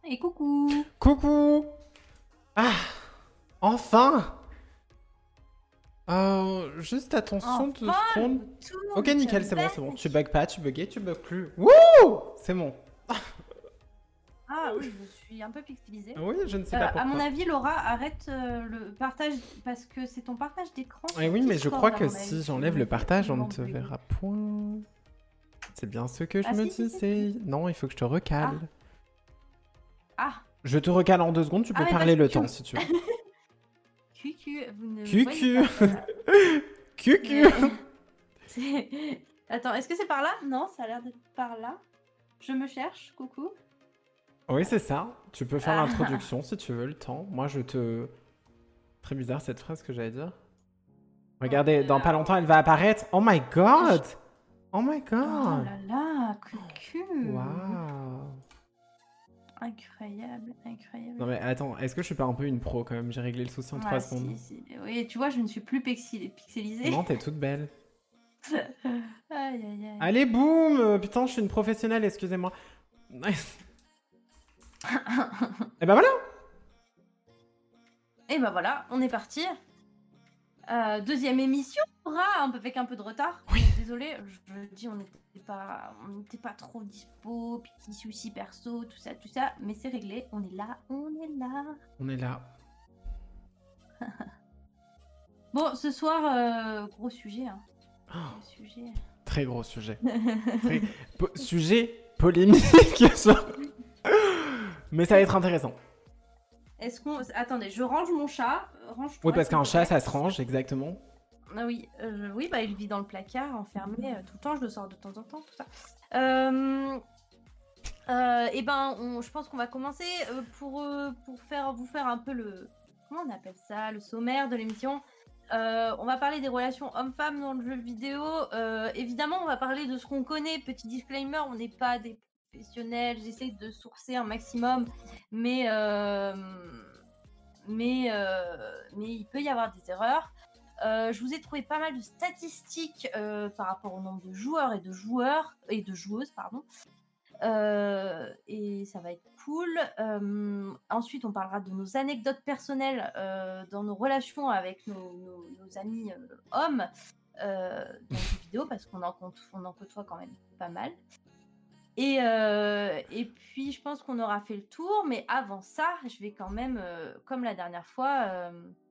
Et coucou. Coucou. Ah, enfin. Juste attention 2 Enfin, secondes. le Ok, retour nickel, de c'est bon, c'est bon. Belle. Tu bugs pas, tu buguais, tu bugs plus. Wouh. C'est bon. Ah oui, je suis un peu pixelisée. Oui, je ne sais pas À mon pourquoi. avis, Laura, arrête le partage parce que c'est ton partage d'écran. Eh oui, mais je Discord, crois à que mon avis, si qui j'enlève me le fait partage, on ne absolument te bugger. verra point. C'est bien ce que je Ah me si. disais. Non, il faut que je te recale. Ah, Je te recale en 2 secondes, tu peux mais parler parce le que temps si tu veux. Cucu, vous ne me voyez Cucu. pas. Voilà. Cucu. Attends, est-ce que c'est par là? Non, ça a l'air d'être par là. Je me cherche, coucou. Oui, c'est ça. Tu peux faire Ah. l'introduction si tu veux le temps. Moi, je te... Très bizarre cette phrase que j'allais dire. Regardez, dans pas longtemps, elle va apparaître. Oh my god! Oh my Oh god! là là, Cucu. Waouh! Incroyable, incroyable. Non mais attends, est-ce que je suis pas un peu une pro quand même? J'ai réglé le souci en 3 secondes. Si. Oui, tu vois, je ne suis plus pixelisée. Non, t'es toute belle. Aïe. Allez, boum! Putain, je suis une professionnelle, excusez-moi. Et ben voilà! Et bah voilà, on est parti. Deuxième émission, un peu avec un peu de retard. Oui. Désolée, je le dis, on n'était pas trop dispo, petits soucis perso, tout ça, mais c'est réglé, on est là. On est là. Bon, ce soir, gros sujet. Hein. Oh, Gros sujet. très gros sujet. Sujet polémique. Mais ça va être intéressant. Est-ce qu'on... Attendez, je range mon chat. Range-toi, Oui, parce s'il qu'un te chat, plaît. ça se range, exactement. Ah oui, oui, bah il vit dans le placard, enfermé tout le temps, je le sors de temps en temps, tout ça. Et ben, je pense qu'on va commencer pour vous faire un peu le... Comment on appelle ça? Le sommaire de l'émission. On va parler des relations hommes-femmes dans le jeu vidéo. Évidemment, on va parler de ce qu'on connaît. Petit disclaimer, on n'est pas des professionnels. J'essaie de sourcer un maximum, mais il peut y avoir des erreurs. Je vous ai trouvé pas mal de statistiques par rapport au nombre de joueurs et de joueuses, pardon. Et ça va être cool. Ensuite, on parlera de nos anecdotes personnelles dans nos relations avec nos amis hommes dans les jeux vidéo, parce qu'on en côtoie quand même pas mal. Et puis, je pense qu'on aura fait le tour, mais avant ça, je vais quand même, comme la dernière fois,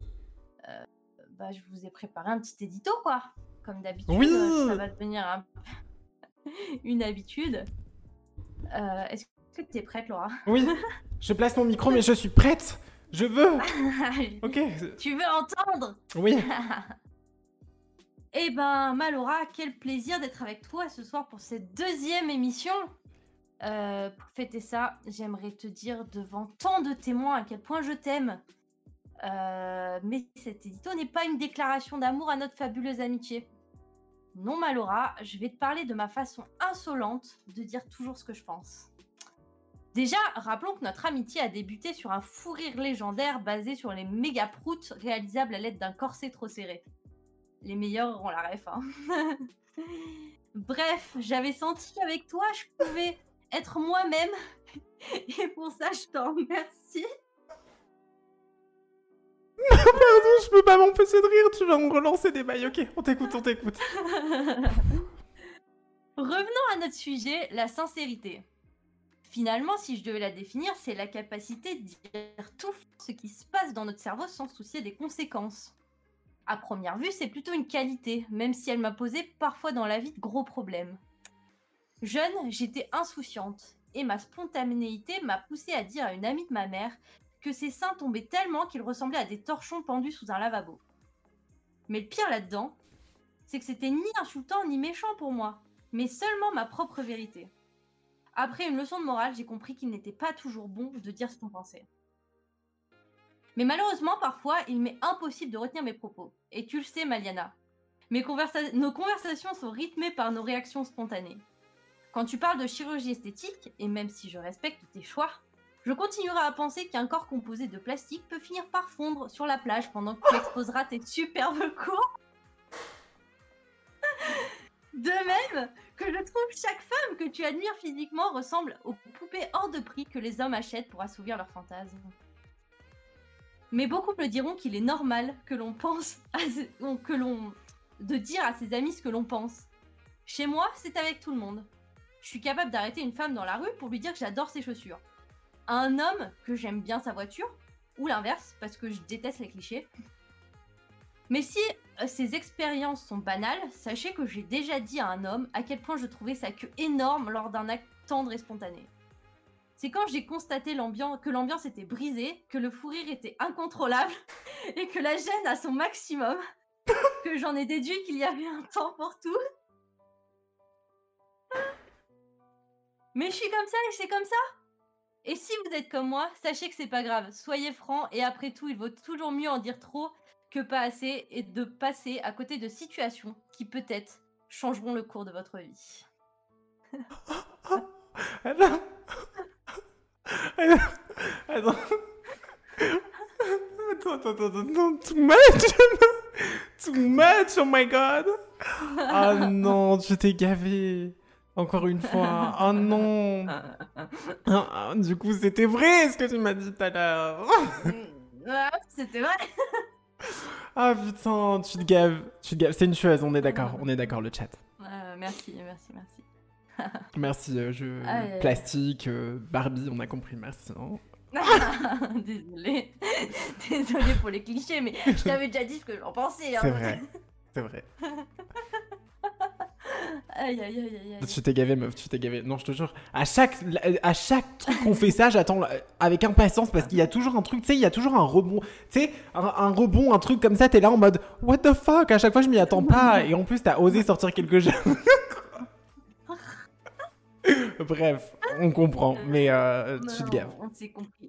je vous ai préparé un petit édito, quoi. Comme d'habitude, Oui. ça va devenir une habitude. Est-ce que tu es prête, Laura? Oui, je place mon micro, mais je suis prête. Je veux. Ok. Tu veux entendre? Oui. Eh ben, Laura, quel plaisir d'être avec toi ce soir pour cette deuxième émission. Pour fêter ça, j'aimerais te dire devant tant de témoins à quel point je t'aime. Mais cet édito n'est pas une déclaration d'amour à notre fabuleuse amitié. Non, Laura, je vais te parler de ma façon insolente de dire toujours ce que je pense. Déjà, rappelons que notre amitié a débuté sur un fou rire légendaire basé sur les méga proutes réalisables à l'aide d'un corset trop serré. Les meilleurs auront la ref, hein. Bref, j'avais senti qu'avec toi, je pouvais être moi-même. Et pour ça, je t'en remercie. Pardon, je peux pas m'empêcher de rire, tu vas me relancer des bails. Ok, on t'écoute. Revenons à notre sujet, la sincérité. Finalement, si je devais la définir, c'est la capacité de dire tout ce qui se passe dans notre cerveau sans se soucier des conséquences. À première vue, c'est plutôt une qualité, même si elle m'a posé parfois dans la vie de gros problèmes. Jeune, j'étais insouciante, et ma spontanéité m'a poussée à dire à une amie de ma mère que ses seins tombaient tellement qu'ils ressemblaient à des torchons pendus sous un lavabo. Mais le pire là-dedans, c'est que c'était ni insultant ni méchant pour moi, mais seulement ma propre vérité. Après une leçon de morale, j'ai compris qu'il n'était pas toujours bon de dire ce qu'on pensait. Mais malheureusement, parfois, il m'est impossible de retenir mes propos. Et tu le sais, Maliana. Nos conversations sont rythmées par nos réactions spontanées. Quand tu parles de chirurgie esthétique, et même si je respecte tes choix, je continuerai à penser qu'un corps composé de plastique peut finir par fondre sur la plage pendant que tu exposeras tes superbes cours. De même que je trouve que chaque femme que tu admires physiquement ressemble aux poupées hors de prix que les hommes achètent pour assouvir leurs fantasmes. Mais beaucoup me diront qu'il est normal que l'on pense de dire à ses amis ce que l'on pense. Chez moi, c'est avec tout le monde. Je suis capable d'arrêter une femme dans la rue pour lui dire que j'adore ses chaussures. À un homme que j'aime bien sa voiture, ou l'inverse, parce que je déteste les clichés. Mais si ces expériences sont banales, sachez que j'ai déjà dit à un homme à quel point je trouvais sa queue énorme lors d'un acte tendre et spontané. C'est quand j'ai constaté que l'ambiance était brisée, que le fou rire était incontrôlable et que la gêne à son maximum, que j'en ai déduit qu'il y avait un temps pour tout. Mais je suis comme ça et c'est comme ça. Et si vous êtes comme moi, sachez que c'est pas grave. Soyez francs et après tout, il vaut toujours mieux en dire trop que pas assez et de passer à côté de situations qui peut-être changeront le cours de votre vie. Attends. Attends. Too much. Too much, oh my god. Oh non, tu t'es gavé. Encore une fois. Oh non. Du coup, c'était vrai ce que tu m'as dit tout à l'heure. C'était vrai. Ah putain, tu te gaves. C'est une chose, on est d'accord, le chat. Merci. Merci, plastique, Barbie, on a compris, merci. Hein. Désolée pour les clichés, mais je t'avais déjà dit ce que j'en pensais. Hein. C'est vrai. Aïe. Tu t'es gavé, meuf, Non, je te jure. À chaque truc qu'on fait ça, j'attends avec impatience parce qu'il y a toujours un truc, tu sais, il y a toujours un rebond. Tu sais, un rebond, un truc comme ça, t'es là en mode what the fuck. À chaque fois, je m'y attends pas. Et en plus, t'as osé sortir quelque chose. Bref, on comprend, mais tu te gaves. On s'est compris.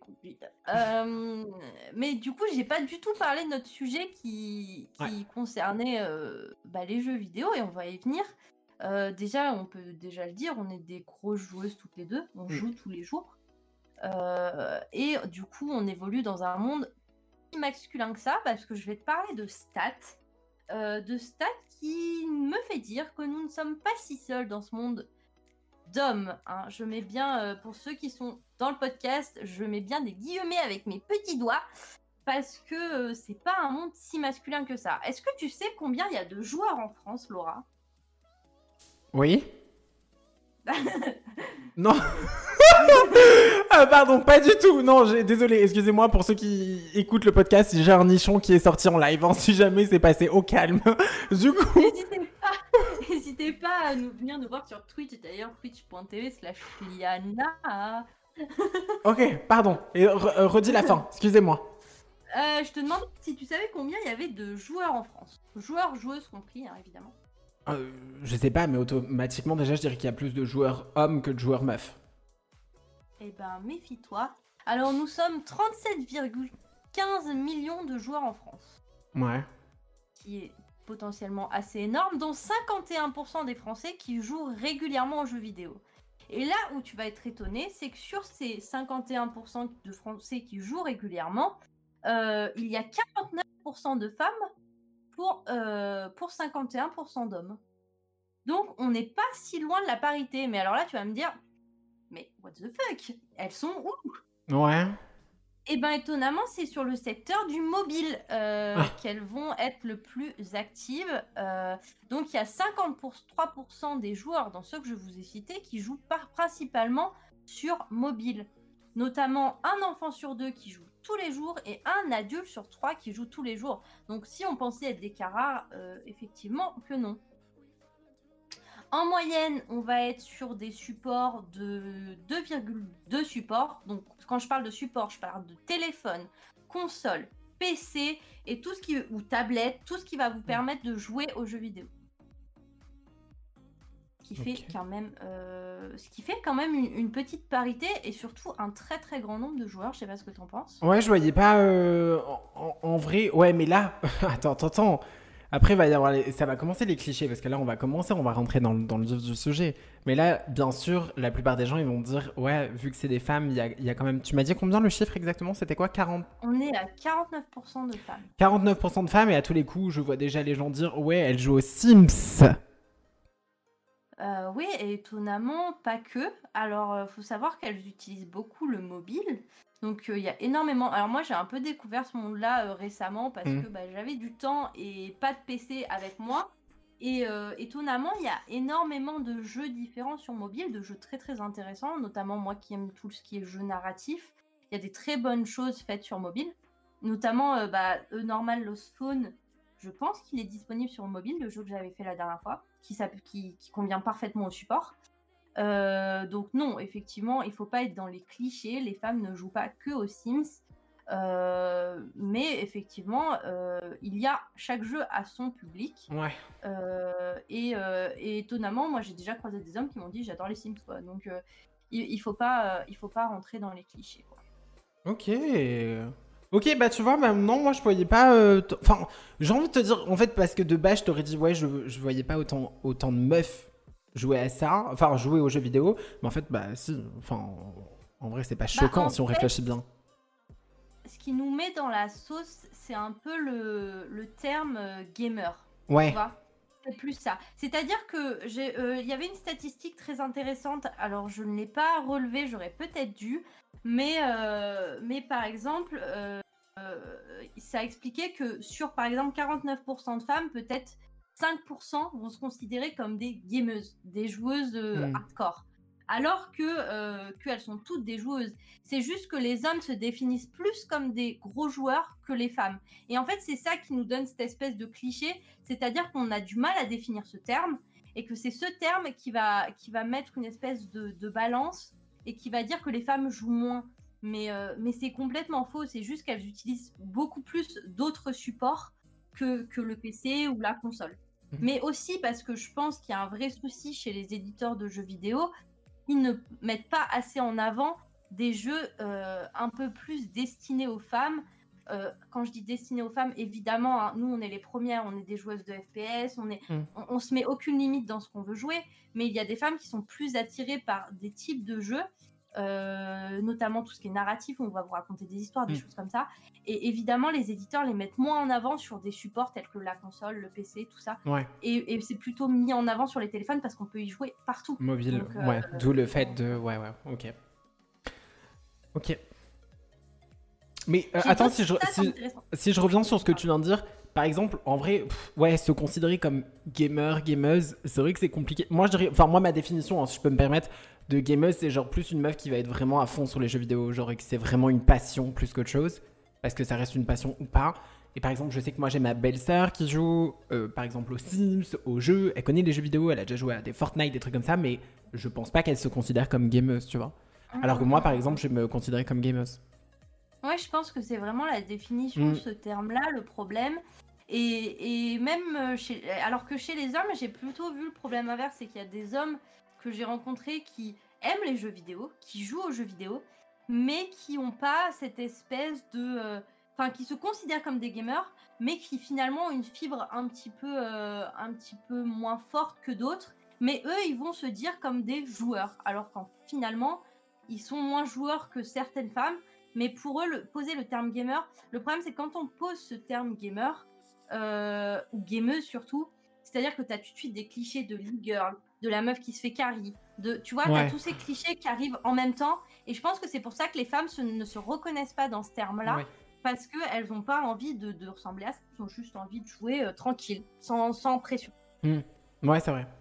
Mais du coup, j'ai pas du tout parlé de notre sujet qui concernait les jeux vidéo et on va y venir. Déjà, on peut déjà le dire, on est des grosses joueuses toutes les deux, on joue tous les jours. Et du coup, on évolue dans un monde plus masculin que ça parce que je vais te parler de stats. Qui me fait dire que nous ne sommes pas si seuls dans ce monde d'hommes. Hein. Je mets bien, pour ceux qui sont dans le podcast, je mets bien des guillemets avec mes petits doigts parce que c'est pas un monde si masculin que ça. Est-ce que tu sais combien il y a de joueurs en France, Laura? Oui. Non. Ah, pardon, pas du tout. Non, désolé, excusez-moi pour ceux qui écoutent le podcast. J'ai un nichon qui est sorti en live. Hein, si jamais c'est passé au calme. Du coup. N'hésitez pas à venir nous voir sur Twitch. D'ailleurs, twitch.tv/Liana. Ok, pardon. Et redis la fin. Excusez-moi. Je te demande si tu savais combien il y avait de joueurs en France. Joueurs, joueuses compris, hein, évidemment. Je sais pas, mais automatiquement, déjà, je dirais qu'il y a plus de joueurs hommes que de joueurs meufs. Eh ben, méfie-toi. Alors, nous sommes 37,15 millions de joueurs en France. Ouais. Qui est potentiellement assez énorme, dont 51% des Français qui jouent régulièrement aux jeux vidéo. Et là où tu vas être étonné, c'est que sur ces 51% de Français qui jouent régulièrement, il y a 49% de femmes pour 51% d'hommes. Donc, on n'est pas si loin de la parité. Mais alors là, tu vas me dire, mais what the fuck? Elles sont où? Ouais. Eh bien, étonnamment, c'est sur le secteur du mobile qu'elles vont être le plus actives. Donc, il y a 53% des joueurs dans ceux que je vous ai cités qui jouent principalement sur mobile. Notamment un enfant sur 2 qui joue tous les jours et un adulte sur 3 qui joue tous les jours. Donc, si on pensait être des cas rares, effectivement que non. En moyenne, on va être sur des supports de 2,2 supports. Donc, quand je parle de support, je parle de téléphone, console, PC et tout ce qui ou tablette, tout ce qui va vous permettre de jouer aux jeux vidéo. Ce qui fait quand même une petite parité et surtout un très très grand nombre de joueurs. Je sais pas ce que tu en penses. Ouais, je voyais pas en vrai. Ouais, mais là, attends. Après, ça va commencer les clichés, parce que là, on va rentrer dans le vif du sujet. Mais là, bien sûr, la plupart des gens, ils vont dire, ouais, vu que c'est des femmes, il y a quand même... Tu m'as dit combien le chiffre exactement? C'était quoi, 40? On est à 49% de femmes. 49% de femmes, et à tous les coups, je vois déjà les gens dire, ouais, elles jouent aux Sims. Oui, et étonnamment, pas que. Alors, faut savoir qu'elles utilisent beaucoup le mobile. Donc, il y a énormément. Alors, moi, j'ai un peu découvert ce monde-là récemment parce Hmm. que bah, j'avais du temps et pas de PC avec moi. Et étonnamment, il y a énormément de jeux différents sur mobile, de jeux très très intéressants, notamment moi qui aime tout ce qui est jeu narratif. Il y a des très bonnes choses faites sur mobile, notamment bah, Normal Lost Phone. Je pense qu'il est disponible sur mobile, le jeu que j'avais fait la dernière fois, qui convient parfaitement au support. Donc non, effectivement, il faut pas être dans les clichés. Les femmes ne jouent pas que aux Sims. Mais effectivement, il y a chaque jeu a son public. Ouais. Et étonnamment, moi j'ai déjà croisé des hommes qui m'ont dit j'adore les Sims quoi. Donc il faut pas rentrer dans les clichés quoi. Ok. Ok, bah tu vois, maintenant, moi, je voyais pas... Enfin, j'ai envie de te dire, en fait, parce que de base, je t'aurais dit, ouais, je voyais pas autant de meufs jouer à ça, enfin, jouer aux jeux vidéo. Mais en fait, bah si, enfin, en vrai, c'est pas choquant si on réfléchit bien. Ce qui nous met dans la sauce, c'est un peu le terme gamer. Tu Ouais. vois, c'est plus ça. C'est-à-dire que il y avait une statistique très intéressante. Alors, je ne l'ai pas relevée, j'aurais peut-être dû. Mais par exemple, ça expliquait que sur, par exemple, 49% de femmes, peut-être 5% vont se considérer comme des gameuses, des joueuses hardcore. Alors qu'elles sont toutes des joueuses. C'est juste que les hommes se définissent plus comme des gros joueurs que les femmes. Et en fait, c'est ça qui nous donne cette espèce de cliché, c'est-à-dire qu'on a du mal à définir ce terme, et que c'est ce terme qui va mettre une espèce de balance, et qui va dire que les femmes jouent moins. Mais c'est complètement faux, c'est juste qu'elles utilisent beaucoup plus d'autres supports que le PC ou la console. Mais aussi parce que je pense qu'il y a un vrai souci chez les éditeurs de jeux vidéo, ils ne mettent pas assez en avant des jeux un peu plus destinés aux femmes. Quand je dis destinés aux femmes, évidemment, hein, nous on est les premières, on est des joueuses de FPS, on se met aucune limite dans ce qu'on veut jouer, mais il y a des femmes qui sont plus attirées par des types de jeux, notamment tout ce qui est narratif, où on va vous raconter des histoires, des choses comme ça. Et évidemment, les éditeurs les mettent moins en avant sur des supports tels que la console, le PC, tout ça. Ouais. Et c'est plutôt mis en avant sur les téléphones parce qu'on peut y jouer partout. Mobile, donc, ouais. D'où le fait de... Ouais, ok. Ok. Mais attends, si je reviens sur ce que tu viens de dire, par exemple, en vrai, ouais, se considérer comme gamer, gameuse, c'est vrai que c'est compliqué. Moi, je dirais, enfin, moi, ma définition, hein, si je peux me permettre, de gameuse, c'est genre plus une meuf qui va être vraiment à fond sur les jeux vidéo, genre que c'est vraiment une passion plus qu'autre chose, parce que ça reste une passion ou pas. Et par exemple, je sais que moi, j'ai ma belle-sœur qui joue, par exemple, aux Sims, aux jeux. Elle connaît les jeux vidéo, elle a déjà joué à des Fortnite, des trucs comme ça, mais je pense pas qu'elle se considère comme gameuse, tu vois. Alors que moi, par exemple, je vais me considérer comme gameuse. Ouais, je pense que c'est vraiment la définition de ce terme-là, le problème. Et même alors que chez les hommes, j'ai plutôt vu le problème inverse, c'est qu'il y a des hommes que j'ai rencontrés qui aiment les jeux vidéo, qui jouent aux jeux vidéo, mais qui n'ont pas cette espèce de... Enfin, qui se considèrent comme des gamers, mais qui finalement ont une fibre un petit peu moins forte que d'autres. Mais eux, ils vont se dire comme des joueurs, alors qu'en finalement, ils sont moins joueurs que certaines femmes. Mais pour eux, poser le terme gamer, le problème c'est que quand on pose ce terme gamer, ou gameuse surtout, c'est-à-dire que tu as tout de suite des clichés de l'e-girl, de la meuf qui se fait carry, tu vois, tu as tous ces clichés qui arrivent en même temps, et je pense que c'est pour ça que les femmes ne se reconnaissent pas dans ce terme-là, parce qu'elles n'ont pas envie de ressembler à ça, elles ont juste envie de jouer tranquille, sans pression. Ouais, c'est vrai.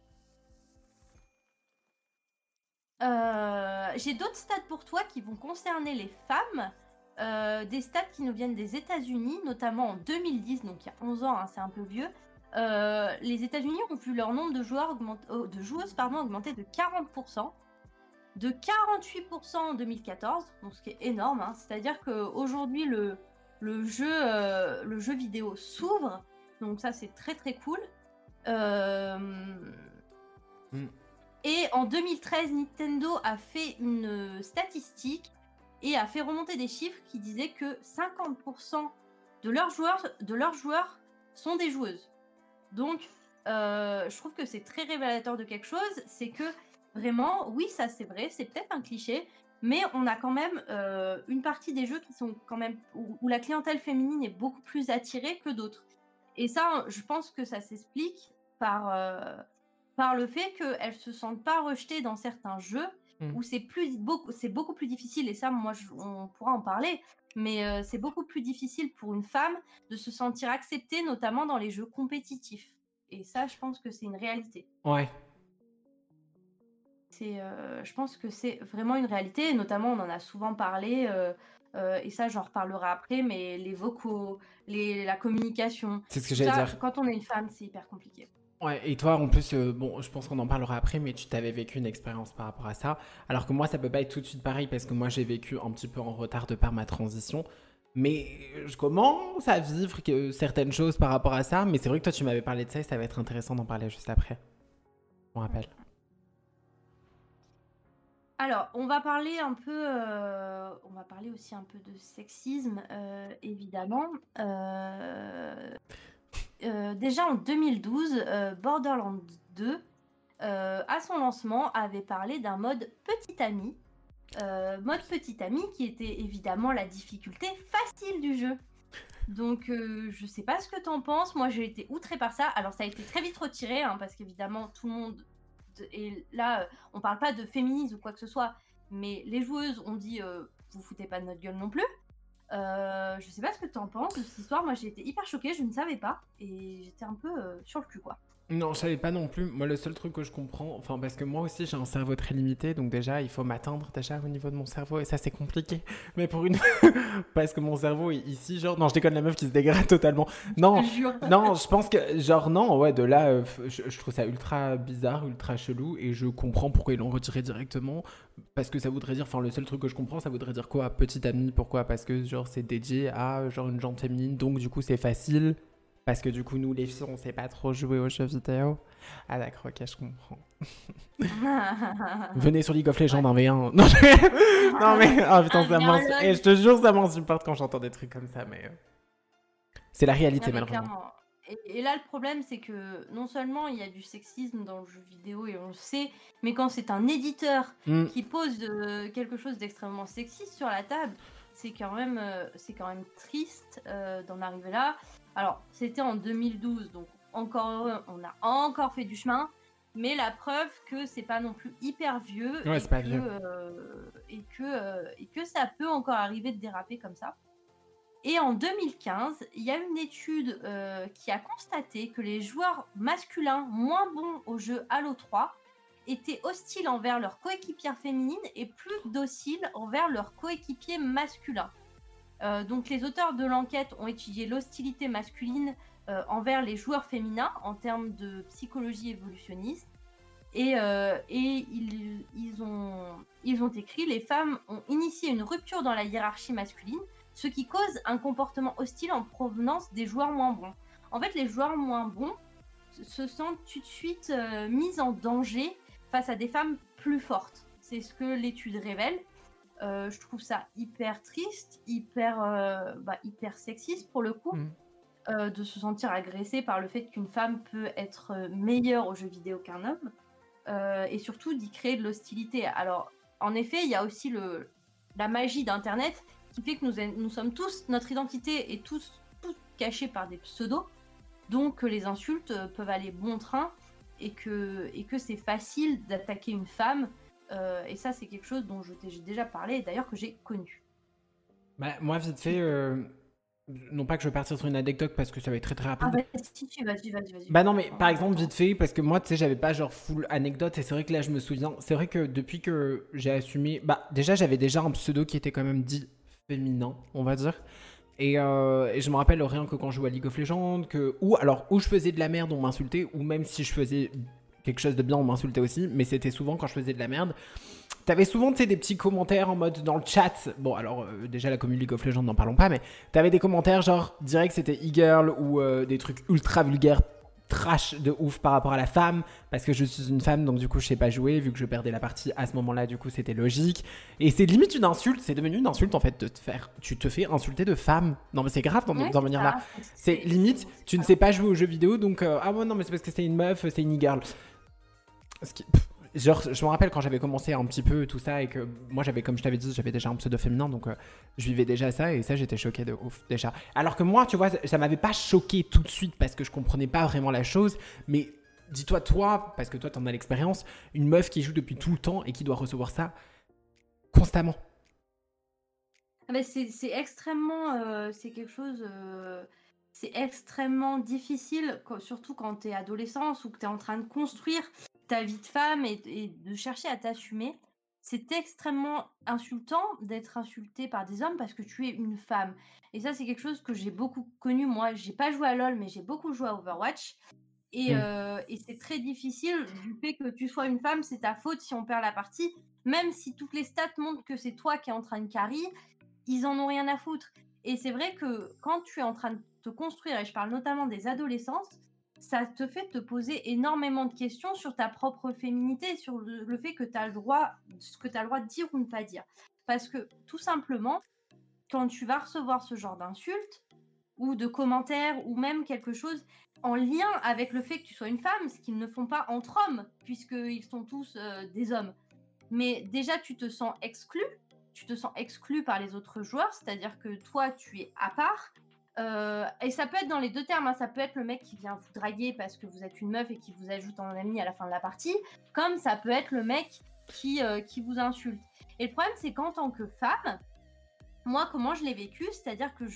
J'ai d'autres stats pour toi qui vont concerner les femmes, des stats qui nous viennent des États-Unis, notamment en 2010, donc il y a 11 ans, hein, c'est un peu vieux. Les États-Unis ont vu leur nombre de joueuses augmenter de 40%, de 48% en 2014, donc ce qui est énorme, hein, c'est-à-dire qu'aujourd'hui le jeu vidéo s'ouvre, donc ça c'est très très cool. Et en 2013, Nintendo a fait une statistique et a fait remonter des chiffres qui disaient que 50% de leurs joueurs sont des joueuses. Donc, je trouve que c'est très révélateur de quelque chose, c'est que vraiment, oui, ça c'est vrai, c'est peut-être un cliché, mais on a quand même une partie des jeux qui sont quand même où la clientèle féminine est beaucoup plus attirée que d'autres. Et ça, je pense que ça s'explique par par le fait qu'elles se sentent pas rejetées dans certains jeux où c'est beaucoup plus difficile, et ça, moi, on pourra en parler, mais c'est beaucoup plus difficile pour une femme de se sentir acceptée, notamment dans les jeux compétitifs. Et ça, je pense que c'est une réalité. Ouais. Je pense que c'est vraiment une réalité, et notamment, on en a souvent parlé, et ça, j'en reparlerai après, mais les vocaux, la communication, C'est ce que tout j'allais ça, dire. quand on est une femme, c'est hyper compliqué. Ouais, et toi, en plus, bon, je pense qu'on en parlera après, mais tu t'avais vécu une expérience par rapport à ça. Alors que moi, ça peut pas être tout de suite pareil, parce que moi, j'ai vécu un petit peu en retard de par ma transition. Mais je commence à vivre certaines choses par rapport à ça. Mais c'est vrai que toi, tu m'avais parlé de ça et ça va être intéressant d'en parler juste après. Je me rappelle. Alors, on va parler aussi un peu de sexisme, évidemment. Déjà en 2012, Borderlands 2, à son lancement, avait parlé d'un mode petit ami. Mode petit ami qui était évidemment la difficulté facile du jeu. Donc, je sais pas ce que t'en penses. Moi, j'ai été outrée par ça. Alors, ça a été très vite retiré, hein, parce qu'évidemment, tout le monde... Et là, on parle pas de féminisme ou quoi que ce soit, mais les joueuses ont dit vous foutez pas de notre gueule non plus. Je sais pas ce que t'en penses de cette histoire. Moi, j'ai été hyper choquée, je ne savais pas, et j'étais un peu sur le cul, quoi. Non, je savais pas non plus. Moi, le seul truc que je comprends, enfin, parce que moi aussi, j'ai un cerveau très limité, donc déjà, il faut m'atteindre déjà au niveau de mon cerveau, et ça, c'est compliqué. Mais pour une... parce que mon cerveau est ici, genre... Non, je déconne, la meuf qui se dégrade totalement. Non, non, je pense que... Genre, non, ouais, de là, je trouve ça ultra bizarre, ultra chelou, et je comprends pourquoi ils l'ont retiré directement, parce que ça voudrait dire... Enfin, le seul truc que je comprends, ça voudrait dire quoi? Petit ami, pourquoi? Parce que, genre, c'est dédié à, genre, une jante féminine, donc, du coup, c'est facile... Parce que du coup, nous, les filles, on sait pas trop jouer aux jeux vidéo. Ah d'accord, ok, je comprends. Venez sur League of Legends en V1. Non, non mais... Oh putain, ça m'insupporte. Et je te jure, ça m'insupporte quand j'entends des trucs comme ça, mais... C'est la réalité, malheureusement. Et là, le problème, c'est que non seulement il y a du sexisme dans le jeu vidéo, et on le sait, mais quand c'est un éditeur qui pose quelque chose d'extrêmement sexiste sur la table, c'est quand même triste d'en arriver là. Alors, c'était en 2012, donc encore heureux, on a encore fait du chemin, mais la preuve que c'est pas non plus hyper vieux, ouais, c'est pas vieux. Et que ça peut encore arriver de déraper comme ça. Et en 2015, il y a une étude qui a constaté que les joueurs masculins moins bons au jeu Halo 3 étaient hostiles envers leurs coéquipières féminines et plus dociles envers leurs coéquipiers masculins. Donc les auteurs de l'enquête ont étudié l'hostilité masculine envers les joueurs féminins en termes de psychologie évolutionniste, et ils ont écrit: les femmes ont initié une rupture dans la hiérarchie masculine, ce qui cause un comportement hostile en provenance des joueurs moins bons. En fait, les joueurs moins bons se sentent tout de suite mis en danger face à des femmes plus fortes. C'est ce que l'étude révèle. Je trouve ça hyper triste, hyper sexiste pour le coup, de se sentir agressé par le fait qu'une femme peut être meilleure aux jeux vidéo qu'un homme, et surtout d'y créer de l'hostilité. Alors, en effet, il y a aussi la magie d'Internet qui fait que nous sommes tous, notre identité est tout cachée par des pseudos, donc les insultes peuvent aller bon train, et que c'est facile d'attaquer une femme. Et ça, c'est quelque chose dont j'ai déjà parlé, et d'ailleurs que j'ai connu. Bah, moi, vite fait, non pas que je veux partir sur une anecdote parce que ça va être très très rapide. Ah bah si, vas-y. Bah non, mais par exemple, vite fait, parce que moi, tu sais, j'avais pas genre full anecdote, et c'est vrai que là, je me souviens, c'est vrai que depuis que j'ai assumé, bah déjà, j'avais déjà un pseudo qui était quand même dit féminin, on va dire. Et je me rappelle rien que quand je jouais à League of Legends, où je faisais de la merde, on m'insultait, ou même si je faisais quelque chose de bien, on m'insultait aussi, mais c'était souvent quand je faisais de la merde. T'avais souvent, tu sais, des petits commentaires en mode dans le chat. Bon, alors, déjà, la community League of Legends, n'en parlons pas, mais t'avais des commentaires genre direct c'était e-girl, ou des trucs ultra vulgaires, trash de ouf par rapport à la femme, parce que je suis une femme, donc du coup, je sais pas jouer, vu que je perdais la partie à ce moment-là, du coup, c'était logique. Et c'est limite une insulte, c'est devenu une insulte en fait, tu te fais insulter de femme. Non, mais c'est grave d'en venir là. C'est limite, tu ne sais pas jouer aux jeux vidéo, donc, ah ouais, non, mais c'est parce que c'est une meuf, c'est une e-girl. Genre, je me rappelle quand j'avais commencé un petit peu tout ça, et que moi j'avais, comme je t'avais dit, j'avais déjà un pseudo féminin, donc je vivais déjà ça, et ça j'étais choquée de ouf déjà. Alors que moi, tu vois, ça m'avait pas choqué tout de suite parce que je comprenais pas vraiment la chose, mais dis-toi, toi, parce que toi, t'en as l'expérience, une meuf qui joue depuis tout le temps et qui doit recevoir ça constamment. Ah bah, c'est extrêmement, c'est quelque chose, c'est extrêmement difficile, surtout quand tu es adolescence ou que tu es en train de construire ta vie de femme et de chercher à t'assumer. C'est extrêmement insultant d'être insulté par des hommes parce que tu es une femme. Et ça, c'est quelque chose que j'ai beaucoup connu. Moi, j'ai pas joué à LoL, mais j'ai beaucoup joué à Overwatch. Et c'est très difficile du fait que tu sois une femme, c'est ta faute si on perd la partie. Même si toutes les stats montrent que c'est toi qui es en train de carry, ils en ont rien à foutre. Et c'est vrai que quand tu es en train de te construire, et je parle notamment des adolescences, ça te fait te poser énormément de questions sur ta propre féminité, sur le fait que tu as le droit, ce que tu as le droit de dire ou ne pas dire. Parce que tout simplement, quand tu vas recevoir ce genre d'insultes ou de commentaires ou même quelque chose en lien avec le fait que tu sois une femme, ce qu'ils ne font pas entre hommes, puisqu'ils sont tous des hommes. Mais déjà, tu te sens exclu par les autres joueurs, c'est-à-dire que toi, tu es à part. Et ça peut être dans les deux termes, hein. Ça peut être le mec qui vient vous draguer parce que vous êtes une meuf et qui vous ajoute en ami à la fin de la partie, comme ça peut être le mec qui vous insulte. Et le problème, c'est qu'en tant que femme, moi, comment je l'ai vécu, c'est-à-dire que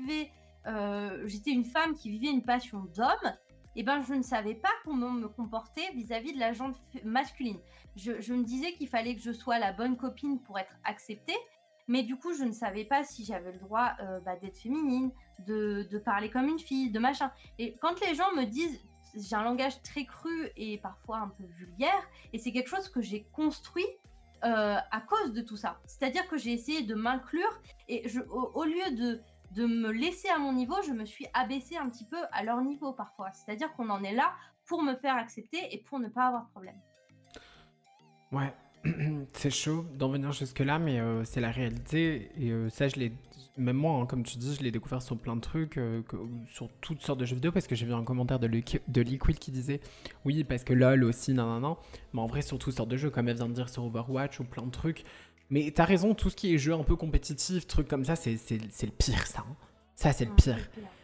j'étais une femme qui vivait une passion d'homme, et ben je ne savais pas comment me comporter vis-à-vis de la gente masculine. Je me disais qu'il fallait que je sois la bonne copine pour être acceptée, mais du coup je ne savais pas si j'avais le droit d'être féminine, de parler comme une fille, de machin. Et quand les gens me disent, j'ai un langage très cru et parfois un peu vulgaire, et c'est quelque chose que j'ai construit à cause de tout ça. C'est-à-dire que j'ai essayé de m'inclure, et au lieu de me laisser à mon niveau, je me suis abaissée un petit peu à leur niveau parfois. C'est-à-dire qu'on en est là pour me faire accepter et pour ne pas avoir de problème. Ouais, c'est chaud d'en venir jusque-là, mais c'est la réalité. Et ça, même moi, hein, comme tu dis, je l'ai découvert sur plein de trucs, sur toutes sortes de jeux vidéo, parce que j'ai vu un commentaire de Liquid qui disait « Oui, parce que LoL aussi, nan. » Mais en vrai, sur toutes sortes de jeux, comme elle vient de dire sur Overwatch ou plein de trucs. Mais t'as raison, tout ce qui est jeu un peu compétitif, trucs comme ça, c'est le pire, ça. Hein. Ça, c'est le pire.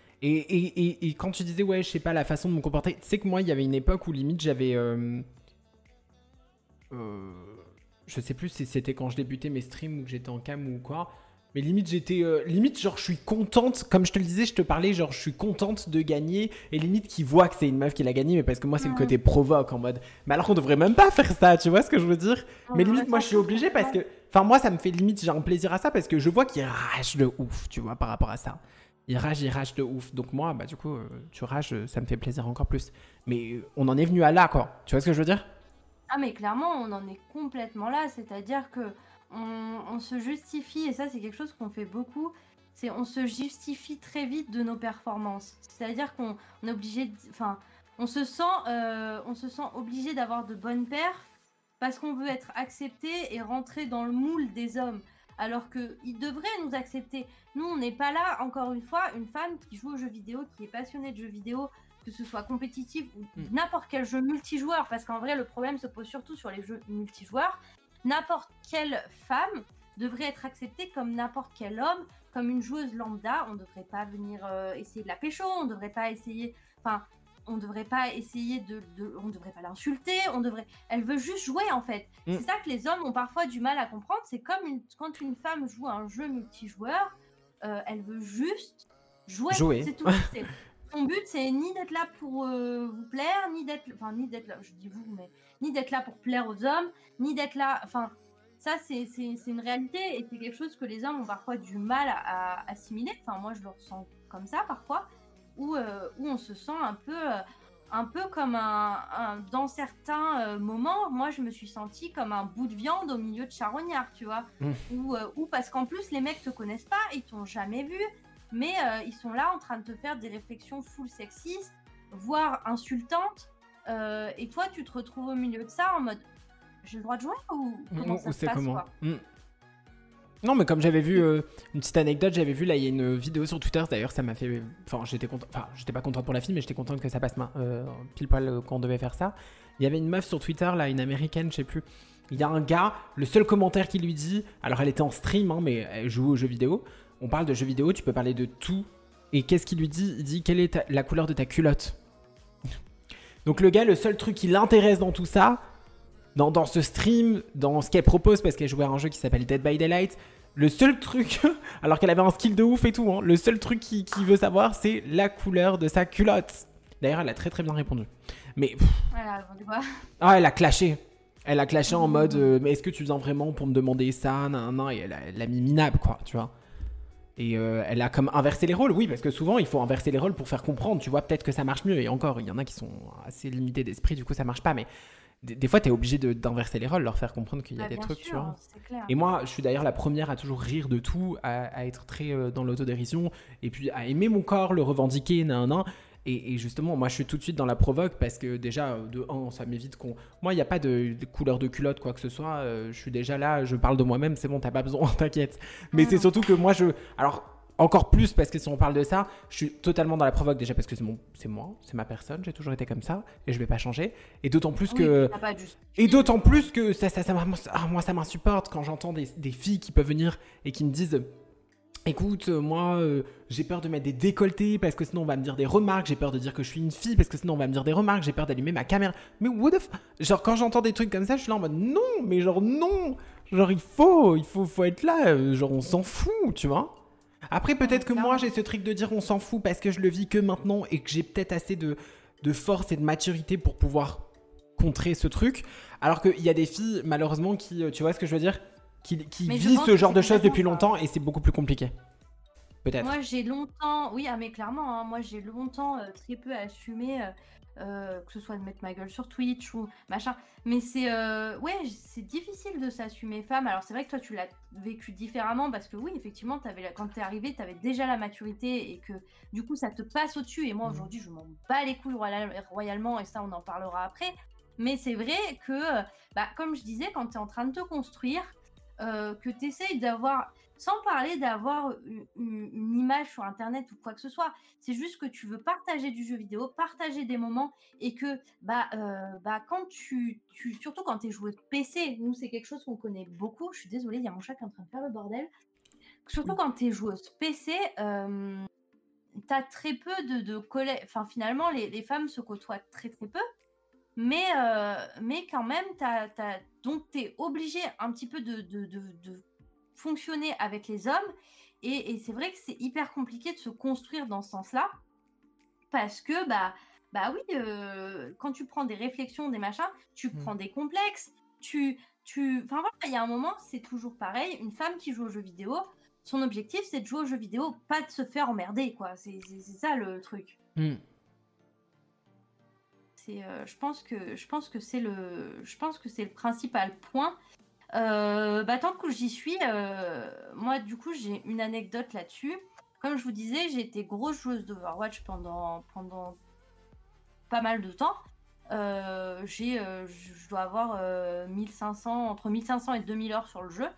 Et quand tu disais, ouais, je sais pas, la façon de me comporter, tu sais que moi, il y avait une époque où limite, j'avais... je sais plus si c'était quand je débutais mes streams ou que j'étais en cam ou quoi, mais limite j'étais genre je suis contente, comme je te le disais, je te parlais, genre je suis contente de gagner, et limite qu'ils voient que c'est une meuf qui l'a gagné, mais parce que moi c'est le côté provoque, en mode mais alors qu'on devrait même pas faire ça, tu vois ce que je veux dire. Mais limite moi je suis obligée parce que, enfin moi ça me fait limite, j'ai un plaisir à ça parce que je vois qu'ils ragent de ouf, tu vois, par rapport à ça. Ils ragent de ouf, donc moi bah du coup tu rages, ça me fait plaisir encore plus. Mais on en est venu à là, quoi, tu vois ce que je veux dire. Ah mais clairement, on en est complètement là, c'est-à-dire que on se justifie, et ça c'est quelque chose qu'on fait beaucoup, c'est on se justifie très vite de nos performances. C'est-à-dire qu'on est obligé, enfin, on se sent obligé d'avoir de bonnes perfs parce qu'on veut être accepté et rentrer dans le moule des hommes. Alors qu'ils devraient nous accepter. Nous, on n'est pas là, encore une fois, une femme qui joue aux jeux vidéo, qui est passionnée de jeux vidéo, que ce soit compétitif ou n'importe quel jeu multijoueur, parce qu'en vrai le problème se pose surtout sur les jeux multijoueurs. N'importe quelle femme devrait être acceptée comme n'importe quel homme, comme une joueuse lambda. On ne devrait pas venir essayer de la pécho, on ne devrait pas essayer, enfin on ne devrait pas essayer on ne devrait pas l'insulter, elle veut juste jouer en fait. C'est ça que les hommes ont parfois du mal à comprendre, c'est comme quand une femme joue à un jeu multijoueur, elle veut juste jouer. C'est tout. Son but, c'est ni d'être là pour vous plaire, ni d'être là, je dis vous, mais ni d'être là pour plaire aux hommes, ni d'être là, enfin, ça, c'est une réalité, et c'est quelque chose que les hommes ont parfois du mal à assimiler. Enfin, moi, je le ressens comme ça, parfois, où on se sent un peu comme dans certains moments, moi, je me suis sentie comme un bout de viande au milieu de charognards, tu vois, ou parce qu'en plus, les mecs te connaissent pas, ils t'ont jamais vu, mais ils sont là en train de te faire des réflexions full sexistes, voire insultantes, et toi tu te retrouves au milieu de ça en mode j'ai le droit de jouer ou comment ça se passe, quoi. Non, mais comme j'avais vu une petite anecdote, j'avais vu là, il y a une vidéo sur Twitter, d'ailleurs ça m'a fait, enfin j'étais pas contente pour la fille, mais j'étais contente que ça passe pile poil quand on devait faire ça. Il y avait une meuf sur Twitter là, une américaine, je sais plus. Il y a un gars, le seul commentaire qu'il lui dit, alors elle était en stream, hein, mais elle joue aux jeux vidéo. On parle de jeux vidéo, tu peux parler de tout. Et qu'est-ce qu'il lui dit ? Il dit, quelle est la couleur de ta culotte ? Donc le gars, le seul truc qui l'intéresse dans tout ça, dans ce stream, dans ce qu'elle propose, parce qu'elle jouait à un jeu qui s'appelle Dead by Daylight, le seul truc, alors qu'elle avait un skill de ouf et tout, hein, le seul truc qu'il veut savoir, c'est la couleur de sa culotte. D'ailleurs, elle a très très bien répondu. Mais Voilà, on voit. elle a clashé. Elle a clashé en mode mais est-ce que tu viens vraiment pour me demander ça, nan, et elle a mis minable, quoi, tu vois. Et elle a comme inversé les rôles, oui, parce que souvent il faut inverser les rôles pour faire comprendre, tu vois, peut-être que ça marche mieux. Et encore, il y en a qui sont assez limités d'esprit, du coup ça marche pas, mais des fois t'es obligé d'inverser les rôles, leur faire comprendre qu'il y a des trucs, sûr, tu vois. c'est clair. Et moi, je suis d'ailleurs la première à toujours rire de tout, à être très dans l'autodérision, et puis à aimer mon corps, le revendiquer, nan. Et justement, moi je suis tout de suite dans la provoque parce que déjà, de 1, ça m'évite qu'on. Moi, il n'y a pas de couleur de culotte, quoi que ce soit. Je suis déjà là, je parle de moi-même, c'est bon, t'as pas besoin, t'inquiète. Mais c'est surtout que moi, alors, encore plus parce que si on parle de ça, je suis totalement dans la provoque déjà parce que c'est moi, c'est ma personne, j'ai toujours été comme ça et je vais pas changer. Et d'autant plus que. Et d'autant plus que moi, ça m'insupporte quand j'entends des filles qui peuvent venir et qui me disent. Écoute, moi, j'ai peur de mettre des décolletés parce que sinon on va me dire des remarques. J'ai peur de dire que je suis une fille parce que sinon on va me dire des remarques. J'ai peur d'allumer ma caméra. Mais what the genre quand j'entends des trucs comme ça, je suis là en mode non, mais genre non. Genre il faut être là. Genre on s'en fout, tu vois. Après peut-être que moi j'ai ce truc de dire on s'en fout parce que je le vis que maintenant et que j'ai peut-être assez de force et de maturité pour pouvoir contrer ce truc. Alors qu'il y a des filles malheureusement qui, tu vois ce que je veux dire, qui vit ce genre de choses depuis longtemps et c'est beaucoup plus compliqué. Peut-être. Moi, j'ai longtemps... Oui, mais clairement, hein, moi, j'ai longtemps très peu assumé que ce soit de mettre ma gueule sur Twitch ou machin. Mais c'est... ouais, c'est difficile de s'assumer femme. Alors, c'est vrai que toi, tu l'as vécu différemment parce que oui, effectivement, quand t'es arrivée, t'avais déjà la maturité et que du coup, ça te passe au-dessus. Et moi, aujourd'hui, je m'en bats les couilles royalement et ça, on en parlera après. Mais c'est vrai que, comme je disais, quand t'es en train de te construire, que tu essayes d'avoir, sans parler d'avoir une image sur internet ou quoi que ce soit, c'est juste que tu veux partager du jeu vidéo, partager des moments et que quand surtout quand tu es joueuse PC, nous c'est quelque chose qu'on connaît beaucoup, je suis désolée, il y a mon chat qui est en train de faire le bordel, surtout quand tu es joueuse PC, t'as très peu de collègues, enfin finalement les femmes se côtoient très très peu. Mais quand même, donc tu es obligé un petit peu de fonctionner avec les hommes. Et c'est vrai que c'est hyper compliqué de se construire dans ce sens-là. Parce que, oui, quand tu prends des réflexions, des machins, tu prends des complexes. Enfin voilà, il y a un moment, c'est toujours pareil. Une femme qui joue aux jeux vidéo, son objectif, c'est de jouer aux jeux vidéo, pas de se faire emmerder, quoi. C'est ça le truc. Je pense que c'est le principal point. Tant que j'y suis, moi du coup j'ai une anecdote là-dessus. Comme je vous disais, j'ai été grosse joueuse d'Overwatch pendant pas mal de temps. Je dois avoir entre 1500 et 2000 heures sur le jeu.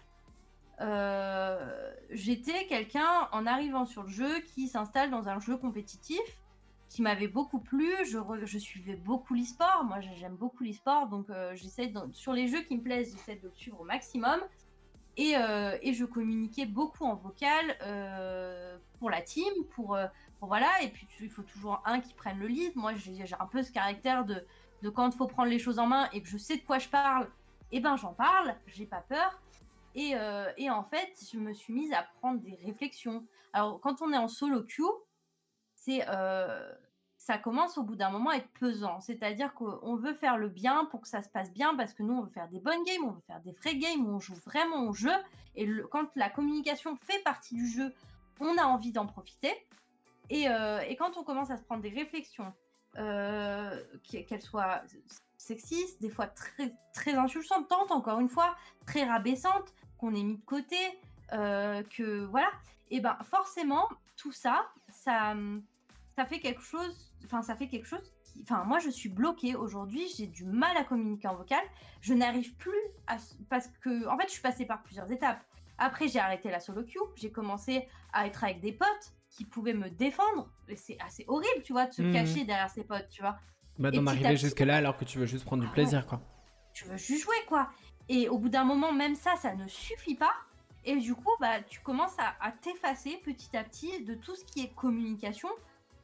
J'étais quelqu'un en arrivant sur le jeu qui s'installe dans un jeu compétitif qui m'avait beaucoup plu. Je suivais beaucoup l'e-sport. Moi, j'aime beaucoup l'e-sport. Donc, sur les jeux qui me plaisent, j'essaie de le suivre au maximum. Et je communiquais beaucoup en vocal pour la team, pour voilà. Et puis, il faut toujours un qui prenne le lead. Moi, j'ai un peu ce caractère de quand il faut prendre les choses en main et que je sais de quoi je parle, j'en parle. J'ai pas peur. Et en fait, je me suis mise à prendre des réflexions. Alors, quand on est en solo queue, ça commence au bout d'un moment à être pesant. C'est-à-dire qu'on veut faire le bien pour que ça se passe bien parce que nous, on veut faire des bonnes games, on veut faire des vrais games où on joue vraiment au jeu. Et quand la communication fait partie du jeu, on a envie d'en profiter. Et quand on commence à se prendre des réflexions, qu'elles soient sexistes, des fois très, très insultantes, encore une fois, très rabaissantes, qu'on est mis de côté, que voilà. Et forcément, tout ça fait quelque chose. Enfin, moi, je suis bloquée aujourd'hui. J'ai du mal à communiquer en vocal. Je n'arrive plus parce que, en fait, je suis passée par plusieurs étapes. Après, j'ai arrêté la solo queue. J'ai commencé à être avec des potes qui pouvaient me défendre. Et c'est assez horrible, tu vois, de se cacher derrière ses potes, tu vois. D'en arriver jusque-là alors que tu veux juste prendre du plaisir, quoi. Tu veux juste jouer, quoi. Et au bout d'un moment, même ça ne suffit pas. Et du coup, tu commences à t'effacer petit à petit de tout ce qui est communication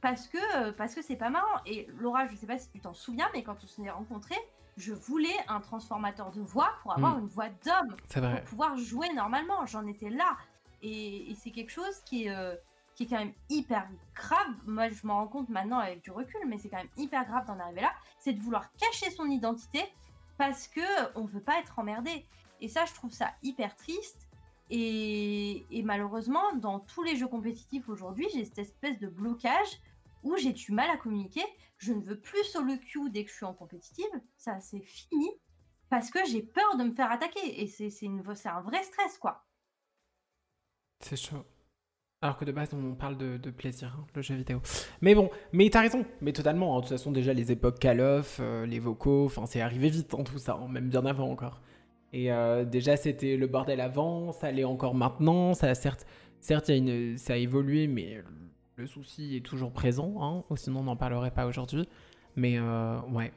parce que c'est pas marrant. Et Laura, je sais pas si tu t'en souviens, mais quand on s'est rencontrés, je voulais un transformateur de voix pour avoir une voix d'homme, C'est pour vrai. pouvoir jouer normalement. J'en étais là. Et c'est quelque chose qui est quand même hyper grave. Moi, je m'en rends compte maintenant avec du recul, mais c'est quand même hyper grave d'en arriver là. C'est de vouloir cacher son identité parce que on veut pas être emmerdé. Et ça, je trouve ça hyper triste. Et malheureusement, dans tous les jeux compétitifs aujourd'hui, j'ai cette espèce de blocage où j'ai du mal à communiquer. Je ne veux plus solo queue dès que je suis en compétitive. Ça, c'est fini. Parce que j'ai peur de me faire attaquer. Et c'est un vrai stress, quoi. C'est chaud. Alors que de base, on parle de plaisir, hein, le jeu vidéo. Mais bon, mais t'as raison, mais totalement. Hein. De toute façon, déjà, les époques Call of, les vocaux, enfin, c'est arrivé vite, hein, tout ça, hein, même bien avant encore. Et déjà, c'était le bordel avant, ça l'est encore maintenant. Ça, certes, ça a évolué, mais le souci est toujours présent, hein, ou sinon on n'en parlerait pas aujourd'hui. Mais ouais,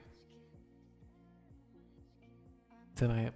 c'est vrai.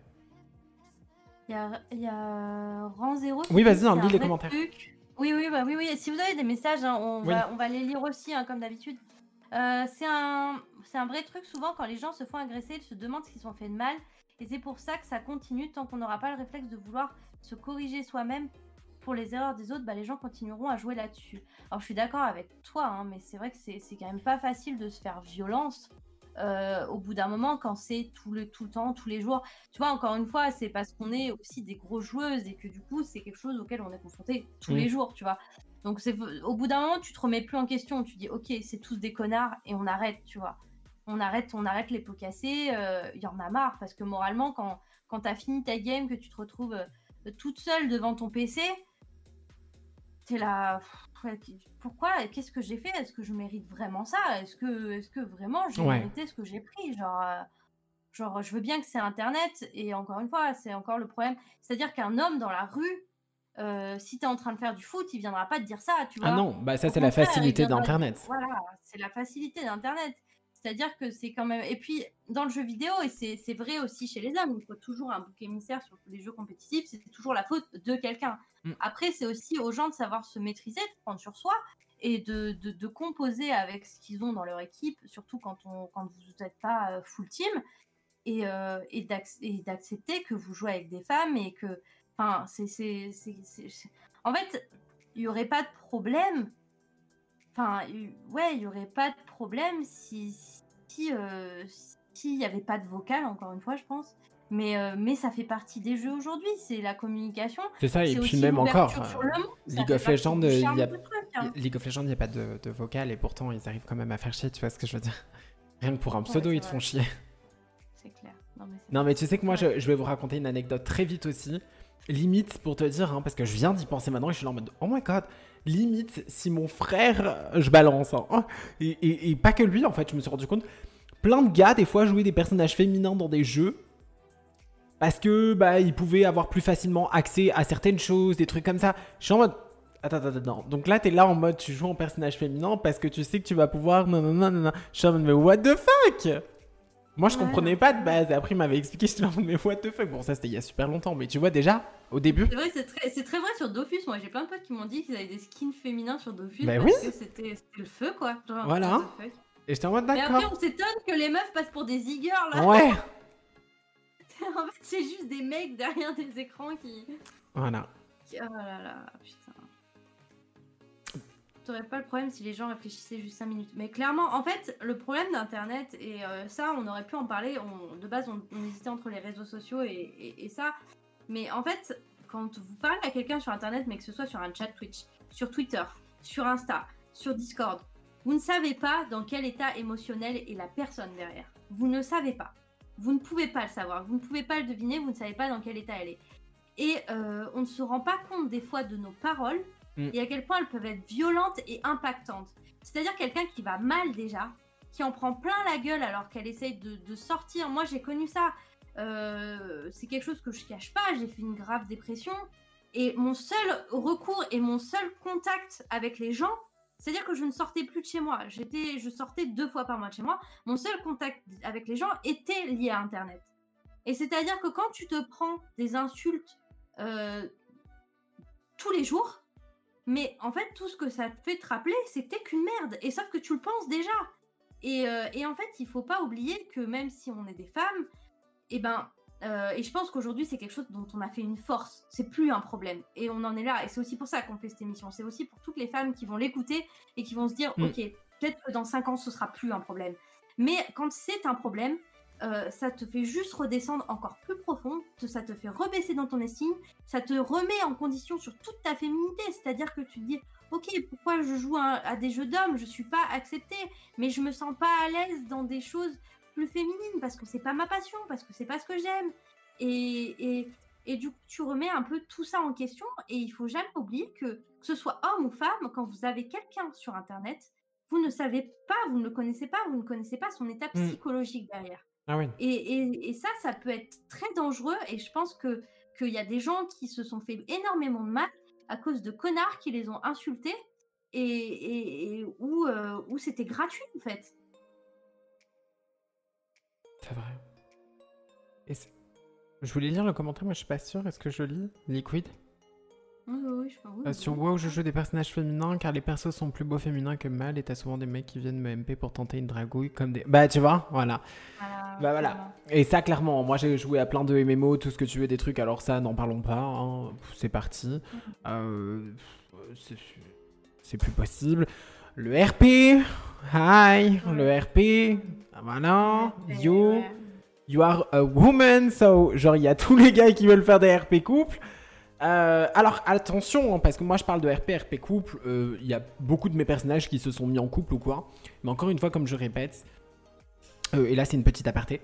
Il y a Ran Zero qui Oui, dit vas-y, hein, c'est lis un les vrai commentaires. truc. Oui, oui. Si vous avez des messages, hein, Oui. on va les lire aussi, hein, comme d'habitude. C'est un vrai truc. Souvent, quand les gens se font agresser, ils se demandent ce qu'ils ont fait de mal. Et c'est pour ça que ça continue. Tant qu'on n'aura pas le réflexe de vouloir se corriger soi-même pour les erreurs des autres, bah, les gens continueront à jouer là-dessus. Alors, je suis d'accord avec toi, hein, mais c'est vrai que c'est quand même pas facile de se faire violence. Au bout d'un moment, quand c'est tout le temps, tous les jours, tu vois, encore une fois, c'est parce qu'on est aussi des grosses joueuses et que du coup, c'est quelque chose auquel on est confronté tous les jours, tu vois. Donc, au bout d'un moment, tu te remets plus en question, tu dis, ok, c'est tous des connards et on arrête, tu vois. On arrête les pots cassés, il y en a marre parce que moralement, quand t'as fini ta game, que tu te retrouves toute seule devant ton PC, t'es là, pourquoi? Qu'est-ce que j'ai fait? Est-ce que je mérite vraiment ça? Est-ce que vraiment j'ai mérité ce que j'ai pris? Genre, je veux bien que c'est Internet, et encore une fois, c'est encore le problème. C'est-à-dire qu'un homme dans la rue, si t'es en train de faire du foot, il viendra pas te dire ça, tu Ah vois. non, bah ça Au c'est la contraire, il facilité viendra dire, d'Internet. voilà, c'est la facilité d'Internet. C'est-à-dire que c'est quand même. Et puis, dans le jeu vidéo, et c'est vrai aussi chez les hommes, il faut toujours un bouc émissaire sur les jeux compétitifs, c'est toujours la faute de quelqu'un. Après, c'est aussi aux gens de savoir se maîtriser, de prendre sur soi et de composer avec ce qu'ils ont dans leur équipe, surtout quand vous n'êtes pas full team, et d'accepter que vous jouez avec des femmes et que. Enfin, en fait, il n'y aurait pas de problème. Enfin, ouais, il n'y aurait pas de problème s'il n'y avait pas de vocal, encore une fois, je pense. Mais ça fait partie des jeux aujourd'hui, c'est la communication. C'est ça, et C'est puis aussi même encore, l'ouverture sur le monde. League of Legends, il League of Legends, il n'y a pas de vocal, et pourtant ils arrivent quand même à faire chier, tu vois ce que je veux dire. Rien que pour un pseudo, ils te font chier. C'est clair. Non, mais tu sais que moi, je vais vous raconter une anecdote très vite aussi. Limite, pour te dire, hein, parce que je viens d'y penser maintenant et je suis là en mode oh my god, limite, si mon frère, je balance, hein, et pas que lui, en fait, je me suis rendu compte, plein de gars, des fois, jouaient des personnages féminins dans des jeux parce que bah ils pouvaient avoir plus facilement accès à certaines choses, des trucs comme ça. Je suis en mode attends. Donc là, t'es là en mode tu joues en personnage féminin parce que tu sais que tu vas pouvoir. Non. Je suis en mode mais what the fuck? Moi, je comprenais pas de base. Et après, il m'avait expliqué, je suis là en mode mais what the fuck? Bon, ça c'était il y a super longtemps, mais tu vois déjà, au début. C'est vrai, c'est très vrai sur Dofus. Moi, j'ai plein de potes qui m'ont dit qu'ils avaient des skins féminins sur Dofus Bah parce oui. que c'était le feu, quoi. Genre, Voilà. Et j'étais en mode Mais après, d'accord. on s'étonne que les meufs passent pour des ziggers, là. Ouais. En fait, c'est juste des mecs derrière des écrans qui. Voilà. Oh là là, putain. T'aurais pas le problème si les gens réfléchissaient juste 5 minutes. Mais clairement, en fait, le problème d'Internet, et ça, on aurait pu en parler. De base, on hésitait entre les réseaux sociaux et ça. Mais en fait, quand vous parlez à quelqu'un sur Internet, mais que ce soit sur un chat Twitch, sur Twitter, sur Insta, sur Discord, vous ne savez pas dans quel état émotionnel est la personne derrière. Vous ne savez pas. Vous ne pouvez pas le savoir. Vous ne pouvez pas le deviner. Vous ne savez pas dans quel état elle est. Et on ne se rend pas compte des fois de nos paroles et à quel point elles peuvent être violentes et impactantes. C'est-à-dire quelqu'un qui va mal déjà, qui en prend plein la gueule alors qu'elle essaye de sortir. Moi, j'ai connu ça. C'est quelque chose que je cache pas. J'ai fait une grave dépression. Et mon seul recours et mon seul contact avec les gens, c'est-à-dire que je ne sortais plus de chez moi. Je sortais 2 fois par mois de chez moi. Mon seul contact avec les gens était lié à Internet. Et c'est-à-dire que quand tu te prends des insultes tous les jours, Mais en fait, tout ce que ça te fait te rappeler, c'est que t'es qu'une merde. Et sauf que tu le penses déjà. Et en fait, il faut pas oublier que même si on est des femmes, et et je pense qu'aujourd'hui, c'est quelque chose dont on a fait une force. C'est plus un problème. Et on en est là. Et c'est aussi pour ça qu'on fait cette émission. C'est aussi pour toutes les femmes qui vont l'écouter et qui vont se dire, ok, peut-être que dans 5 ans, ce sera plus un problème. Mais quand c'est un problème, ça te fait juste redescendre encore plus profond, ça te fait rebaisser dans ton estime, ça te remet en condition sur toute ta féminité, c'est-à-dire que tu te dis, ok, pourquoi je joue à des jeux d'hommes, je suis pas acceptée, mais je me sens pas à l'aise dans des choses plus féminines, parce que c'est pas ma passion, parce que c'est pas ce que j'aime, et du coup, tu remets un peu tout ça en question, et il faut jamais oublier que ce soit homme ou femme, quand vous avez quelqu'un sur Internet, vous ne savez pas, vous ne le connaissez pas, vous ne connaissez pas son état psychologique derrière. Ah oui. Et ça peut être très dangereux. Et je pense qu'il y a des gens qui se sont fait énormément de mal à cause de connards qui les ont insultés et où c'était gratuit, en fait. C'est vrai. Je voulais lire le commentaire, mais je suis pas sûre. Est-ce que je lis Liquid? Oui, je pense. Sur WoW, je joue des personnages féminins car les persos sont plus beaux féminins que mâles et t'as souvent des mecs qui viennent me MP pour tenter une dragouille comme des... Bah tu vois, voilà. Voilà. Et ça clairement, moi j'ai joué à plein de MMO, tout ce que tu veux, des trucs, alors ça n'en parlons pas, hein. C'est parti. C'est plus possible. Le RP, hi, le RP, voilà, you are a woman, so genre il y a tous les gars qui veulent faire des RP couples. Alors attention, parce que moi je parle de RP couple, il y a beaucoup de mes personnages qui se sont mis en couple ou quoi. Mais encore une fois, comme je répète, et là c'est une petite aparté,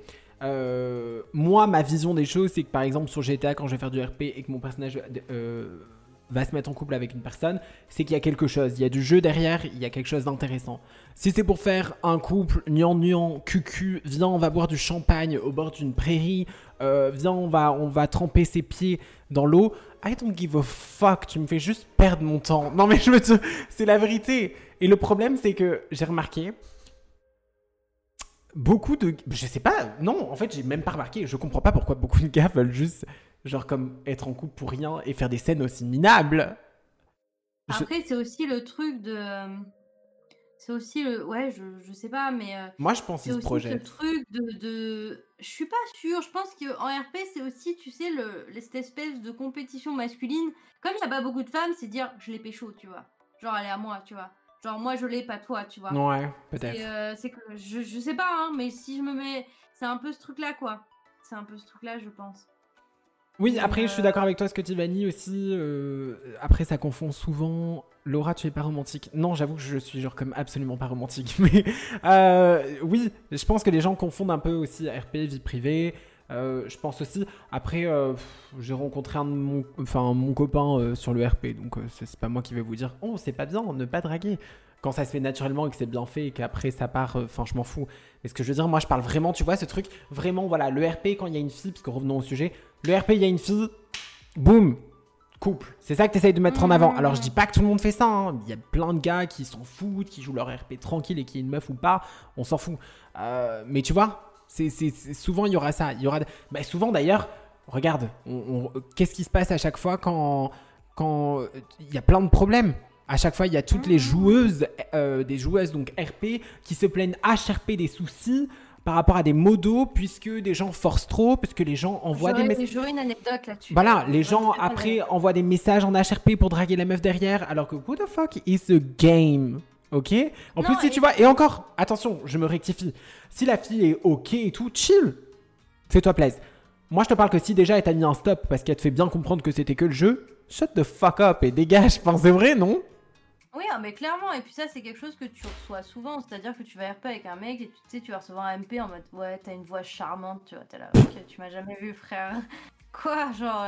moi ma vision des choses c'est que par exemple sur GTA quand je vais faire du RP et que mon personnage va se mettre en couple avec une personne, c'est qu'il y a quelque chose, il y a du jeu derrière, il y a quelque chose d'intéressant. Si c'est pour faire un couple gnangnan, cucu, viens on va boire du champagne au bord d'une prairie, viens on va tremper ses pieds dans l'eau, I don't give a fuck, tu me fais juste perdre mon temps. Non mais c'est la vérité. Et le problème c'est que j'ai remarqué beaucoup de... Je sais pas, non, en fait j'ai même pas remarqué, je comprends pas pourquoi beaucoup de gars veulent juste genre comme être en couple pour rien et faire des scènes aussi minables. Après c'est aussi le truc de... C'est aussi le... Ouais, je sais pas, mais... Moi je pense qu'ils se projettent. C'est aussi ce truc de... Je suis pas sûre, je pense qu'en RP c'est aussi, tu sais, cette espèce de compétition masculine. Comme il y a pas beaucoup de femmes, c'est dire je l'ai pécho, tu vois. Genre elle est à moi, tu vois. Genre moi je l'ai, pas toi, tu vois. Ouais, peut-être. C'est que je sais pas, hein, mais si je me mets... C'est un peu ce truc-là, quoi. C'est un peu ce truc-là, je pense. Oui, après, je suis d'accord avec toi, ce que tu dis, Vanny, aussi. Après, ça confond souvent. Laura, tu es pas romantique. Non, j'avoue que je suis genre comme absolument pas romantique. Mais oui, je pense que les gens confondent un peu aussi RP, vie privée. Je pense aussi. Après, j'ai rencontré mon copain sur le RP. Donc, c'est pas moi qui vais vous dire oh, c'est pas bien, ne pas draguer. Quand ça se fait naturellement et que c'est bien fait et qu'après ça part, enfin je m'en fous. Mais ce que je veux dire, moi je parle vraiment, tu vois, ce truc, vraiment, voilà, le RP quand il y a une fille, parce que revenons au sujet, le RP, il y a une fille, boum, couple. C'est ça que tu essayes de mettre en avant. Alors je dis pas que tout le monde fait ça, hein. Il y a plein de gars qui s'en foutent, qui jouent leur RP tranquille et qui est une meuf ou pas, on s'en fout. Mais tu vois, c'est souvent il y aura ça. Bah, souvent d'ailleurs, regarde, qu'est-ce qui se passe à chaque fois quand il y a plein de problèmes. À chaque fois, il y a toutes les joueuses, des joueuses donc RP, qui se plaignent HRP des soucis par rapport à des modos, puisque des gens forcent trop, puisque les gens envoient des messages. J'aurais une anecdote là-dessus. Voilà, les gens après envoient des messages en HRP pour draguer la meuf derrière, alors que what the fuck is a game, ok? En plus, si tu vois, et encore, attention, je me rectifie. Si la fille est ok et tout, chill, fais-toi plaisir. Moi, je te parle que si déjà elle t'a mis un stop parce qu'elle te fait bien comprendre que c'était que le jeu, shut the fuck up et dégage. Enfin, c'est vrai, non? Oui, mais clairement, et puis ça c'est quelque chose que tu reçois souvent, c'est-à-dire que tu vas RP avec un mec et tu sais, tu vas recevoir un MP en mode ouais, t'as une voix charmante, tu vois, t'es là, ok, tu m'as jamais vu frère. Quoi, genre...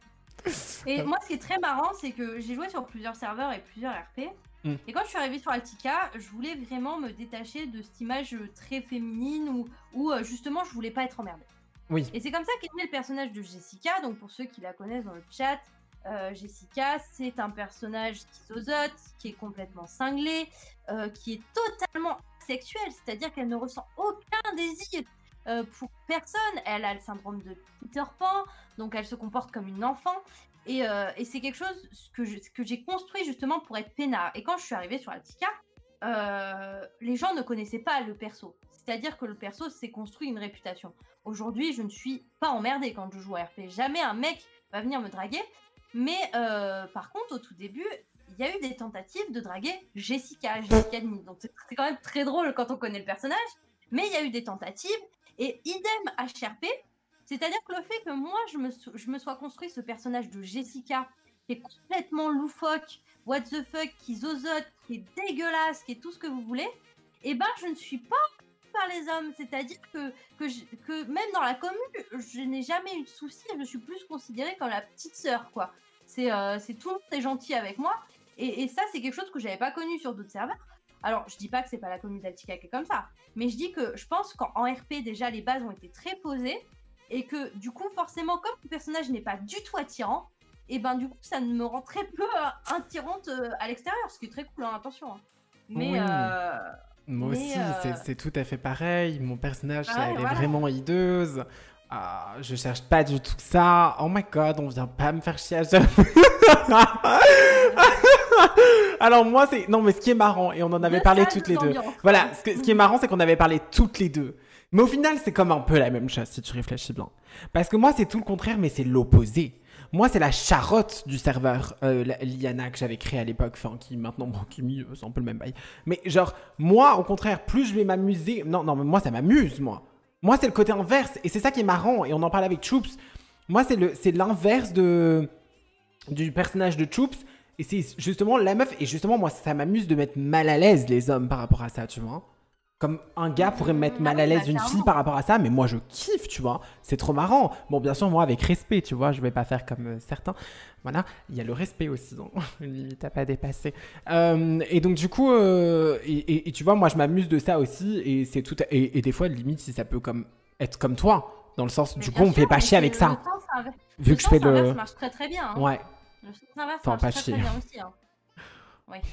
Et moi ce qui est très marrant, c'est que j'ai joué sur plusieurs serveurs et plusieurs RP, et quand je suis arrivée sur Altica, je voulais vraiment me détacher de cette image très féminine où justement je voulais pas être emmerdée. Oui. Et c'est comme ça qu'est né le personnage de Jessica, donc pour ceux qui la connaissent dans le chat, Jessica, c'est un personnage schizozote, qui est complètement cinglé, qui est totalement sexuel, c'est-à-dire qu'elle ne ressent aucun désir pour personne. Elle a le syndrome de Peter Pan, donc elle se comporte comme une enfant. Et c'est quelque chose que j'ai construit justement pour être peinard. Et quand je suis arrivée sur Altica, les gens ne connaissaient pas le perso. C'est-à-dire que le perso s'est construit une réputation. Aujourd'hui, je ne suis pas emmerdée quand je joue à RP. Jamais un mec va venir me draguer. Mais par contre, au tout début, il y a eu des tentatives de draguer Jessica Denis. Donc c'est quand même très drôle quand on connaît le personnage. Mais il y a eu des tentatives. Et idem HRP. C'est-à-dire que le fait que moi, je me sois construit ce personnage de Jessica qui est complètement loufoque, what the fuck, qui zozote, qui est dégueulasse, qui est tout ce que vous voulez, et ben je ne suis pas par les hommes. C'est-à-dire que même dans la commune, je n'ai jamais eu de soucis, je suis plus considérée comme la petite sœur, quoi. C'est tout le monde est gentil avec moi, et ça, c'est quelque chose que j'avais pas connu sur d'autres serveurs. Alors, je dis pas que c'est pas la commune d'Altica qui est comme ça, mais je dis que je pense qu'en RP, déjà, les bases ont été très posées, et que du coup, forcément, comme le personnage n'est pas du tout attirant, et ben du coup, ça me rend très peu attirante à l'extérieur, ce qui est très cool, hein, attention. Hein. Mais, Oui. Moi aussi, c'est tout à fait pareil. Mon personnage, elle est vraiment hideuse. Je cherche pas du tout ça. Oh my god, on vient pas me faire chier à chaque fois. Alors moi, c'est... Non, mais ce qui est marrant, et on en avait parlé toutes les deux. Voilà, ce qui est marrant, c'est qu'on avait parlé toutes les deux. Mais au final, c'est comme un peu la même chose, si tu réfléchis bien. Parce que moi, c'est tout le contraire, mais c'est l'opposé. Moi, c'est la Charotte du serveur Liana que j'avais créé à l'époque, enfin, qui maintenant, bon, qui c'est un peu le même bail. Mais genre, moi, au contraire, plus je vais m'amuser... Non, mais moi, ça m'amuse, moi. Moi, c'est le côté inverse, et c'est ça qui est marrant, et on en parlait avec Choops. Moi, c'est l'inverse du personnage de Choops, et c'est justement la meuf, et justement, moi, ça m'amuse de mettre mal à l'aise les hommes par rapport à ça, tu vois. Comme un gars pourrait me mettre mal à l'aise une fille par rapport à ça, mais moi je kiffe, tu vois. C'est trop marrant. Bon, bien sûr, moi avec respect, tu vois, je vais pas faire comme certains. Voilà, il y a le respect aussi, donc une limite à pas dépasser. Et donc du coup, et tu vois, moi je m'amuse de ça aussi, et c'est tout. Et des fois, limite, si ça peut être comme toi, dans le sens, du coup, on me fait pas chier avec ça. Vu que je fais le. Ça marche très très bien. Hein. Ouais. Le sens inverse marche très très bien aussi. Hein. Ouais.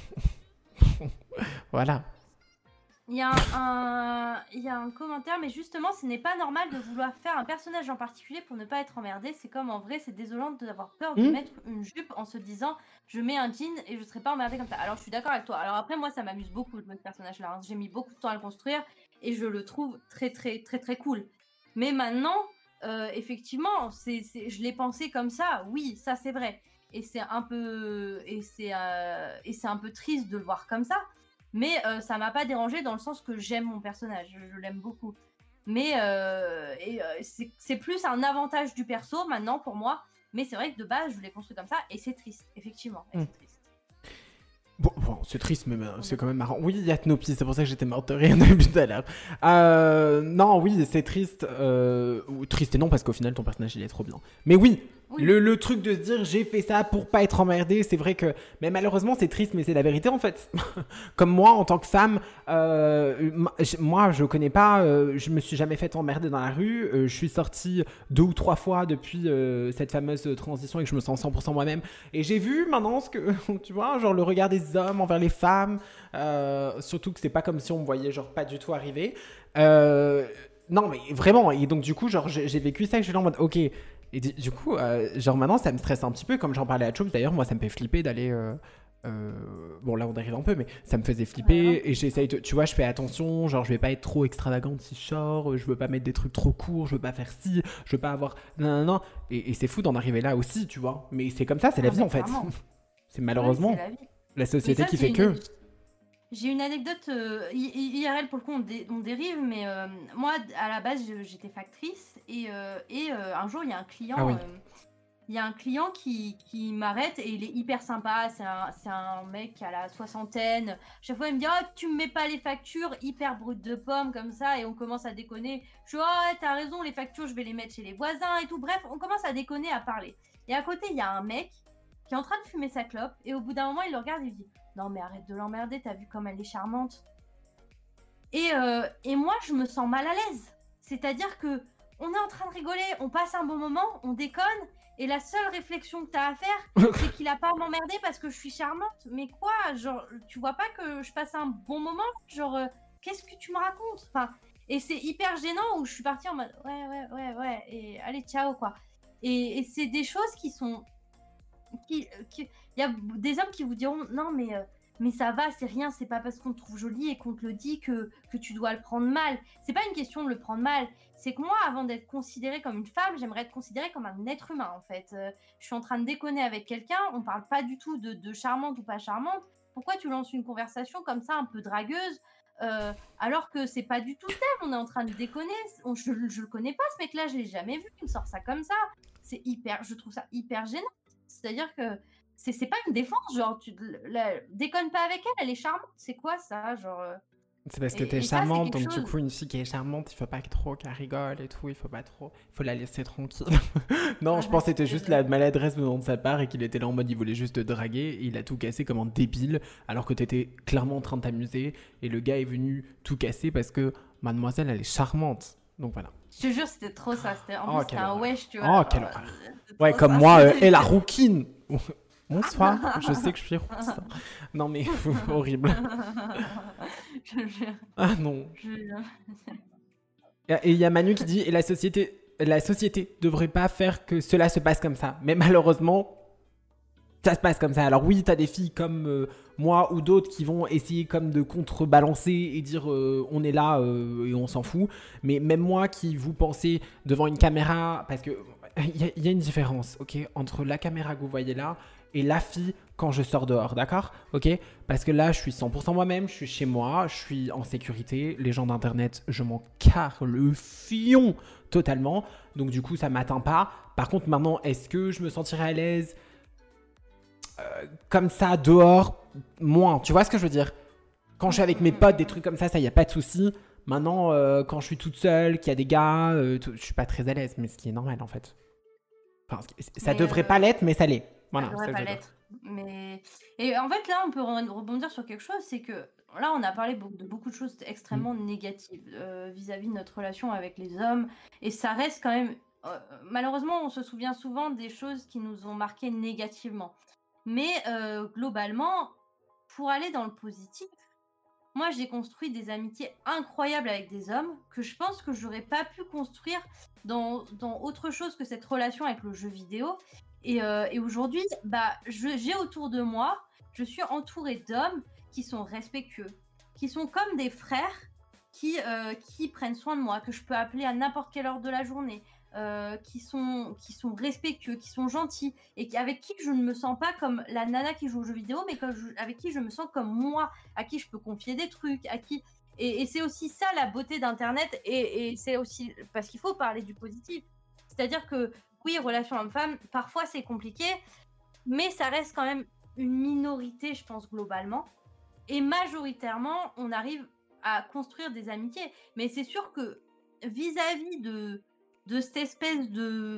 Voilà. Il y a un commentaire, mais justement, ce n'est pas normal de vouloir faire un personnage en particulier pour ne pas être emmerdé. C'est comme en vrai, c'est désolant d'avoir peur de mettre une jupe en se disant je mets un jean et je ne serai pas emmerdé comme ça. Alors, je suis d'accord avec toi. Alors après, moi, ça m'amuse beaucoup de ce personnage-là. Hein. J'ai mis beaucoup de temps à le construire et je le trouve très, très, très, très cool. Mais maintenant, effectivement, je l'ai pensé comme ça. Oui, ça, c'est vrai. Et c'est un peu triste de le voir comme ça. Mais ça m'a pas dérangé dans le sens que j'aime mon personnage, je l'aime beaucoup. Mais c'est plus un avantage du perso maintenant pour moi. Mais c'est vrai que de base, je l'ai construit comme ça et c'est triste, effectivement. C'est triste. Bon, c'est triste, mais c'est quand même marrant. Oui, il y a Tnopi, c'est pour ça que j'étais morte de rire depuis tout à l'heure. Non, oui, c'est triste. Triste et non, parce qu'au final, ton personnage, il est trop bien. Mais oui. Le truc de se dire j'ai fait ça pour pas être emmerdé, c'est vrai que... Mais malheureusement, c'est triste, mais c'est la vérité en fait. Comme moi, en tant que femme, moi, je connais pas... je me suis jamais fait emmerder dans la rue. Je suis sortie 2 ou 3 fois depuis cette fameuse transition et que je me sens 100% moi-même. Et j'ai vu maintenant ce que... tu vois, genre le regard des hommes envers les femmes. Surtout que c'est pas comme si on me voyait genre pas du tout arriver. Non, mais vraiment. Et donc du coup, genre j'ai vécu ça et je suis là en mode ok... Et du coup, genre maintenant, ça me stresse un petit peu. Comme j'en parlais à Choops, d'ailleurs, moi, ça me fait flipper d'aller... bon, là, on dérive un peu, mais ça me faisait flipper. Et j'essaye de... Tu vois, je fais attention. Genre, je vais pas être trop extravagante si je sors. Je veux pas mettre des trucs trop courts. Je veux pas faire ci. Je veux pas avoir... Non. Et c'est fou d'en arriver là aussi, tu vois. Mais c'est comme ça, c'est la vie, en fait. C'est malheureusement la société qui fait que... J'ai une anecdote IRL, pour le coup on dérive, mais moi à la base j'étais factrice et un jour il y a un client, qui m'arrête et il est hyper sympa, c'est un mec à la soixantaine. Chaque fois il me dit oh, tu me mets pas les factures, hyper brut de pomme comme ça, et on commence à déconner. Je dis oh t'as raison, les factures je vais les mettre chez les voisins et tout. Bref, on commence à déconner, à parler. Et à côté il y a un mec qui est en train de fumer sa clope et au bout d'un moment il le regarde et il dit non mais arrête de l'emmerder, t'as vu comme elle est charmante. Et moi je me sens mal à l'aise. C'est-à-dire que on est en train de rigoler, on passe un bon moment, on déconne, et la seule réflexion que t'as à faire, c'est qu'il a pas à m'emmerder parce que je suis charmante. Mais quoi, genre, tu vois pas que je passe un bon moment? Genre, qu'est-ce que tu me racontes? Enfin, et c'est hyper gênant où je suis partie en mode ouais, et allez ciao quoi. Et c'est des choses qui sont il y a des hommes qui vous diront non mais ça va, c'est rien, c'est pas parce qu'on te trouve jolie et qu'on te le dit que tu dois le prendre mal. C'est pas une question de le prendre mal, c'est que moi, avant d'être considérée comme une femme, j'aimerais être considérée comme un être humain en fait. Je suis en train de déconner avec quelqu'un, on parle pas du tout de charmante ou pas charmante. Pourquoi tu lances une conversation comme ça, un peu dragueuse, alors que c'est pas du tout le thème, on est en train de déconner, je le connais pas ce mec-là, je l'ai jamais vu, il me sort ça comme ça. Je trouve ça hyper gênant. C'est-à-dire que c'est pas une défense, genre déconne pas avec elle, elle est charmante, c'est quoi ça, genre C'est parce que t'es et ça c'est charmante, quelque donc du chose. coup, une fille qui est charmante, il faut pas que trop qu'elle rigole et tout, il faut pas trop, il faut la laisser tranquille. Non, je pense que c'était juste la maladresse venant de sa part et qu'il était là en mode il voulait juste te draguer et il a tout cassé comme un débile alors que t'étais clairement en train de t'amuser et le gars est venu tout casser parce que mademoiselle elle est charmante. Donc voilà. Je te jure, c'était trop ça, en Oh, plus c'était quelle un horreur. wesh, tu Oh, vois, quelle genre, horreur. c'était Ouais, trop comme ça. moi, et la rouquine. Bonsoir, je sais que je suis rousse. Non mais horrible. Je jure, Ah non. je jure. Et il y a Manu qui dit et la société devrait pas faire que cela se passe comme ça. Mais malheureusement, ça se passe comme ça. Alors oui, t'as des filles comme moi ou d'autres qui vont essayer comme de contrebalancer et dire on est là et on s'en fout. Mais même moi qui vous pensez devant une caméra, parce que il y a une différence, ok, entre la caméra que vous voyez là et la fille quand je sors dehors, d'accord? Ok? Parce que là, je suis 100% moi-même, je suis chez moi, je suis en sécurité. Les gens d'internet, je m'en carre le fion totalement. Donc du coup, ça m'atteint pas. Par contre, maintenant, est-ce que je me sentirais à l'aise comme ça dehors? Moins. Tu vois ce que je veux dire? Quand je suis avec mes potes, des trucs comme ça, il n'y a pas de souci. Maintenant, quand je suis toute seule, qu'il y a des gars, je suis pas très à l'aise, mais ce qui est normal en fait. Enfin, ça Mais devrait pas l'être, mais ça l'est. ça Voilà, c'est devrait ça que pas je veux dire. l'être. Mais et en fait là, on peut rebondir sur quelque chose, c'est que là, on a parlé de beaucoup de choses Mm. extrêmement négatives vis-à-vis de notre relation avec les hommes, et ça reste quand même. Malheureusement, on se souvient souvent des choses qui nous ont marqué négativement. Mais globalement, pour aller dans le positif, moi, j'ai construit des amitiés incroyables avec des hommes que je pense que j'aurais pas pu construire dans autre chose que cette relation avec le jeu vidéo. Et aujourd'hui, bah, j'ai autour de moi, je suis entourée d'hommes qui sont respectueux, qui sont comme des frères qui prennent soin de moi, que je peux appeler à n'importe quelle heure de la journée, qui sont respectueux, qui sont gentils, et avec qui je ne me sens pas comme la nana qui joue aux jeux vidéo, mais avec qui je me sens comme moi, à qui je peux confier des trucs, à qui... Et c'est aussi ça la beauté d'Internet, et c'est aussi parce qu'il faut parler du positif. C'est-à-dire que, oui, relation homme-femme, parfois c'est compliqué, mais ça reste quand même une minorité, je pense, globalement. Et majoritairement, on arrive à construire des amitiés. Mais c'est sûr que vis-à-vis de cette espèce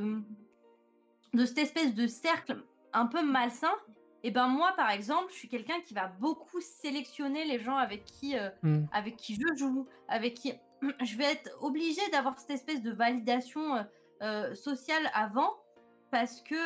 de cercle un peu malsain, et ben moi, par exemple, je suis quelqu'un qui va beaucoup sélectionner les gens Mm. avec qui je joue, avec qui je vais être obligée d'avoir cette espèce de validation sociale avant, parce que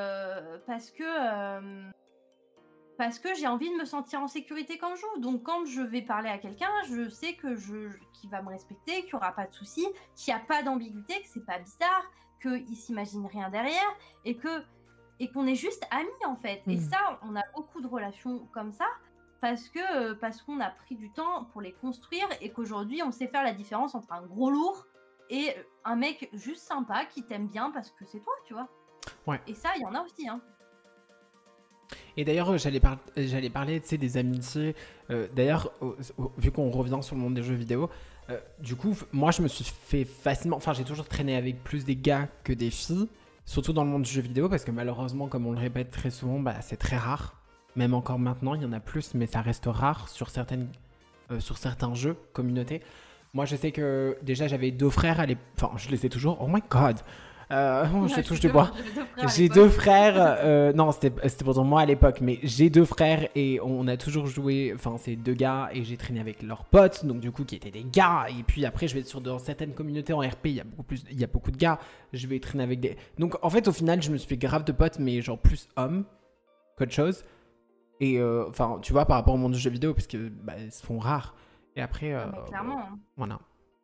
parce que j'ai envie de me sentir en sécurité quand je joue. Donc quand je vais parler à quelqu'un, je sais qu'il va me respecter, qu'il n'y aura pas de souci, qu'il n'y a pas d'ambiguïté, que c'est pas bizarre, qu'il s'imagine rien derrière, et qu'on est juste amis en fait. Et ça, on a beaucoup de relations comme ça parce qu'on a pris du temps pour les construire, et qu'aujourd'hui on sait faire la différence entre un gros lourd et un mec juste sympa qui t'aime bien parce que c'est toi, tu vois. Ouais. Et ça, il y en a aussi, hein. Et d'ailleurs, j'allais parler, tu sais, des amitiés. D'ailleurs, vu qu'on revient sur le monde des jeux vidéo, du coup, moi, je me suis fait facilement... Enfin, j'ai toujours traîné avec plus des gars que des filles, surtout dans le monde du jeu vidéo, parce que malheureusement, comme on le répète très souvent, bah, c'est très rare. Même encore maintenant, il y en a plus, mais ça reste rare sur certains jeux, communautés. Moi, je sais que déjà, j'avais 2 frères à l'époque. Enfin, je les ai toujours. Oh my god! Je touche du bois. J'ai 2 frères. Non, c'était pourtant moi à l'époque, mais j'ai 2 frères et on a toujours joué. Enfin, c'est 2 gars et j'ai traîné avec leurs potes, donc du coup, qui étaient des gars. Et puis après, je vais dans certaines communautés en RP, il y a beaucoup de gars. Je vais traîner avec des. Donc en fait, au final, je me suis fait grave de potes, mais genre plus hommes qu'autre chose. Et enfin, tu vois, par rapport au monde du jeu vidéo, parce que bah, ils se font rares. Et après, Ah, mais clairement. voilà.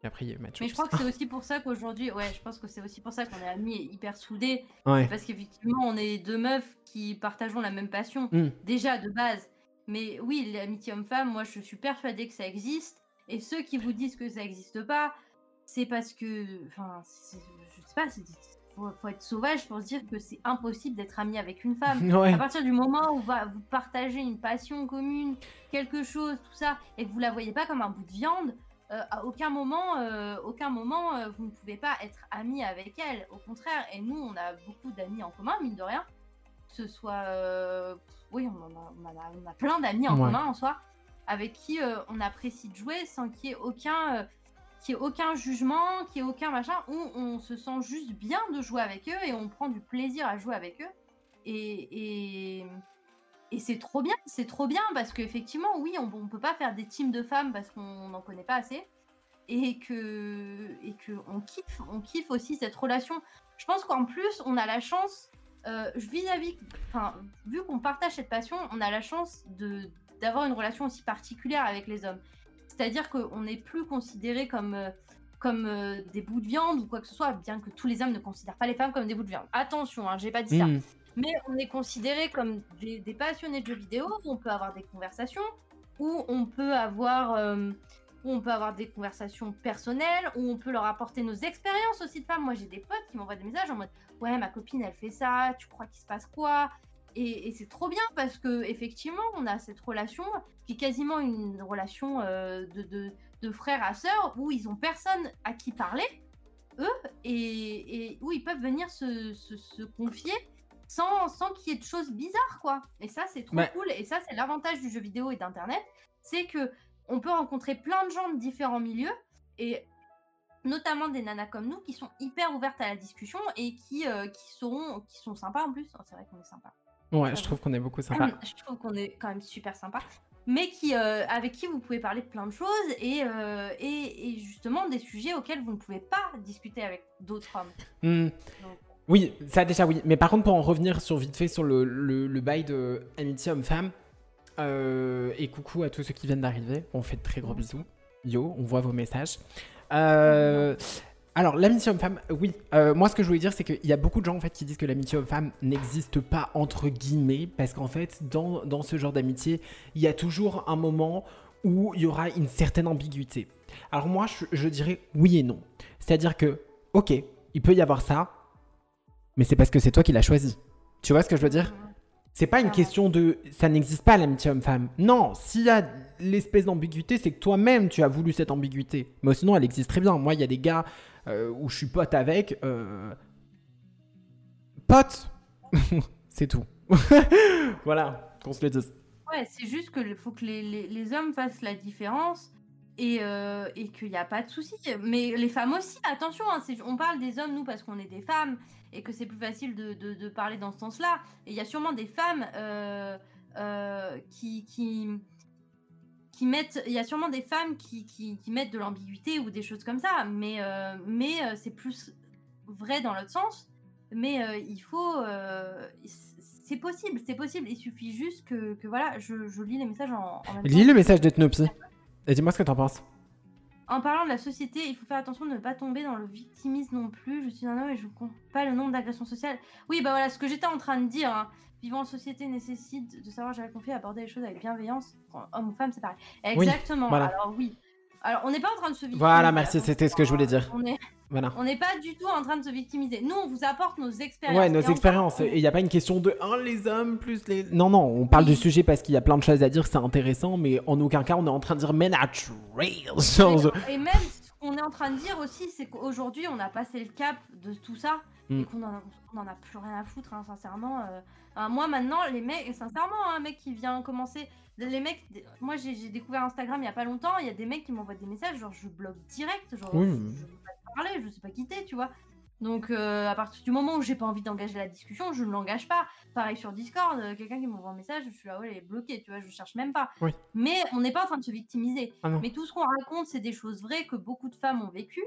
Et après, il y a eu Match Mais je crois que c'est aussi pour ça qu'aujourd'hui, je pense que c'est aussi pour ça qu'on est amis et hyper soudés. C'est Ouais. parce qu'effectivement, on est deux meufs qui partageons la même passion, déjà de base. Mais oui, l'amitié homme-femme, moi je suis persuadée que ça existe. Et ceux qui vous disent que ça n'existe pas, c'est parce que, enfin, je sais pas, faut être sauvage pour se dire que c'est impossible d'être ami avec une femme. Ouais. À partir du moment où vous partagez une passion commune, quelque chose, tout ça, et que vous la voyez pas comme un bout de viande, à aucun moment, vous ne pouvez pas être ami avec elle. Au contraire, et nous, on a beaucoup d'amis en commun, mine de rien. Que ce soit, oui, on a plein d'amis en commun en soi, avec qui on apprécie de jouer sans qu'il y ait aucun jugement, qu'il y ait aucun machin, où on se sent juste bien de jouer avec eux et on prend du plaisir à jouer avec eux. Et c'est trop bien parce qu'effectivement, oui, on peut pas faire des teams de femmes parce qu'on n'en connaît pas assez et que on kiffe aussi cette relation. Je pense qu'en plus, on a la chance, vu qu'on partage cette passion, on a la chance d'avoir une relation aussi particulière avec les hommes. C'est-à-dire qu'on n'est plus considérés comme des bouts de viande ou quoi que ce soit, bien que tous les hommes ne considèrent pas les femmes comme des bouts de viande. Attention, j'ai pas dit ça. Mais on est considérés comme des passionnés de jeux vidéo, où on peut avoir des conversations, où on peut avoir des conversations personnelles, où on peut leur apporter nos expériences aussi de femmes. Moi, j'ai des potes qui m'envoient des messages en mode « Ouais, ma copine, elle fait ça, tu crois qu'il se passe quoi ?» Et c'est trop bien parce que effectivement, on a cette relation qui est quasiment une relation de frère à sœur, où ils ont personne à qui parler, eux, et où ils peuvent venir se confier sans qu'il y ait de choses bizarres, quoi. Et ça, c'est trop cool. Et ça, c'est l'avantage du jeu vidéo et d'Internet. C'est que on peut rencontrer plein de gens de différents milieux, et notamment des nanas comme nous, qui sont hyper ouvertes à la discussion et qui sont sympas en plus. Oh, c'est vrai qu'on est sympa. Ouais, je trouve qu'on est beaucoup sympa. Je trouve qu'on est quand même super sympa. Mais avec qui vous pouvez parler de plein de choses et justement des sujets auxquels vous ne pouvez pas discuter avec d'autres hommes. Donc, oui, ça déjà oui. Mais par contre, pour en revenir vite fait sur le bail de amitié homme-femme, et coucou à tous ceux qui viennent d'arriver. On fait de très gros bisous. Yo, on voit vos messages. Alors, l'amitié homme-femme, oui. Moi, ce que je voulais dire, c'est qu'il y a beaucoup de gens en fait, qui disent que l'amitié homme-femme n'existe pas, entre guillemets, parce qu'en fait, dans ce genre d'amitié, il y a toujours un moment où il y aura une certaine ambiguïté. Alors moi, je dirais oui et non. C'est-à-dire que, ok, il peut y avoir ça, mais c'est parce que c'est toi qui l'as choisi. Tu vois ce que je veux dire ? C'est pas une question de ça n'existe pas l'amitié homme-femme. Non, s'il y a l'espèce d'ambiguïté, c'est que toi-même tu as voulu cette ambiguïté. Mais sinon, elle existe très bien. Moi, il y a des gars où je suis pote avec. Pote c'est tout. Voilà, qu'on se le dise. Ouais, c'est juste qu'il faut que les hommes fassent la différence et qu'il n'y a pas de souci. Mais les femmes aussi, attention, on parle des hommes, nous, parce qu'on est des femmes et que c'est plus facile de parler dans ce sens-là. Et il y a sûrement des femmes qui mettent... Il y a sûrement des femmes qui mettent de l'ambiguïté ou des choses comme ça. Mais c'est plus vrai dans l'autre sens. Mais il faut... c'est possible. Il suffit juste que voilà, je lis les messages en même temps. Lis le message d'Ethnopi et dis-moi ce que t'en penses. En parlant de la société, il faut faire attention de ne pas tomber dans le victimisme non plus. Je suis un homme et je ne compte pas le nombre d'agressions sociales. Oui, bah voilà, ce que j'étais en train de dire. Hein. Vivant en société nécessite de savoir gérer le conflit, aborder les choses avec bienveillance. Homme ou femme, c'est pareil. Exactement. Oui, voilà. Alors oui. Alors on n'est pas en train de se victimiser. Voilà, merci, c'était ce que je voulais dire. On n'est pas du tout en train de se victimiser. Nous, on vous apporte nos expériences. Ouais, nos expériences. Et il n'y a pas une question de les hommes plus les... Non, on parle du sujet parce qu'il y a plein de choses à dire, c'est intéressant, mais en aucun cas, on est en train de dire men are trails. Et même, ce qu'on est en train de dire aussi, c'est qu'aujourd'hui, on a passé le cap de tout ça et qu'on en a plus rien à foutre, hein, sincèrement. Moi, maintenant, les mecs, sincèrement, un mec qui vient commencer... Les mecs, moi j'ai découvert Instagram il y a pas longtemps, il y a des mecs qui m'envoient des messages, genre je bloque direct, genre je veux pas te parler, je sais pas quitter, tu vois. Donc à partir du moment où j'ai pas envie d'engager la discussion, je ne l'engage pas. Pareil sur Discord, quelqu'un qui m'envoie un message, je suis là, ouais, elle est bloquée, tu vois, je cherche même pas. Oui. Mais on n'est pas en train de se victimiser. Mais tout ce qu'on raconte, c'est des choses vraies que beaucoup de femmes ont vécues.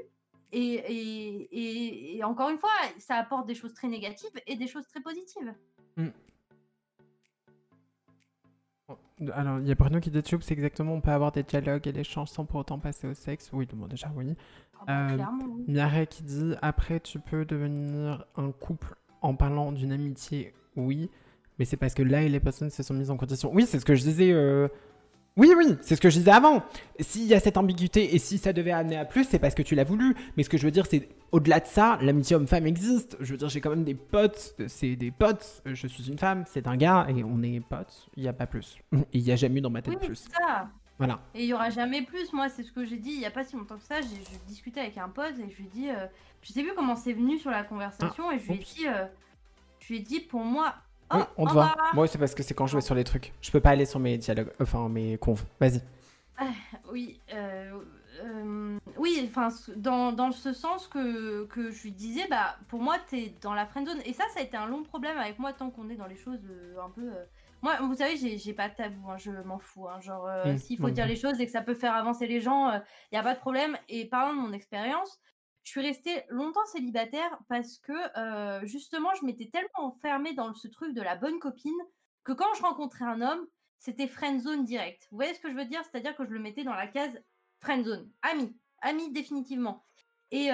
Et encore une fois, ça apporte des choses très négatives et des choses très positives. Alors, il y a Bruno qui dit Tube, c'est exactement, on peut avoir des dialogues et des échanges sans pour autant passer au sexe. Oui, bon, déjà, oui. Clairement, oui. Mireille qui dit après, tu peux devenir un couple en parlant d'une amitié. Oui, mais c'est parce que là, les personnes se sont mises en condition. Oui, c'est ce que je disais. Oui, c'est ce que je disais avant. S'il y a cette ambiguïté et si ça devait amener à plus, c'est parce que tu l'as voulu. Mais ce que je veux dire, c'est au-delà de ça, l'amitié homme-femme existe. Je veux dire, j'ai quand même des potes. C'est des potes. Je suis une femme, c'est un gars et on est potes. Il n'y a pas plus. Il n'y a jamais eu dans ma tête Oui, plus. c'est ça. Voilà. Et il y aura jamais plus. Moi, c'est ce que j'ai dit il y a pas si longtemps que ça. Je discutais avec un pote et je lui ai dit, je sais plus comment c'est venu sur la conversation et je lui ai dit pour moi. Oui, Oh, on te voit. Moi, c'est parce que c'est quand je vais sur les trucs. Je peux pas aller sur mes dialogues, enfin mes conves. Vas-y. Oui, oui, enfin, dans ce sens que je lui disais, bah, pour moi, t'es dans la friendzone. Et ça a été un long problème avec moi tant qu'on est dans les choses un peu. Moi, vous savez, j'ai pas de tabou, hein, je m'en fous. Hein, genre, s'il faut dire les choses et que ça peut faire avancer les gens, y a pas de problème. Et parlant de mon expérience, je suis restée longtemps célibataire parce que justement, je m'étais tellement enfermée dans ce truc de la bonne copine que quand je rencontrais un homme, c'était friendzone direct. Vous voyez ce que je veux dire? C'est-à-dire que je le mettais dans la case friendzone. Ami définitivement. Et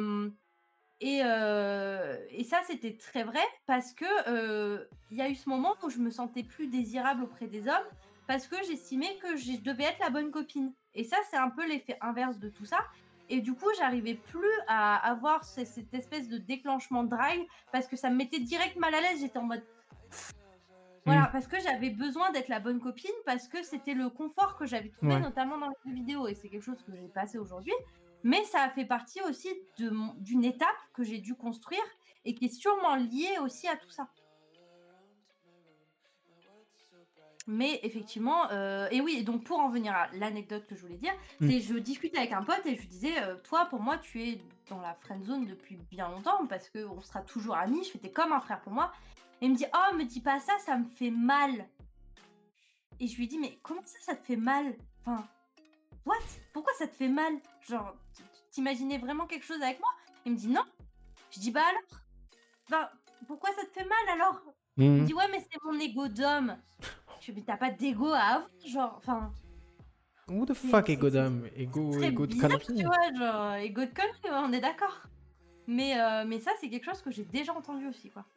ça, c'était très vrai parce que il y a eu ce moment où je me sentais plus désirable auprès des hommes parce que j'estimais que je devais être la bonne copine. Et ça, c'est un peu l'effet inverse de tout ça. Et du coup, j'arrivais plus à avoir cette espèce de déclenchement de drive parce que ça me mettait direct mal à l'aise. J'étais en mode... Voilà, parce que j'avais besoin d'être la bonne copine, parce que c'était le confort que j'avais trouvé, notamment dans les jeux vidéo. Et c'est quelque chose que j'ai passé aujourd'hui. Mais ça a fait partie aussi d'une étape que j'ai dû construire et qui est sûrement liée aussi à tout ça. Mais effectivement, et oui, donc pour en venir à l'anecdote que je voulais dire, c'est je discutais avec un pote et je lui disais, toi, pour moi, tu es dans la friendzone depuis bien longtemps parce qu'on sera toujours amis, je fais t'es comme un frère pour moi. Et il me dit, oh, me dis pas ça, ça me fait mal. Et je lui dis, mais comment ça te fait mal? Enfin, what? Pourquoi ça te fait mal? Genre, t'imaginais vraiment quelque chose avec moi? Il me dit, non. Je dis, bah alors? Ben, pourquoi ça te fait mal alors? Il me dit, ouais, mais c'est mon ego d'homme. Je dis, mais t'as pas d'ego à avoir, genre, enfin... Who the fuck ego d'homme? Ego de conneries. Tu vois, genre, ego de conneries, on est d'accord. Mais ça, c'est quelque chose que j'ai déjà entendu aussi, quoi.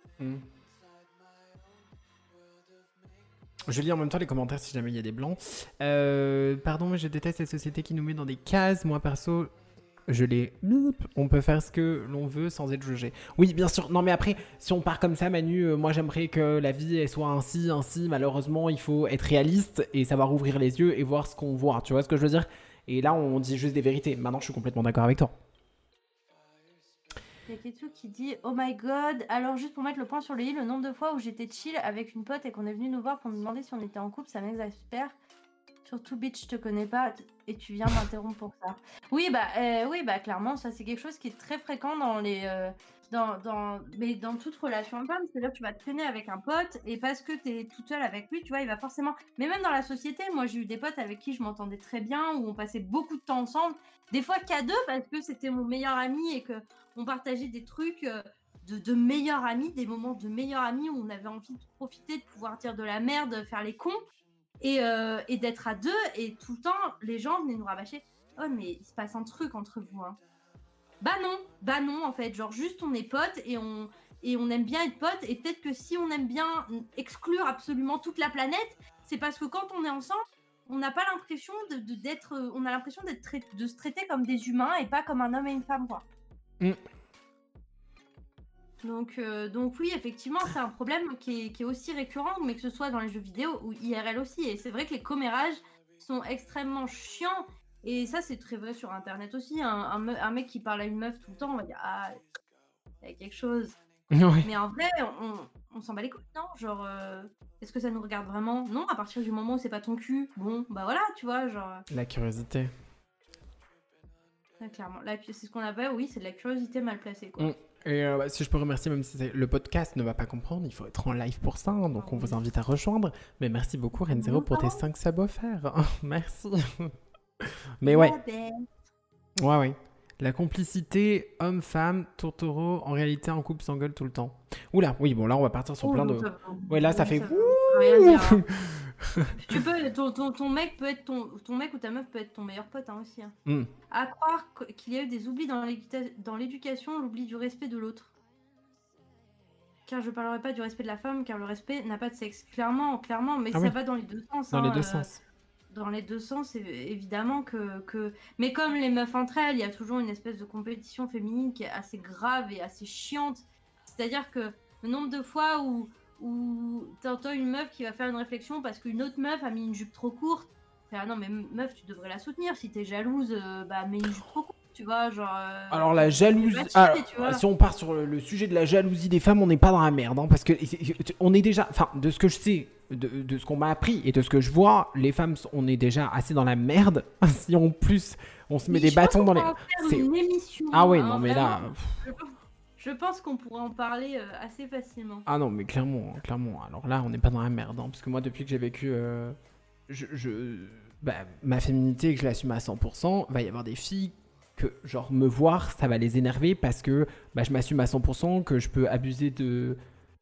Je lis en même temps les commentaires si jamais il y a des blancs. Pardon, mais je déteste ces sociétés qui nous mettent dans des cases. Moi, perso, je les... On peut faire ce que l'on veut sans être jugé. Oui, bien sûr. Non, mais après, si on part comme ça, Manu, moi, j'aimerais que la vie, elle soit ainsi. Malheureusement, il faut être réaliste et savoir ouvrir les yeux et voir ce qu'on voit. Tu vois ce que je veux dire? Et là, on dit juste des vérités. Maintenant, je suis complètement d'accord avec toi. Il y a Ketsu qui dit oh my god, alors juste pour mettre le point sur le i, le nombre de fois où j'étais chill avec une pote et qu'on est venu nous voir pour nous demander si on était en couple, ça m'exaspère. Surtout bitch, je te connais pas et tu viens m'interrompre pour ça. Oui bah clairement, ça c'est quelque chose qui est très fréquent dans les mais dans toute relation homme-femme, c'est-à-dire que tu vas te traîner avec un pote et parce que t'es toute seule avec lui, tu vois, il va forcément... Mais même dans la société, moi j'ai eu des potes avec qui je m'entendais très bien, où on passait beaucoup de temps ensemble, des fois qu'à deux parce que c'était mon meilleur ami et que on partageait des trucs de meilleurs amis, des moments de meilleurs amis où on avait envie de profiter, de pouvoir dire de la merde, faire les cons et d'être à deux et tout le temps les gens venaient nous rabâcher oh mais il se passe un truc entre vous hein. Bah non en fait, genre juste on est potes et on aime bien être potes et peut-être que si on aime bien exclure absolument toute la planète, c'est parce que quand on est ensemble, on n'a pas l'impression d'être, on a l'impression de se traiter comme des humains et pas comme un homme et une femme quoi. Donc oui, effectivement, c'est un problème qui est aussi récurrent, mais que ce soit dans les jeux vidéo ou IRL aussi. Et c'est vrai que les commérages sont extrêmement chiants. Et ça, c'est très vrai sur Internet aussi. Un mec qui parle à une meuf tout le temps, on va dire ah, il y a quelque chose. Ouais. Mais en vrai, on s'en bat les couilles, non? Genre, est-ce que ça nous regarde vraiment? Non, à partir du moment où c'est pas ton cul, bon, bah voilà, tu vois, genre... La curiosité. Ouais, clairement, c'est ce qu'on appelle, oui, c'est de la curiosité mal placée, quoi. Et si je peux remercier, même si le podcast ne va pas comprendre, il faut être en live pour ça, hein, donc on vous invite à rejoindre. Mais merci beaucoup, Renzero, pour tes 5 subs offerts. Merci. Mais ouais. Ouais. La complicité homme-femme, tourtereau, en réalité, en couple s'engueule tout le temps. Oula, oui, bon, là, on va partir sur plein de... Ouais, là, ça fait... Tu peux, ton mec peut être ton mec ou ta meuf peut être ton meilleur pote hein, aussi. Hein. Hmm. À croire qu'il y a eu des oublis dans l'éducation, l'oubli du respect de l'autre. Car je parlerai pas du respect de la femme, car le respect n'a pas de sexe. Clairement, mais Ah ça oui, va dans les deux sens. dans Hein, les deux sens. dans les deux sens, évidemment que... Mais comme les meufs entre elles, il y a toujours une espèce de compétition féminine qui est assez grave et assez chiante. C'est-à-dire que le nombre de fois où t'entends une meuf qui va faire une réflexion parce qu'une autre meuf a mis une jupe trop courte. Ah non mais meuf, tu devrais la soutenir. Si t'es jalouse, bah mets une jupe trop courte, tu vois, genre... Alors la jalousie, si on part sur le sujet de la jalousie des femmes, on n'est pas dans la merde, hein, parce que on est déjà, enfin de ce que je sais, de ce qu'on m'a appris et de ce que je vois, les femmes, on est déjà assez dans la merde. Si en plus on se met des bâtons dans les... C'est une émission. Ah ouais, hein, non mais vraiment. là... Je pense qu'on pourrait en parler assez facilement. Ah non mais clairement. Alors là, on n'est pas dans la merde, hein, parce que moi depuis que j'ai vécu... ma féminité et que je l'assume à 100%, va y avoir des filles que, genre, me voir, ça va les énerver parce que je m'assume à 100%, que je peux abuser de...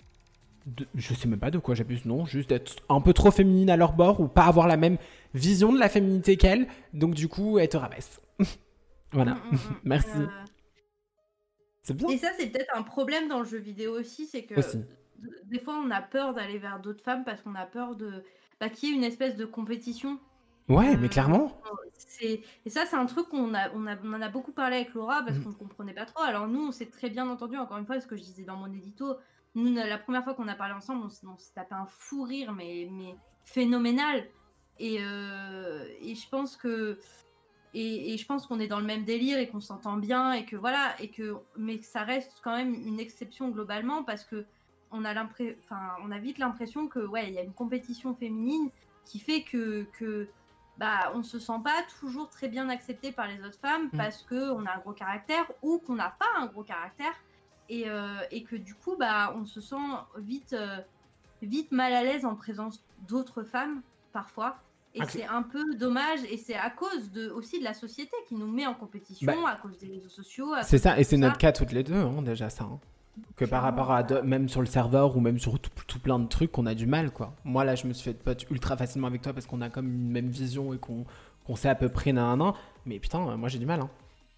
Je sais même pas de quoi j'abuse, non, juste d'être un peu trop féminine à leur bord ou pas avoir la même vision de la féminité qu'elles, donc du coup, elles te rabaissent. Voilà, merci. C'est bien. Et ça, c'est peut-être un problème dans le jeu vidéo aussi, c'est que Aussi. des fois, on a peur d'aller vers d'autres femmes parce qu'on a peur qu'il y ait une espèce de compétition. Ouais, mais clairement. Et ça, c'est un truc qu'on on en a beaucoup parlé avec Laura parce qu'on ne comprenait pas trop. Alors nous, on s'est très bien entendu, encore une fois, ce que je disais dans mon édito. Nous, la première fois qu'on a parlé ensemble, on s'est tapé un fou rire, mais phénoménal. Et je pense que... Et je pense qu'on est dans le même délire et qu'on s'entend bien et que voilà, mais que ça reste quand même une exception globalement parce que on a vite l'impression que ouais, il y a une compétition féminine qui fait que on se sent pas toujours très bien accepté par les autres femmes parce que on a un gros caractère ou qu'on n'a pas un gros caractère et que du coup on se sent vite mal à l'aise en présence d'autres femmes parfois. Et c'est un peu dommage, et c'est à cause aussi de la société qui nous met en compétition, à cause des réseaux sociaux. C'est ça, et c'est notre cas toutes les deux, hein, déjà ça. Hein. Que par rapport à même sur le serveur ou même sur tout plein de trucs, qu'on a du mal, quoi. Moi, là, je me suis fait de pote ultra facilement avec toi parce qu'on a comme une même vision et qu'on sait à peu près nan. Mais putain, moi, j'ai du mal, hein.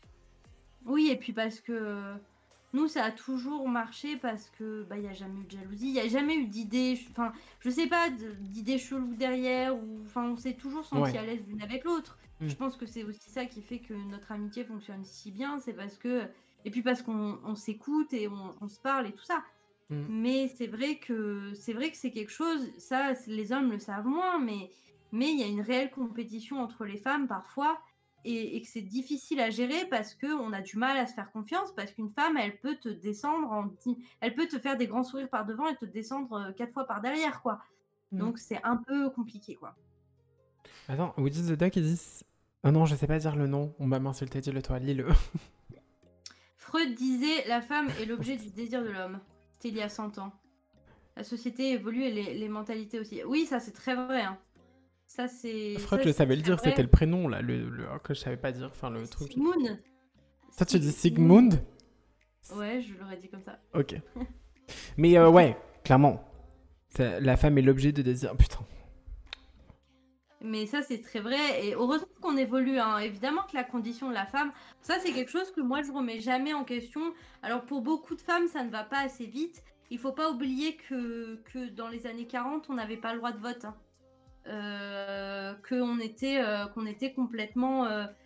Oui, et puis parce que... Nous, ça a toujours marché parce que il y a jamais eu de jalousie, il y a jamais eu d'idées, enfin, je sais pas, d'idées cheloues derrière, ou enfin, on s'est toujours senti à l'aise l'une avec l'autre. Je pense que c'est aussi ça qui fait que notre amitié fonctionne si bien, c'est parce que et puis parce qu'on s'écoute et on se parle et tout ça. Mais c'est vrai que c'est quelque chose, ça, les hommes le savent moins, mais il y a une réelle compétition entre les femmes parfois. Et que c'est difficile à gérer parce qu'on a du mal à se faire confiance, parce qu'une femme, elle peut te descendre, elle peut te faire des grands sourires par devant et te descendre 4 fois par derrière, quoi. Donc c'est un peu compliqué, quoi. Attends, Woody the Duck, ils disent... Oh non, je sais pas dire le nom, on m'a insulté, dis-le toi, lis-le. Freud disait « La femme est l'objet du désir de l'homme ». C'était il y a 100 ans. La société évolue et les mentalités aussi. Oui, ça c'est très vrai, hein. Ça, c'est... Freud, je savais le dire, c'était le prénom, là, que je savais pas dire, enfin, le truc. Sigmund. Ça, tu dis Sigmund? Ouais, je l'aurais dit comme ça. Ok. Mais ouais, clairement. La femme est l'objet de désir. Putain. Mais ça, c'est très vrai. Et heureusement qu'on évolue, hein. Évidemment que la condition de la femme, ça, c'est quelque chose que moi, je remets jamais en question. Alors, pour beaucoup de femmes, ça ne va pas assez vite. Il faut pas oublier que dans les années 40, on n'avait pas le droit de vote, hein. Qu'on était complètement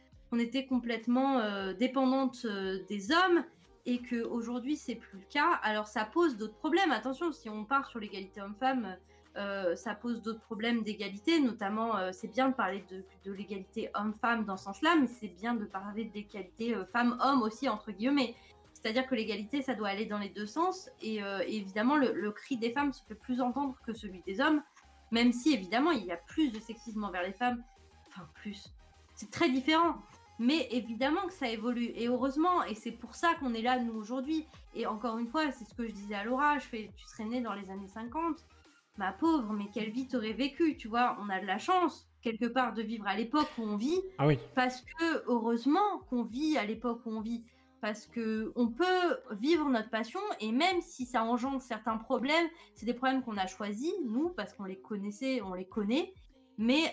dépendante des hommes et qu'aujourd'hui c'est plus le cas. Alors ça pose d'autres problèmes, attention, si on part sur l'égalité homme-femme, ça pose d'autres problèmes d'égalité, notamment c'est bien de parler de l'égalité homme-femme dans ce sens-là, mais c'est bien de parler de l'égalité femme-homme aussi, entre guillemets. C'est-à-dire que l'égalité, ça doit aller dans les deux sens, et évidemment le cri des femmes se fait plus entendre que celui des hommes. Même si, évidemment, il y a plus de sexisme envers les femmes. Enfin, plus. C'est très différent. Mais évidemment que ça évolue. Et heureusement, et c'est pour ça qu'on est là, nous, aujourd'hui. Et encore une fois, c'est ce que je disais à Laura, tu serais née dans les années 50. Ma pauvre, mais quelle vie t'aurais vécu, tu vois. On a de la chance, quelque part, de vivre à l'époque où on vit. Ah oui. Parce que, heureusement qu'on vit à l'époque où on vit. parce que on peut vivre notre passion et même si ça engendre certains problèmes, c'est des problèmes qu'on a choisis, nous, parce qu'on les connaissait, on les connaît, mais,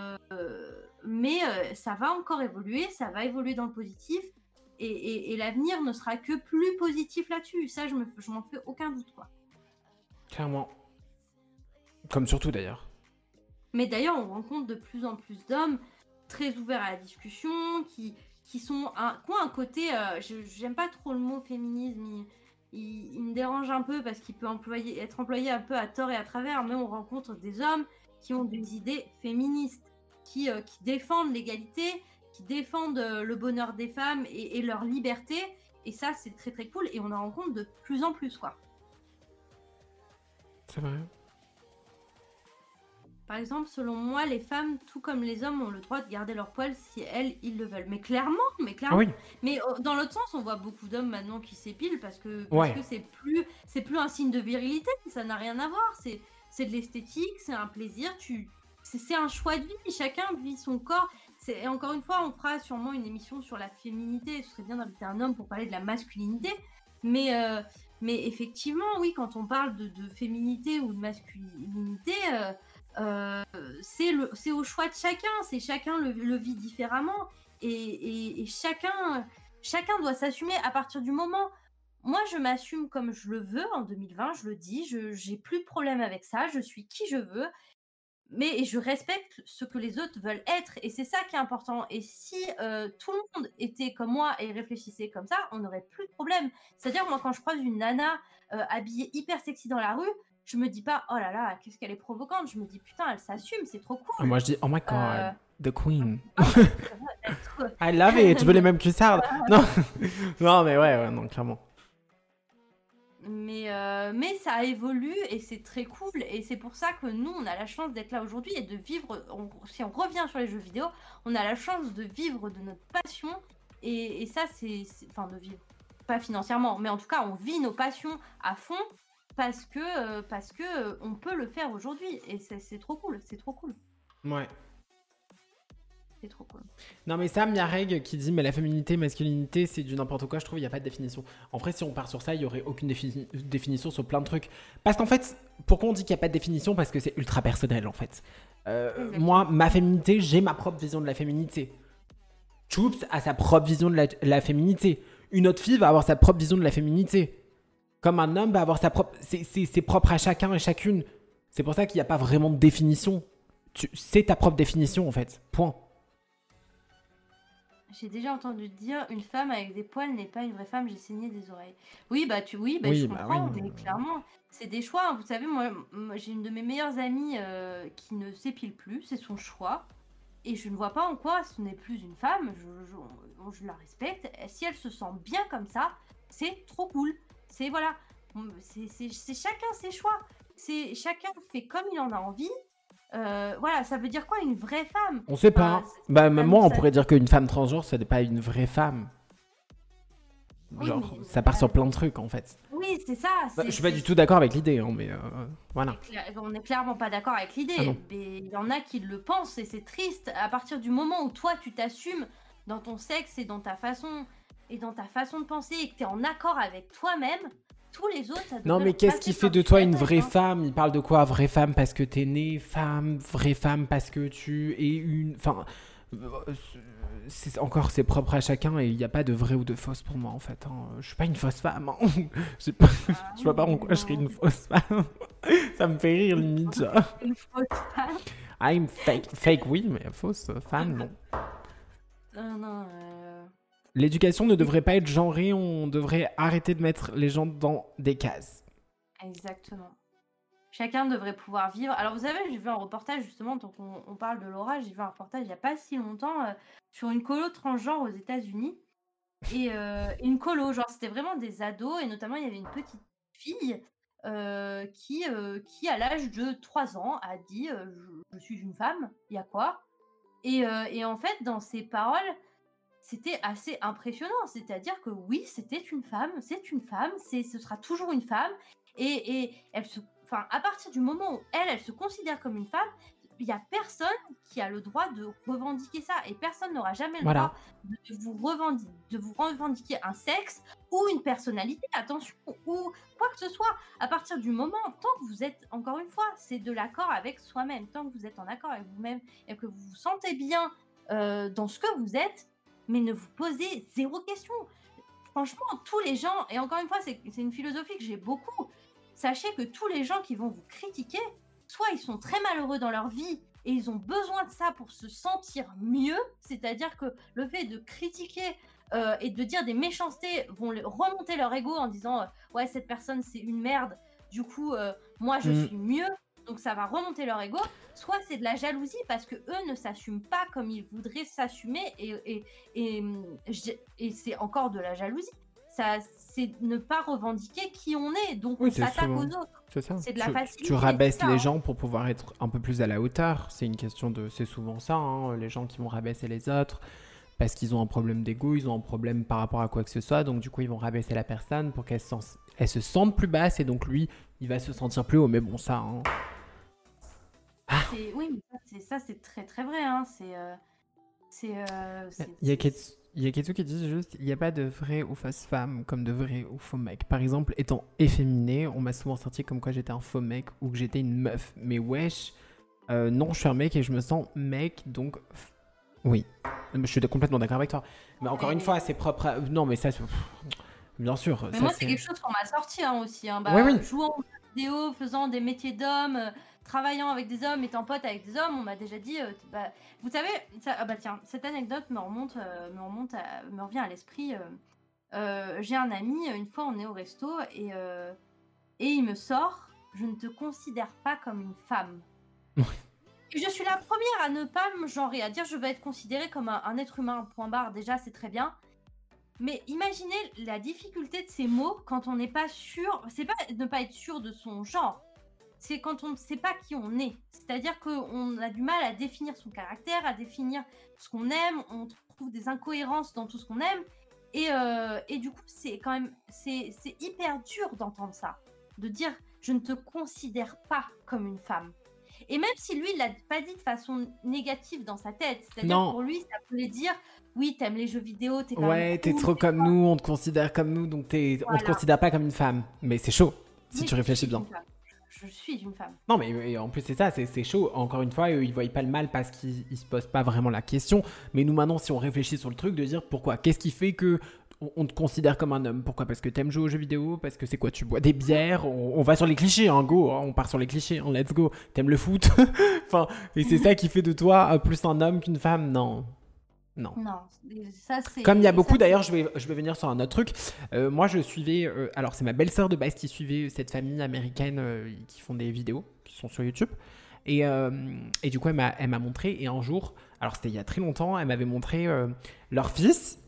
ça va encore évoluer, ça va évoluer dans le positif et l'avenir ne sera que plus positif là-dessus. Ça, je m'en fais aucun doute, quoi. Clairement. Comme surtout d'ailleurs. Mais d'ailleurs, on rencontre de plus en plus d'hommes très ouverts à la discussion, qui ont un côté... j'aime pas trop le mot féminisme, il me dérange un peu parce qu'il peut être employé un peu à tort et à travers, mais on rencontre des hommes qui ont des idées féministes, qui défendent l'égalité, qui défendent le bonheur des femmes et leur liberté, et ça, c'est très très cool, et on en rencontre de plus en plus, quoi. C'est vrai. Par exemple, selon moi, les femmes, tout comme les hommes, ont le droit de garder leur poil si ils le veulent. Mais clairement. Ah oui. Mais dans l'autre sens, on voit beaucoup d'hommes maintenant qui s'épilent parce que Ouais. c'est plus un signe de virilité. Ça n'a rien à voir. C'est de l'esthétique, c'est un plaisir. C'est un choix de vie. Chacun vit son corps. Et encore une fois, on fera sûrement une émission sur la féminité. Ce serait bien d'inviter un homme pour parler de la masculinité. Mais effectivement, oui, quand on parle de féminité ou de masculinité, c'est au choix de chacun. C'est chacun le vit différemment. Et chacun doit s'assumer à partir du moment. Moi, je m'assume comme je le veux en 2020, je le dis, j'ai plus de problème avec ça, je suis qui je veux, mais je respecte ce que les autres veulent être, et c'est ça qui est important. Et si tout le monde était comme moi et réfléchissait comme ça, on n'aurait plus de problème. C'est-à-dire, moi, quand je croise une nana habillée hyper sexy dans la rue, je me dis pas, oh là là, qu'est-ce qu'elle est provocante. Je me dis, putain, elle s'assume, c'est trop cool. Moi, je dis, oh my god, the queen. Être- I love it, tu veux les mêmes cuissardes. Non, non, mais ouais, non, clairement. Mais ça évolue et c'est très cool, et c'est pour ça que nous on a la chance d'être là aujourd'hui et de vivre, si on revient sur les jeux vidéo, on a la chance de vivre de notre passion, et ça enfin de vivre, pas financièrement, mais en tout cas on vit nos passions à fond parce que on peut le faire aujourd'hui, et c'est trop cool, c'est trop cool. Ouais. C'est trop cool. Non, mais Sam, il y a Reg qui dit, mais la féminité, masculinité, c'est du n'importe quoi. Je trouve il n'y a pas de définition. En vrai, si on part sur ça, il n'y aurait aucune définition sur plein de trucs. Parce qu'en fait, pourquoi on dit qu'il n'y a pas de définition? Parce que c'est ultra personnel, en fait. Moi, ma féminité, j'ai ma propre vision de la féminité. Choops a sa propre vision de la féminité. Une autre fille va avoir sa propre vision de la féminité. Comme un homme va avoir sa propre... C'est propre à chacun et chacune. C'est pour ça qu'il n'y a pas vraiment de définition. C'est ta propre définition, en fait. Point. J'ai déjà entendu dire, une femme avec des poils n'est pas une vraie femme, j'ai saigné des oreilles. Oui, je comprends, mais clairement, c'est des choix. Vous savez, moi j'ai une de mes meilleures amies qui ne s'épile plus, c'est son choix. Et je ne vois pas en quoi ce n'est plus une femme, je la respecte. Si elle se sent bien comme ça, c'est trop cool. C'est voilà, c'est chacun ses choix. Chacun fait comme il en a envie. Voilà, ça veut dire quoi une vraie femme? On sait pas. Même moi, on pourrait dire qu'une femme transgenre, ce n'est pas une vraie femme. Genre, oui, ça part sur plein de trucs en fait. Oui, c'est ça. Je suis pas du tout d'accord avec l'idée, hein, mais voilà. On n'est clairement pas d'accord avec l'idée. Ah mais il y en a qui le pensent et c'est triste. À partir du moment où toi, tu t'assumes dans ton sexe et dans ta façon de penser et que tu es en accord avec toi-même, tous les autres, ça non, mais qu'est-ce qui fait de toi une vraie femme? Il parle de quoi? Vraie femme parce que t'es née femme, vraie femme parce que tu es une... Enfin, c'est propre à chacun et il n'y a pas de vraie ou de fausse pour moi en fait. Hein. Je suis pas une fausse femme. Hein. Je vois pas en quoi je serais une fausse femme. Ça me fait rire limite. Une fausse femme? I'm fake oui, mais fausse femme non. Non, L'éducation ne devrait pas être genrée, on devrait arrêter de mettre les gens dans des cases. Exactement. Chacun devrait pouvoir vivre. Alors vous savez, j'ai vu un reportage justement, tant qu'on parle de Laura, j'ai vu un reportage il n'y a pas si longtemps sur une colo transgenre aux États-Unis. Et une colo, genre c'était vraiment des ados, et notamment il y avait une petite fille qui à l'âge de 3 ans a dit je suis une femme, il y a quoi? Et en fait, dans ses paroles, c'était assez impressionnant. C'est-à-dire que oui, c'était une femme, c'est une femme, ce sera toujours une femme. Et elle à partir du moment où elle se considère comme une femme, il y a personne qui a le droit de revendiquer ça et personne n'aura jamais le Voilà. droit de vous revendiquer un sexe ou une personnalité, attention, ou quoi que ce soit. À partir du moment, tant que vous êtes, encore une fois, c'est de l'accord avec soi-même, tant que vous êtes en accord avec vous-même et que vous vous sentez bien dans ce que vous êtes, mais ne vous posez zéro question. Franchement, tous les gens, et encore une fois, c'est une philosophie que j'ai beaucoup, sachez que tous les gens qui vont vous critiquer, soit ils sont très malheureux dans leur vie et ils ont besoin de ça pour se sentir mieux, c'est-à-dire que le fait de critiquer et de dire des méchancetés vont remonter leur ego en disant ouais, cette personne c'est une merde, du coup moi je suis mieux, donc ça va remonter leur ego. Soit c'est de la jalousie parce que eux ne s'assument pas comme ils voudraient s'assumer et c'est encore de la jalousie. Ça, c'est ne pas revendiquer qui on est, donc Oui, on s'attaque aux autres. C'est ça. C'est de la facilité. Tu rabaisses c'est ça, les hein. gens pour pouvoir être un peu plus à la hauteur. C'est une question de... C'est souvent ça, hein, les gens qui vont rabaisser les autres parce qu'ils ont un problème d'ego, ils ont un problème par rapport à quoi que ce soit, donc du coup ils vont rabaisser la personne pour qu'elle se sente plus basse et donc lui, il va se sentir plus haut. Mais bon, ça... Hein. Oui, mais ça c'est très très vrai. Hein. Il y a Ketsu qui dit juste il n'y a pas de vrai ou fausse femme comme de vrai ou faux mec. Par exemple, étant efféminé, on m'a souvent sorti comme quoi j'étais un faux mec ou que j'étais une meuf. Mais wesh, non, je suis un mec et je me sens mec, donc oui. Je suis complètement d'accord avec toi. Mais encore une fois, c'est propre à... Non, mais ça, bien sûr. Mais ça, moi, c'est quelque chose qu'on m'a sorti hein, aussi. Hein. Oui. Jouant aux jeux vidéo, faisant des métiers d'hommes, travaillant avec des hommes, étant pote avec des hommes, on m'a déjà dit, vous savez, tiens, cette anecdote me revient à l'esprit. J'ai un ami, une fois on est au resto et il me sort, je ne te considère pas comme une femme. Et je suis la première à ne pas me genrer, à dire je vais être considérée comme un être humain, point barre, déjà c'est très bien. Mais imaginez la difficulté de ces mots quand on n'est pas sûr, c'est pas ne pas être sûr de son genre, c'est quand on ne sait pas qui on est. C'est-à-dire qu'on a du mal à définir son caractère, à définir ce qu'on aime, on trouve des incohérences dans tout ce qu'on aime. Et du coup, c'est quand même, c'est hyper dur d'entendre ça, de dire je ne te considère pas comme une femme. Et même si lui, il l'a pas dit de façon négative dans sa tête, c'est-à-dire pour lui, ça voulait dire oui, t'aimes les jeux vidéo, t'es quand même ouais, t'es cool, trop comme nous, on te considère comme nous, donc on te considère pas comme une femme. Mais c'est chaud, si tu réfléchis bien. Je suis une femme. Non, mais en plus, c'est ça, c'est chaud. Encore une fois, ils voient pas le mal parce qu'ils se posent pas vraiment la question. Mais nous, maintenant, si on réfléchit sur le truc, de dire pourquoi, qu'est-ce qui fait que on te considère comme un homme? Pourquoi? Parce que t'aimes jouer aux jeux vidéo? Parce que c'est quoi? Tu bois des bières? On va sur les clichés, hein, go, hein, on part sur les clichés, hein, let's go. T'aimes le foot? Enfin, et c'est ça qui fait de toi plus un homme qu'une femme? Non. Non, ça c'est... Comme il y a beaucoup, d'ailleurs, je vais venir sur un autre truc. Moi, je suivais... alors, c'est ma belle-sœur de base qui suivait cette famille américaine qui font des vidéos, qui sont sur YouTube. Et du coup, elle m'a montré, et un jour, alors c'était il y a très longtemps, elle m'avait montré leur fils,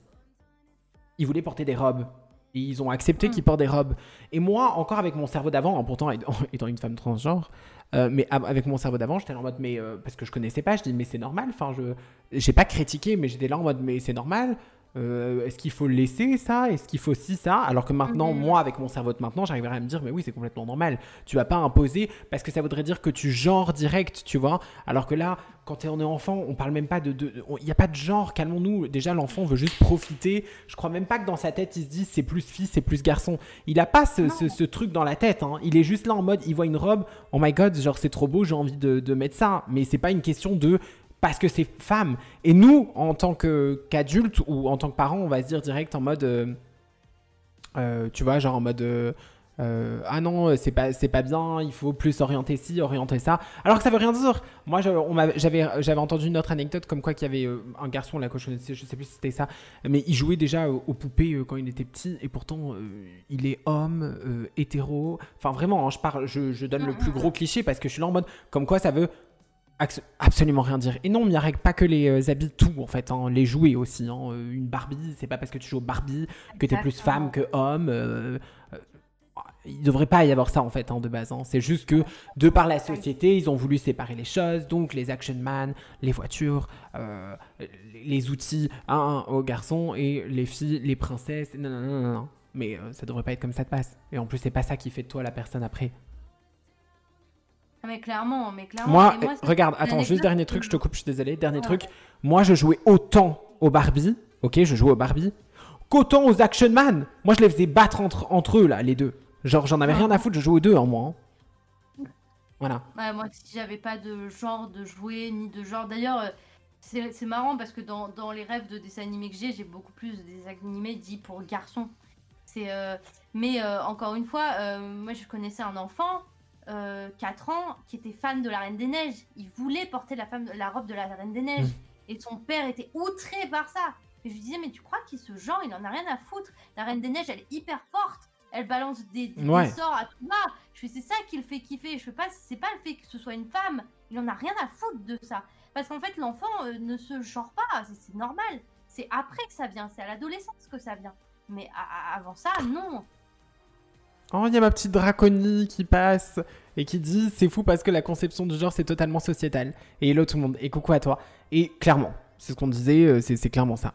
il voulait porter des robes. Et ils ont accepté qu'ils portent des robes. Et moi, encore avec mon cerveau d'avant, hein, pourtant étant une femme transgenre, mais avec mon cerveau d'avant, j'étais là en mode, mais parce que je connaissais pas, je dis, mais c'est normal. Enfin, j'ai pas critiqué, mais j'étais là en mode, mais c'est normal. Est-ce qu'il faut le laisser ça? Est-ce qu'il faut ci, ça? Alors que maintenant, moi, avec mon cerveau de maintenant, j'arriverais à me dire, mais oui, c'est complètement normal. Tu vas pas imposer parce que ça voudrait dire que tu genres direct, tu vois. Alors que là, quand on est enfant, on parle même pas il n'y a pas de genre, calmons-nous. Déjà, l'enfant veut juste profiter. Je crois même pas que dans sa tête, il se dise c'est plus fille, c'est plus garçon. Il a pas ce truc dans la tête. Hein. Il est juste là en mode, il voit une robe, oh my god, genre c'est trop beau, j'ai envie de mettre ça. Mais c'est pas une question de parce que c'est femme. Et nous, en tant qu'adultes ou en tant que parents, on va se dire direct en mode, tu vois, genre en mode, ah non, c'est pas bien, il faut plus orienter ci, orienter ça. Alors que ça veut rien dire. Moi, j'avais entendu une autre anecdote comme quoi qu'il y avait un garçon, là, je sais plus si c'était ça, mais il jouait déjà aux poupées quand il était petit et pourtant il est homme, hétéro. Enfin, vraiment, hein, je donne le plus gros cliché parce que je suis là en mode comme quoi ça veut absolument rien dire. Et non, il n'y a pas que les habits, tout en fait, hein, les jouets aussi. Hein. Une Barbie, c'est pas parce que tu joues au Barbie que tu es plus femme que homme. Il ne devrait pas y avoir ça en fait hein, de base. Hein. C'est juste que de par la société, ils ont voulu séparer les choses. Donc les action man, les voitures, les outils aux garçons et les filles, les princesses. Non. Mais ça devrait pas être comme ça de base. Et en plus, c'est pas ça qui fait de toi la personne après. Ah, mais clairement, Moi, et moi, ça, regarde, c'est une attends, juste anecdote dernier que truc, je te coupe, je suis désolé. Dernier ouais, truc. Moi, je jouais autant aux Barbie, ok, je jouais aux Barbie, qu'autant aux Action Man. Moi, je les faisais battre entre eux, là, les deux. Genre, j'en avais rien à foutre, je jouais aux deux en moi, hein. Voilà. ouais, moi, si j'avais pas de genre de jouet, ni de genre. D'ailleurs, c'est marrant parce que dans les rêves de dessins animés que j'ai beaucoup plus de dessins animés dits pour garçons. C'est, mais encore une fois, moi je connaissais un enfant, 4 ans, qui était fan de la Reine des Neiges. Il voulait porter la robe de la Reine des Neiges. Et son père était outré par ça. Et je lui disais, mais tu crois qu'il ce genre, il en a rien à foutre. La Reine des Neiges, elle est hyper forte. Elle balance des Ouais. sorts à tout va. Je fais, c'est ça qui le fait kiffer. Je fais pas, c'est pas le fait que ce soit une femme. Il en a rien à foutre de ça. Parce qu'en fait, l'enfant ne se genre pas. C'est normal. C'est après que ça vient. C'est à l'adolescence que ça vient. Mais avant ça, non. Oh, il y a ma petite Draconie qui passe et qui dit c'est fou parce que la conception du genre c'est totalement sociétal. Et hello tout le monde, et coucou à toi. Et clairement, c'est ce qu'on disait, c'est clairement ça.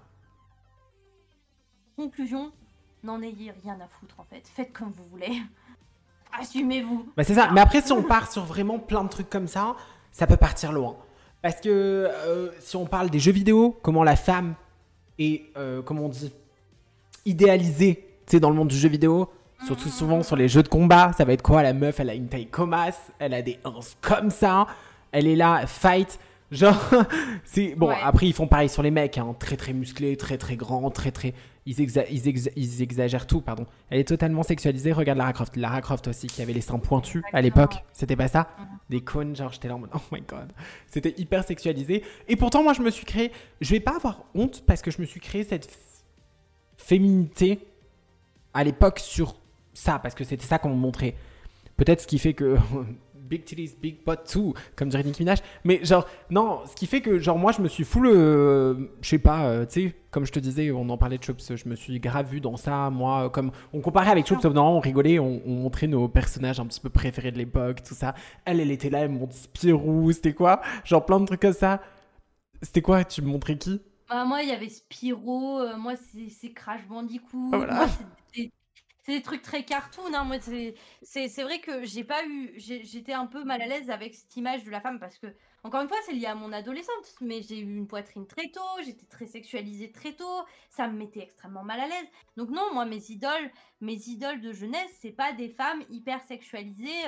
Conclusion, n'en ayez rien à foutre en fait. Faites comme vous voulez. Assumez-vous. Bah c'est ça, mais après si on part sur vraiment plein de trucs comme ça peut partir loin. Parce que si on parle des jeux vidéo, comment la femme est, comment on dit, idéalisée, tu sais, dans le monde du jeu vidéo, surtout souvent sur les jeux de combat, ça va être quoi? La meuf, elle a une taille comme as, elle a des hanches comme ça, elle est là, fight. Genre, c'est bon. Ouais. Après, ils font pareil sur les mecs, hein, très très musclés, très très grands, ils exagèrent tout, pardon. Elle est totalement sexualisée. Regarde Lara Croft. Lara Croft aussi, qui avait les seins pointus à l'époque. C'était pas ça? Des cônes, genre j'étais là en mode oh my god. C'était hyper sexualisé. Et pourtant, moi, je me suis créé. Je vais pas avoir honte parce que je me suis créé cette féminité à l'époque sur ça, parce que c'était ça qu'on me montrait. Peut-être ce qui fait que big titties, big butt too, comme dirait Nicki Minaj. Mais genre, non, ce qui fait que genre moi je me suis full, je sais pas, tu sais, comme je te disais, on en parlait de Choops, je me suis grave vu dans ça, moi, comme on comparait avec Choops, non, on rigolait, on montrait nos personnages un petit peu préférés de l'époque, tout ça. Elle était là, elle me montrait Spirou, c'était quoi? Genre plein de trucs comme ça. C'était quoi? Tu me montrais qui? Bah, moi, il y avait Spyro, moi, c'est Crash Bandicoot. Ah, voilà. Moi, c'est des trucs très cartoon. Hein. Moi, c'est vrai que j'étais un peu mal à l'aise avec cette image de la femme parce que, encore une fois, c'est lié à mon adolescence, mais j'ai eu une poitrine très tôt, j'étais très sexualisée très tôt, ça me mettait extrêmement mal à l'aise. Donc non, moi, mes idoles de jeunesse, c'est pas des femmes hyper sexualisées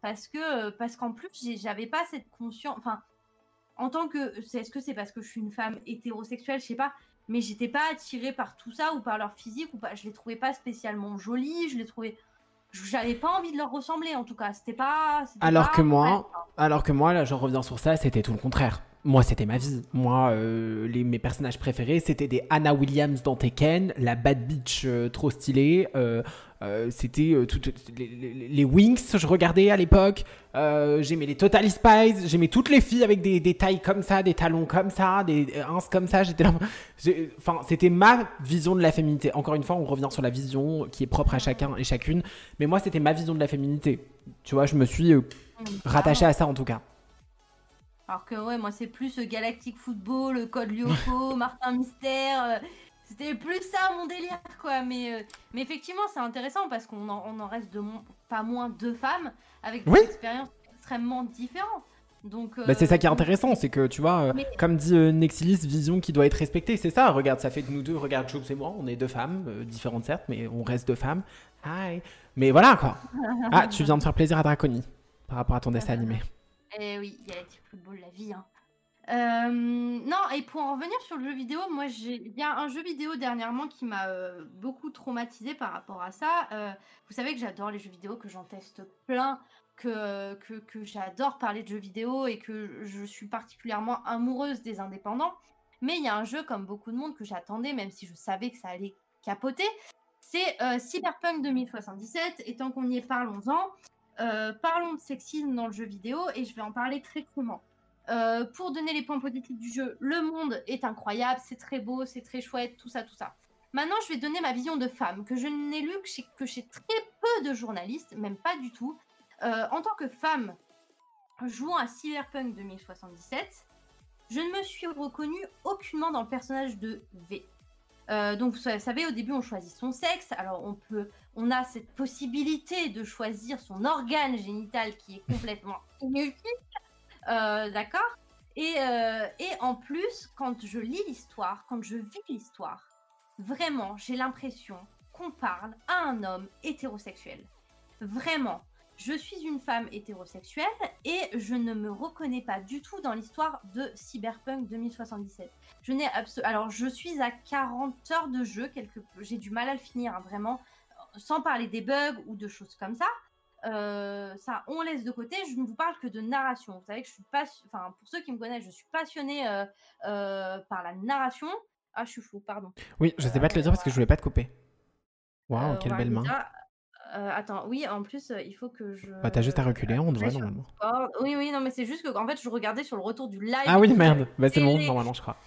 parce qu'en plus, j'avais pas cette conscience. Enfin, en tant que. Est-ce que c'est parce que je suis une femme hétérosexuelle? Je sais pas. Mais j'étais pas attirée par tout ça ou par leur physique ou pas. Je les trouvais pas spécialement jolies. Je les trouvais. J'avais pas envie de leur ressembler en tout cas. C'était pas. Alors que moi, là, j'en reviens sur ça, c'était tout le contraire. Moi, c'était ma vie. Moi, mes personnages préférés, c'était des Anna Williams dans Tekken, la Bad Bitch trop stylée. C'était les Winx, je regardais à l'époque. J'aimais les Totally Spies. J'aimais toutes les filles avec des tailles comme ça, des talons comme ça, des ins comme ça. J'étais là. Enfin, c'était ma vision de la féminité. Encore une fois, on revient sur la vision qui est propre à chacun et chacune. Mais moi, c'était ma vision de la féminité. Tu vois, je me suis rattachée à ça en tout cas. Alors que ouais, moi c'est plus Galactic Football, Code Lyoko, Martin Mystère. C'était plus ça mon délire quoi. Mais effectivement, c'est intéressant parce qu'on en reste pas moins deux femmes avec des expériences extrêmement différentes. Donc, bah c'est ça qui est intéressant, c'est que tu vois, comme dit Nexilis, vision qui doit être respectée, c'est ça. Regarde, ça fait de nous deux, regarde Choops et moi, on est deux femmes, différentes certes, mais on reste deux femmes. Hi. Mais voilà quoi. Ah, tu viens de faire plaisir à Draconi par rapport à ton dessin animé. Eh oui, il y a Galactic Football, la vie. Hein. Non, et pour en revenir sur le jeu vidéo, moi il y a un jeu vidéo dernièrement qui m'a beaucoup traumatisée par rapport à ça. Vous savez que j'adore les jeux vidéo, que j'en teste plein, que j'adore parler de jeux vidéo et que je suis particulièrement amoureuse des indépendants. Mais il y a un jeu comme beaucoup de monde que j'attendais, même si je savais que ça allait capoter. C'est Cyberpunk 2077, et tant qu'on y est, parlons-en. Parlons de sexisme dans le jeu vidéo, et je vais en parler très crûment. Pour donner les points positifs du jeu, le monde est incroyable, c'est très beau, c'est très chouette, tout ça, tout ça. Maintenant, je vais donner ma vision de femme, que je n'ai lu que chez très peu de journalistes, même pas du tout. En tant que femme jouant à Cyberpunk 2077, je ne me suis reconnue aucunement dans le personnage de V. Donc, vous savez, au début, on choisit son sexe. Alors, on a cette possibilité de choisir son organe génital qui est complètement inutile. D'accord? Et en plus, quand je lis l'histoire, quand je vis l'histoire, vraiment, j'ai l'impression qu'on parle à un homme hétérosexuel. Vraiment. Je suis une femme hétérosexuelle et je ne me reconnais pas du tout dans l'histoire de Cyberpunk 2077. Alors, je suis à 40 heures de jeu, j'ai du mal à le finir, hein, vraiment, sans parler des bugs ou de choses comme ça. Ça, on laisse de côté. Je ne vous parle que de narration. Vous savez que je suis pas, enfin, pour ceux qui me connaissent, je suis passionnée par la narration. Ah, je suis fou, pardon. Oui, je sais pas te le dire parce que je voulais pas te couper. Waouh, quelle belle main. Attends, oui, en plus, il faut que je. Bah, t'as juste à reculer, on te voit normalement. Oui, non, mais c'est juste que, en fait, je regardais sur le retour du live. Ah oui, merde. Bah, c'est bon, normalement, je crois.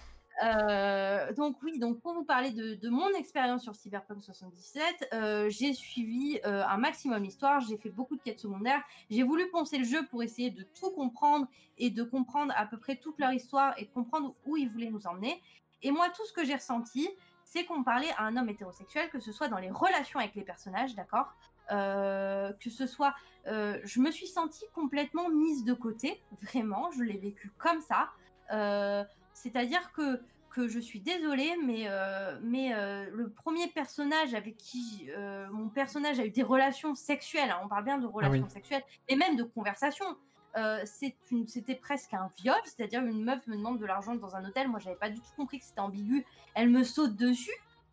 Donc pour vous parler de mon expérience sur Cyberpunk 77, j'ai suivi un maximum l'histoire, j'ai fait beaucoup de quêtes secondaires, j'ai voulu poncer le jeu pour essayer de tout comprendre et de comprendre à peu près toute leur histoire et de comprendre où ils voulaient nous emmener. Et moi, tout ce que j'ai ressenti, c'est qu'on parlait à un homme hétérosexuel, que ce soit dans les relations avec les personnages, d'accord, que ce soit... je me suis sentie complètement mise de côté, vraiment, je l'ai vécu comme ça. C'est-à-dire que je suis désolée, mais le premier personnage avec qui mon personnage a eu des relations sexuelles, hein, on parle bien de relations sexuelles, et même de conversations, c'était presque un viol, c'est-à-dire une meuf me demande de l'argent dans un hôtel, moi j'avais pas du tout compris que c'était ambigu, elle me saute dessus,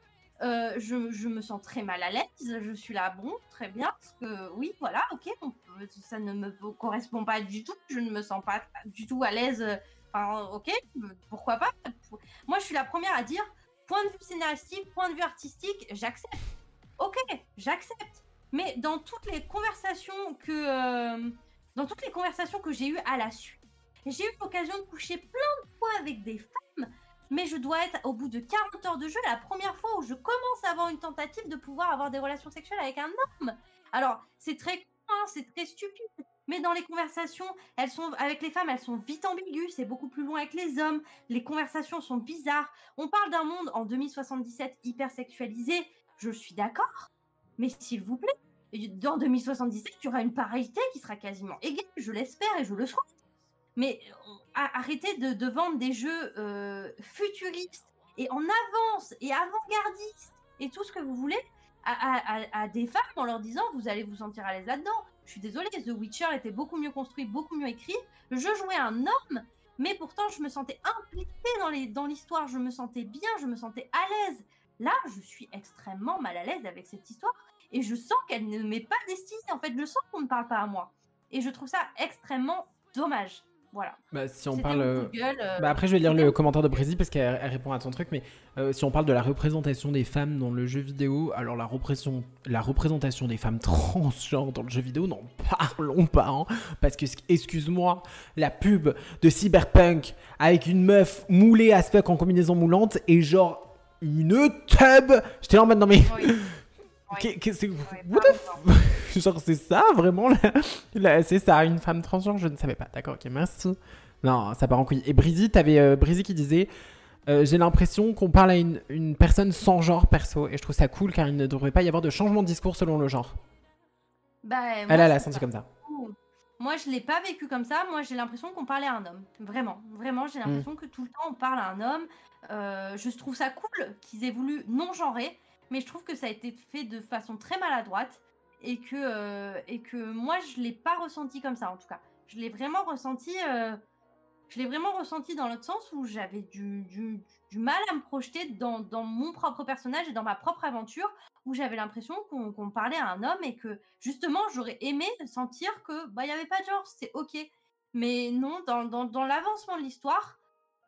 je me sens très mal à l'aise, je suis là, bon, très bien, parce que oui, voilà, ok, ça ne me correspond pas du tout, je ne me sens pas du tout à l'aise. Enfin, ok, pourquoi pas. Moi, je suis la première à dire, point de vue scénaristique, point de vue artistique, j'accepte. Ok, j'accepte. Mais dans toutes les conversations que j'ai eues à la suite, j'ai eu l'occasion de coucher plein de fois avec des femmes, mais je dois être, au bout de 40 heures de jeu, la première fois où je commence à avoir une tentative de pouvoir avoir des relations sexuelles avec un homme. Alors, c'est très con, c'est très stupide. Mais dans les conversations, avec les femmes, elles sont vite ambiguës, c'est beaucoup plus loin avec les hommes, les conversations sont bizarres. On parle d'un monde en 2077 hyper sexualisé, je suis d'accord, mais s'il vous plaît, dans 2077, il y aura une parité qui sera quasiment égale, je l'espère et je le souhaite. Mais arrêtez de vendre des jeux futuristes et en avance et avant-gardistes et tout ce que vous voulez à des femmes en leur disant vous allez vous sentir à l'aise là-dedans. Je suis désolée, The Witcher était beaucoup mieux construit, beaucoup mieux écrit. Le jeu jouait un homme, mais pourtant je me sentais impliquée dans l'histoire, je me sentais bien, je me sentais à l'aise. Là, je suis extrêmement mal à l'aise avec cette histoire et je sens qu'elle ne m'est pas destinée. En fait, je sens qu'on ne parle pas à moi. Et je trouve ça extrêmement dommage. Voilà. Bah, si on parle. Bah, après, je vais lire le commentaire de Brésil parce qu'elle répond à ton truc, mais si on parle de la représentation des femmes dans le jeu vidéo, alors la représentation des femmes transgenres dans le jeu vidéo, n'en parlons pas, hein, parce que, excuse-moi, la pub de Cyberpunk avec une meuf moulée as fuck en combinaison moulante et genre une tub. J'étais là en mode non mais. Oui. What the f... Genre c'est ça vraiment c'est ça une femme transgenre, je ne savais pas. D'accord, ok, merci. Non, ça part en couille. Et Brizzy, t'avais Brizzy qui disait j'ai l'impression qu'on parle à une personne sans genre perso et je trouve ça cool car il ne devrait pas y avoir de changement de discours selon le genre. Bah, elle a senti comme ça. Moi je l'ai pas vécu comme ça, moi j'ai l'impression qu'on parlait à un homme. Vraiment j'ai l'impression que tout le temps on parle à un homme. Je trouve ça cool qu'ils aient voulu non-genrer. Mais je trouve que ça a été fait de façon très maladroite et que moi je l'ai pas ressenti comme ça en tout cas. Je l'ai vraiment ressenti dans l'autre sens où j'avais du mal à me projeter dans mon propre personnage et dans ma propre aventure où j'avais l'impression qu'on parlait à un homme et que justement j'aurais aimé sentir que il y avait pas de genre, c'est ok. Mais non, dans l'avancement de l'histoire,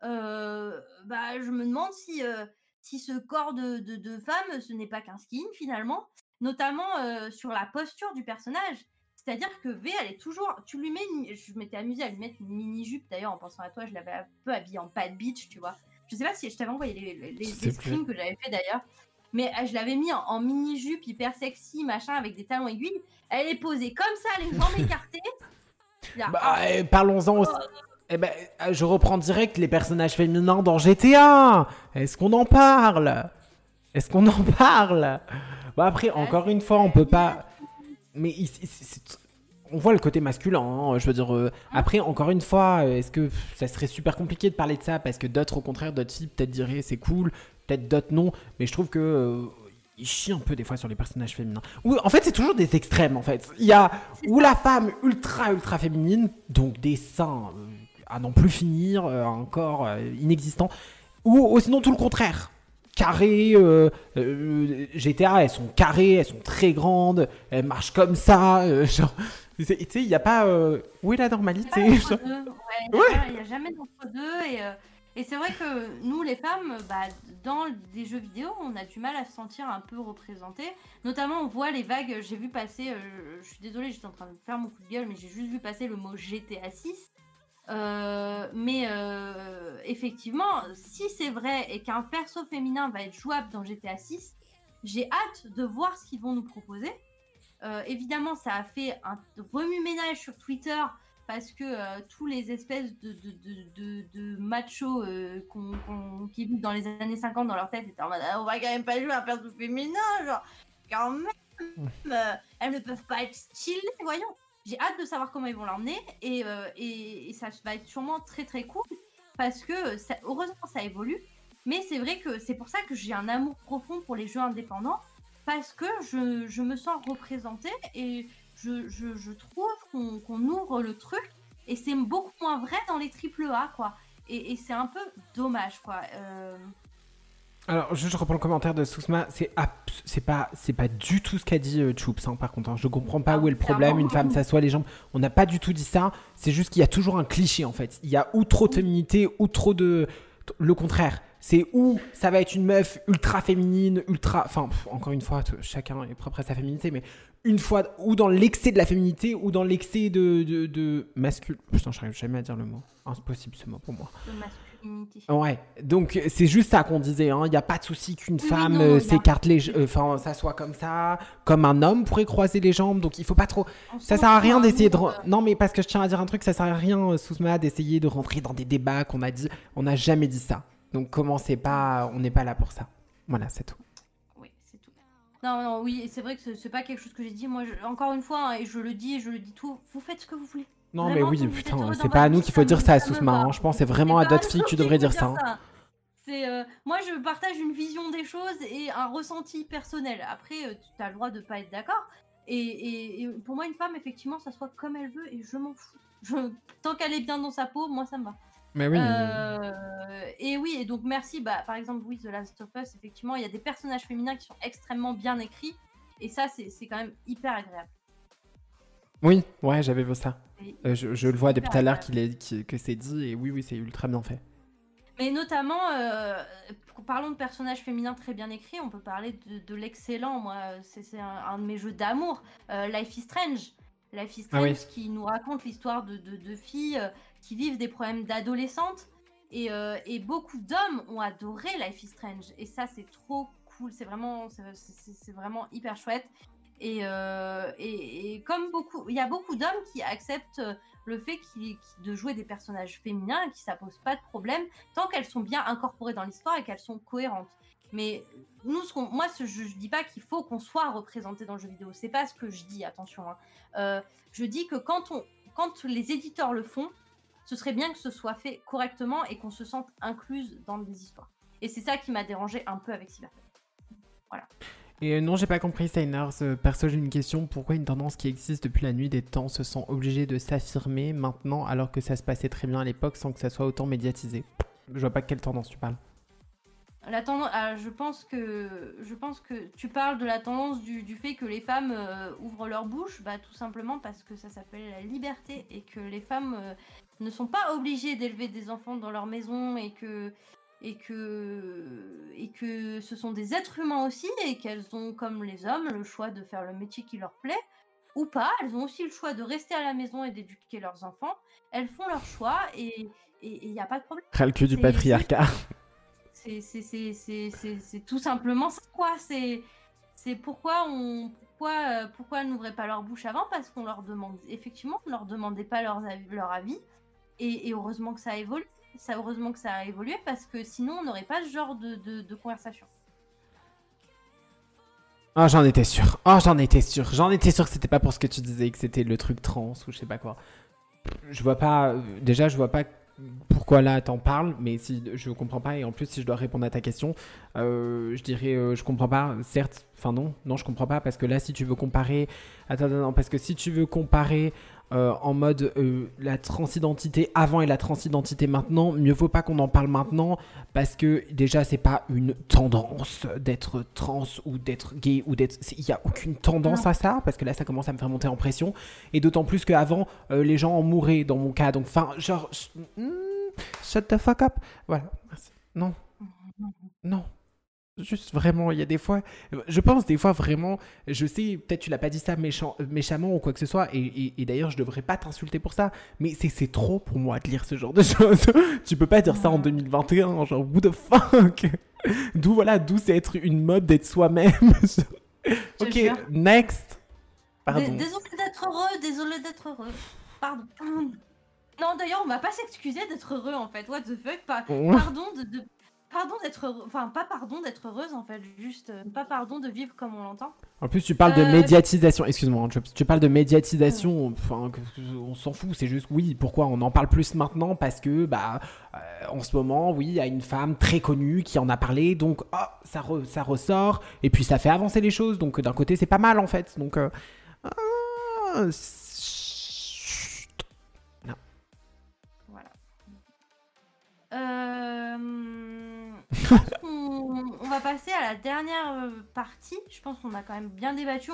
je me demande si ce corps de femme, ce n'est pas qu'un skin finalement, notamment sur la posture du personnage. C'est-à-dire que V, elle est toujours... Je m'étais amusée à lui mettre une mini-jupe, d'ailleurs, en pensant à toi, je l'avais un peu habillée en pad beach, tu vois. Je sais pas si je t'avais envoyé les screens que j'avais fait d'ailleurs, mais je l'avais mis en mini-jupe hyper sexy, machin, avec des talons aiguilles. Elle est posée comme ça, les jambes écartées. Là, parlons-en aussi. Je reprends direct les personnages féminins dans GTA. Est-ce qu'on en parle? Est-ce qu'on en parle? Bon, après, Ah, encore c'est une fois, on peut pas. Mais on voit le côté masculin, hein, je veux dire. Après, encore une fois, est-ce que ça serait super compliqué de parler de ça parce que d'autres, au contraire, d'autres filles peut-être diraient c'est cool, peut-être d'autres non. Mais je trouve que ils chient un peu des fois sur les personnages féminins. Ou en fait, c'est toujours des extrêmes. En fait, il y a ou la femme ultra ultra féminine, donc des seins à n'en plus finir, un corps inexistant, ou sinon tout le contraire. Carrées, GTA, elles sont carrées, elles sont très grandes, elles marchent comme ça, genre, tu sais, il n'y a pas, où est la Il n'y a pas normalité? d'entre-deux. Ouais, Ouais. il n'y a jamais d'entre-deux. Et c'est vrai que nous, les femmes, bah, dans des jeux vidéo, on a du mal à se sentir un peu représentées. Notamment, on voit les vagues. J'ai vu passer, je suis désolée, j'étais en train de faire mon coup de gueule, mais j'ai juste vu passer le mot GTA 6. Effectivement, si c'est vrai et qu'un perso féminin va être jouable dans GTA 6, j'ai hâte de voir ce qu'ils vont nous proposer. Évidemment, ça a fait un remue-ménage sur Twitter parce que tous les espèces de machos qui vivent dans les années 50 dans leur tête étaient en mode ah, on va quand même pas jouer un perso féminin, genre quand même, elles ne peuvent pas être stylées, voyons. J'ai hâte de savoir comment ils vont l'emmener et ça va être sûrement très très cool parce que heureusement ça évolue, mais c'est vrai que c'est pour ça que j'ai un amour profond pour les jeux indépendants parce que je me sens représentée et je trouve qu'on ouvre le truc et c'est beaucoup moins vrai dans les AAA quoi. Et c'est un peu dommage quoi. Alors, je reprends le commentaire de Sousma, c'est pas du tout ce qu'a dit Choups, hein, par contre, hein. Je comprends pas où est le problème, une femme s'assoit les jambes, on n'a pas du tout dit ça, c'est juste qu'il y a toujours un cliché en fait, il y a ou trop de féminité, ou trop de... Le contraire, c'est où ça va être une meuf ultra féminine, ultra... Enfin, encore une fois, chacun est propre à sa féminité, mais une fois, ou dans l'excès de la féminité, ou dans l'excès de masculin... Putain, j'arrive jamais à dire le mot, impossible ce mot pour moi. De masculinité. Ouais, donc c'est juste ça qu'on disait, hein. Il n'y a pas de souci qu'une Oui, femme non, non, s'écarte enfin, s'assoit comme ça, comme un homme pourrait croiser les jambes, donc il faut pas trop... On Ça s'en sert à fout, rien hein, d'essayer nous, de... Non, mais parce que je tiens à dire un truc, ça sert à rien, Sousma, d'essayer de rentrer dans des débats qu'on a dit, on n'a jamais dit ça. Donc commencez pas, on n'est pas là pour ça. Voilà, c'est tout. Oui, c'est tout. Non, non, oui, et c'est vrai que c'est pas quelque chose que j'ai dit. Moi, encore une fois, hein, et je le dis tout, vous faites ce que vous voulez. Non, Vraiment, mais oui, quand vous êtes putain, heureux c'est dans pas à votre nous vie, qu'il faut dire ça à ça me Sousma, va. hein. Je pense que c'est C'est vraiment à pas d'autres à filles nous que tu qu'il devrais faut dire ça. Hein. ça. Moi, je partage une vision des choses et un ressenti personnel. Après, tu as le droit de pas être d'accord. Et pour moi, une femme, effectivement, ça soit comme elle veut et je m'en fous. Tant qu'elle est bien dans sa peau, moi, ça me va. Mais oui. Et oui, et donc merci. Bah, par exemple, oui, The Last of Us, effectivement, il y a des personnages féminins qui sont extrêmement bien écrits. Et ça, c'est quand même hyper agréable. Oui, ouais, j'avais vu ça. Je le vois depuis hyper tout à l'heure agréable. que c'est dit, et oui, c'est ultra bien fait. Mais notamment, parlons de personnages féminins très bien écrits, on peut parler de l'excellent, moi, c'est un de mes jeux d'amour, Life is Strange. Life is Strange oui. qui nous raconte l'histoire de filles qui vivent des problèmes d'adolescentes. Et beaucoup d'hommes ont adoré Life is Strange. Et ça, c'est trop cool, c'est vraiment hyper chouette. Et comme il y a beaucoup d'hommes qui acceptent le fait de jouer des personnages féminins et qui ça pose pas de problème tant qu'elles sont bien incorporées dans l'histoire et qu'elles sont cohérentes. Mais nous, je dis pas qu'il faut qu'on soit représenté dans le jeu vidéo. C'est pas ce que je dis, attention. Hein. Je dis que quand les éditeurs le font, ce serait bien que ce soit fait correctement et qu'on se sente incluse dans des histoires. Et c'est ça qui m'a dérangé un peu avec Cyberpunk. Voilà. Et non, j'ai pas compris, Steiners. Perso, j'ai une question. Pourquoi une tendance qui existe depuis la nuit des temps se sent obligée de s'affirmer maintenant alors que ça se passait très bien à l'époque sans que ça soit autant médiatisé? Je vois pas quelle tendance tu parles. La tendance, je pense que tu parles de la tendance du fait que les femmes ouvrent leur bouche, bah, tout simplement parce que ça s'appelle la liberté et que les femmes ne sont pas obligées d'élever des enfants dans leur maison et que ce sont des êtres humains aussi et qu'elles ont, comme les hommes, le choix de faire le métier qui leur plaît ou pas. Elles ont aussi le choix de rester à la maison et d'éduquer leurs enfants. Elles font leur choix et il n'y a pas de problème. Ras le cul du patriarcat. C'est tout simplement ça, quoi. C'est pourquoi elles n'ouvraient pas leur bouche avant, parce qu'on leur demande, effectivement, on leur demandait pas leur avis. Et heureusement que ça a évolué. Heureusement que ça a évolué parce que sinon on n'aurait pas ce genre de conversation. Ah, j'en étais sûr. Oh, j'en étais sûr. J'en étais sûr que c'était pas pour ce que tu disais, que c'était le truc trans ou je sais pas quoi. Je vois pas. Déjà, je vois pas pourquoi là t'en parles, mais si je comprends pas, et en plus, si je dois répondre à ta question, je dirais je comprends pas, certes. Enfin, non, je comprends pas, parce que là, si tu veux comparer. Attends, non, parce que si tu veux comparer en mode la transidentité avant et la transidentité maintenant, mieux vaut pas qu'on en parle maintenant, parce que déjà, c'est pas une tendance d'être trans ou d'être gay ou d'être. Il y a aucune tendance Non. à ça, parce que là, ça commence à me faire monter en pression. Et d'autant plus qu'avant, les gens en mouraient dans mon cas. Donc, enfin, genre. Shut the fuck up. Voilà. Merci. Non, non. Juste vraiment, il y a des fois. Je pense des fois vraiment. Je sais, peut-être tu l'as pas dit ça méchamment ou quoi que ce soit. Et d'ailleurs, je devrais pas t'insulter pour ça. Mais c'est trop pour moi de lire ce genre de choses. Tu peux pas dire ça en 2021. Genre, who the fuck. D'où c'est être une mode d'être soi-même. Je Ok, jure. next. Pardon. Désolé d'être heureux. Pardon. Non, d'ailleurs, on va pas s'excuser d'être heureux en fait. What the fuck? Pardon pardon d'être heureux. Enfin, pas pardon d'être heureuse en fait. Juste pas pardon de vivre comme on l'entend. En plus, tu parles de Euh, médiatisation. Excuse-moi, hein, tu parles de médiatisation. Enfin, on s'en fout. C'est juste, oui, pourquoi on en parle plus maintenant? Parce que, en ce moment, oui, il y a une femme très connue qui en a parlé. Donc, ça ressort. Et puis, ça fait avancer les choses. Donc, d'un côté, c'est pas mal, en fait. Donc, chut. Non. Voilà. Je pense qu'on va passer à la dernière partie. Je pense qu'on a quand même bien débattu.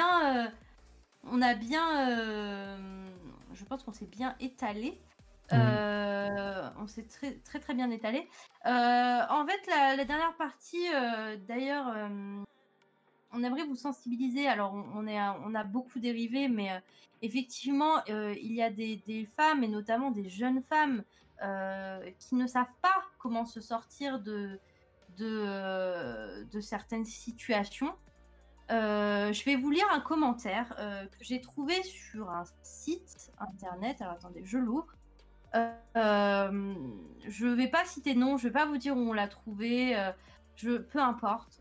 Je pense qu'on s'est bien étalé. On s'est très très très bien étalé. En fait, la dernière partie, d'ailleurs, on aimerait vous sensibiliser. Alors, on a beaucoup dérivé, mais effectivement, il y a des femmes, et notamment des jeunes femmes, qui ne savent pas comment se sortir de certaines situations. Je vais vous lire un commentaire que j'ai trouvé sur un site internet. Alors, attendez, je l'ouvre. Je vais pas citer de nom, je vais pas vous dire où on l'a trouvé. Peu importe.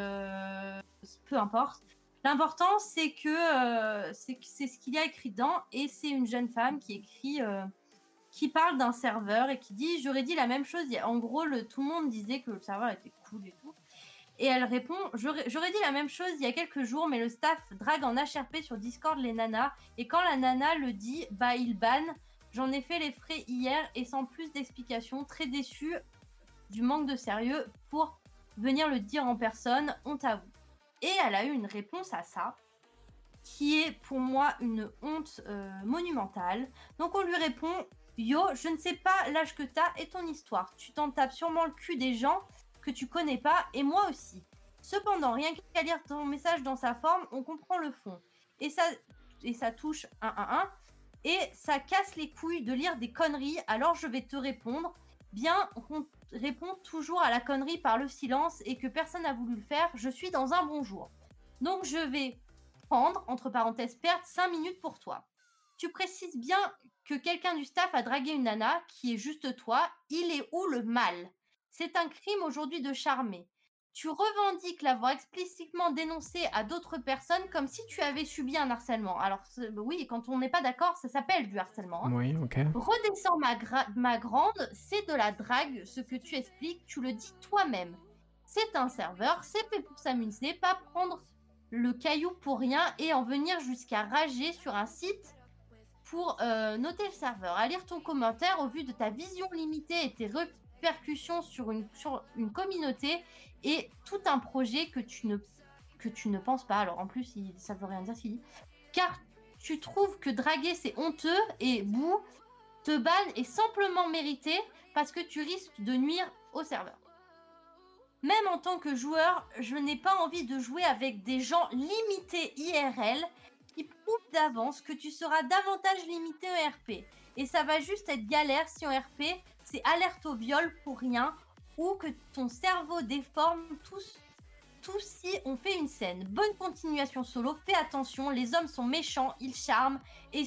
Peu importe. L'important, c'est que c'est ce qu'il y a écrit dedans, et c'est une jeune femme qui écrit, qui parle d'un serveur et qui dit: j'aurais dit la même chose. En gros, tout le monde disait que le serveur était cool et tout. Et elle répond: j'aurais dit la même chose il y a quelques jours, mais le staff drague en HRP sur Discord les nanas, et quand la nana le dit, il banne. J'en ai fait les frais hier, et sans plus d'explications, très déçue du manque de sérieux pour venir le dire en personne, honte à vous. Et elle a eu une réponse à ça, qui est pour moi une honte monumentale. Donc on lui répond: yo, je ne sais pas l'âge que t'as et ton histoire. Tu t'en tapes sûrement le cul des gens que tu connais pas, et moi aussi. Cependant, rien qu'à lire ton message dans sa forme, on comprend le fond. Et ça touche 111. Et ça casse les couilles de lire des conneries, alors je vais te répondre. Bien qu'on répond toujours à la connerie par le silence et que personne n'a voulu le faire, je suis dans un bon jour. Donc je vais prendre, entre parenthèses, perdre 5 minutes pour toi. Tu précises bien que quelqu'un du staff a dragué une nana, qui est juste toi. Il est où le mal? C'est un crime aujourd'hui de charmer. Tu revendiques l'avoir explicitement dénoncé à d'autres personnes comme si tu avais subi un harcèlement. Alors oui, quand on n'est pas d'accord, ça s'appelle du harcèlement. Hein. Oui, ok. Redescends ma grande, c'est de la drague, ce que tu expliques, tu le dis toi-même. C'est un serveur, c'est fait pour s'amuser, pas prendre le caillou pour rien et en venir jusqu'à rager sur un site pour noter le serveur. À lire ton commentaire, au vu de ta vision limitée et tes répercussions sur une communauté et tout un projet que tu ne penses pas. Alors en plus, ça veut rien dire s'il dit. Car tu trouves que draguer c'est honteux et te ban est simplement mérité parce que tu risques de nuire au serveur. Même en tant que joueur, je n'ai pas envie de jouer avec des gens limités IRL qui prouvent d'avance que tu seras davantage limité en RP. Et ça va juste être galère si en RP, c'est alerte au viol pour rien ou que ton cerveau déforme tout si on fait une scène. Bonne continuation solo, fais attention, les hommes sont méchants, ils charment et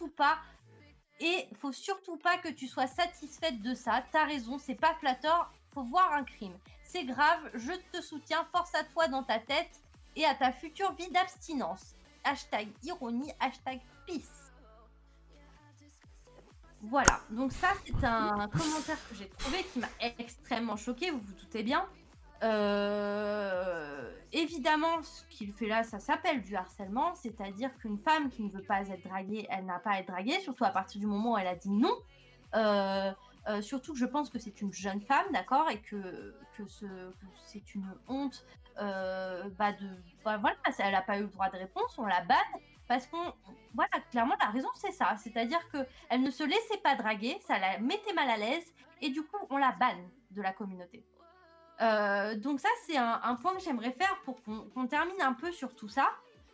faut surtout pas que tu sois satisfaite de ça. T'as raison, c'est pas flatteur, faut voir un crime. C'est grave, je te soutiens, force à toi dans ta tête et à ta future vie d'abstinence. #ironie, #peace. Voilà, donc ça c'est un commentaire que j'ai trouvé qui m'a extrêmement choquée, vous vous doutez bien. Évidemment, ce qu'il fait là, ça s'appelle du harcèlement, c'est-à-dire qu'une femme qui ne veut pas être draguée, elle n'a pas à être draguée, surtout à partir du moment où elle a dit non. Surtout que je pense que c'est une jeune femme, d'accord, et que c'est une honte. Voilà, elle n'a pas eu le droit de réponse, on la banne. Parce qu'on, voilà, clairement, la raison, c'est ça. C'est-à-dire qu'elle ne se laissait pas draguer, ça la mettait mal à l'aise, et du coup, on la banne de la communauté. Donc ça, c'est un point que j'aimerais faire pour qu'on termine un peu sur tout ça.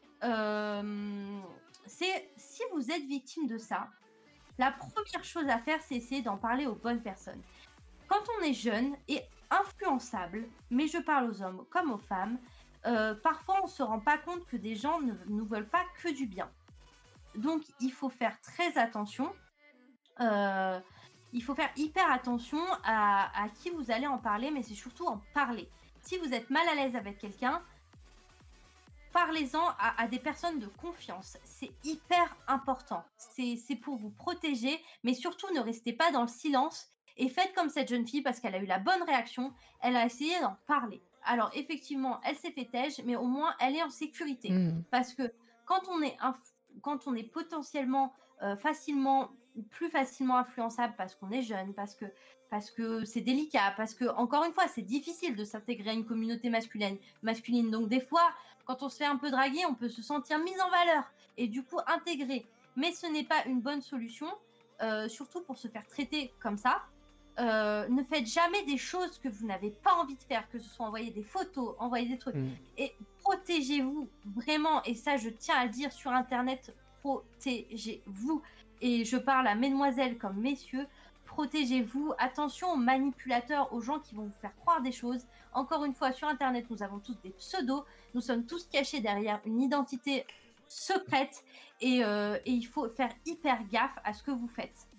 C'est, si vous êtes victime de ça, la première chose à faire, c'est essayer d'en parler aux bonnes personnes. Quand on est jeune et influençable, mais je parle aux hommes comme aux femmes, parfois on ne se rend pas compte que des gens ne nous veulent pas que du bien. Donc il faut faire très attention. Il faut faire hyper attention à qui vous allez en parler, mais c'est surtout en parler. Si vous êtes mal à l'aise avec quelqu'un, parlez-en à des personnes de confiance. C'est hyper important. C'est pour vous protéger, mais surtout ne restez pas dans le silence et faites comme cette jeune fille parce qu'elle a eu la bonne réaction. Elle a essayé d'en parler. Alors effectivement, elle s'est fait têche, mais au moins elle est en sécurité. Parce que quand on est potentiellement plus facilement influençable parce qu'on est jeune, parce que c'est délicat, parce que encore une fois c'est difficile de s'intégrer à une communauté masculine. Donc des fois, quand on se fait un peu draguer, on peut se sentir mise en valeur et du coup intégré. Mais ce n'est pas une bonne solution, surtout pour se faire traiter comme ça. Ne faites jamais des choses que vous n'avez pas envie de faire, que ce soit envoyer des photos, envoyer des trucs. Et protégez-vous vraiment, et ça je tiens à le dire sur internet, protégez-vous. Et je parle à mesdemoiselles comme messieurs, protégez-vous. Attention aux manipulateurs, aux gens qui vont vous faire croire des choses. Encore une fois, sur internet, nous avons tous des pseudos, nous sommes tous cachés derrière une identité secrète et il faut faire hyper gaffe à ce que vous faites.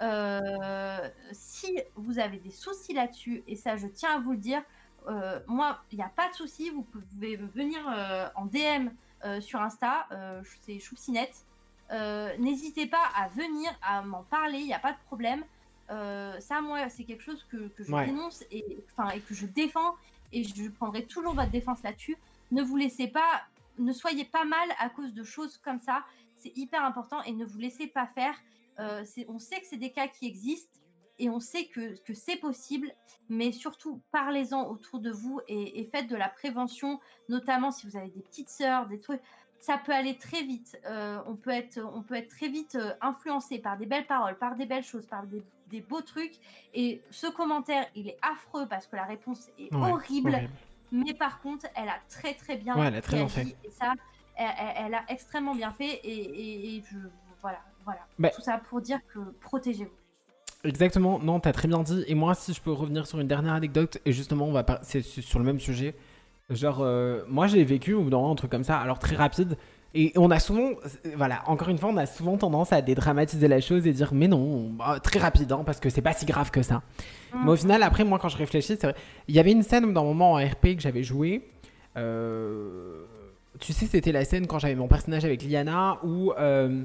Si vous avez des soucis là-dessus, et ça je tiens à vous le dire, moi il n'y a pas de souci, vous pouvez venir en DM sur Insta, c'est Choupsinette. N'hésitez pas à venir à m'en parler, il n'y a pas de problème. Ça, moi, c'est quelque chose que je dénonce et que je défends, et je prendrai toujours votre défense là-dessus. Ne soyez pas mal à cause de choses comme ça, c'est hyper important, et ne vous laissez pas faire. On sait que c'est des cas qui existent et on sait que c'est possible, mais surtout parlez-en autour de vous et faites de la prévention, notamment si vous avez des petites sœurs, des trucs. Ça peut aller très vite. On peut être très vite influencé par des belles paroles, par des belles choses, par des beaux trucs. Et ce commentaire, il est affreux parce que la réponse est horrible. Mais par contre, elle a très très bien elle a très bien fait. Et ça, elle a extrêmement bien fait. Voilà. Tout ça pour dire que protégez-vous. Exactement. Non, t'as très bien dit. Et moi, si je peux revenir sur une dernière anecdote, et justement, c'est sur le même sujet. Genre, moi j'ai vécu au bout d'un moment un truc comme ça, alors très rapide, et on a souvent, voilà, encore une fois, on a souvent tendance à dédramatiser la chose et dire mais non, très rapide, hein, parce que c'est pas si grave que ça. Mais au final, après, moi quand je réfléchis, c'est vrai, il y avait une scène dans un moment en RP que j'avais joué, tu sais, c'était la scène quand j'avais mon personnage avec Liana où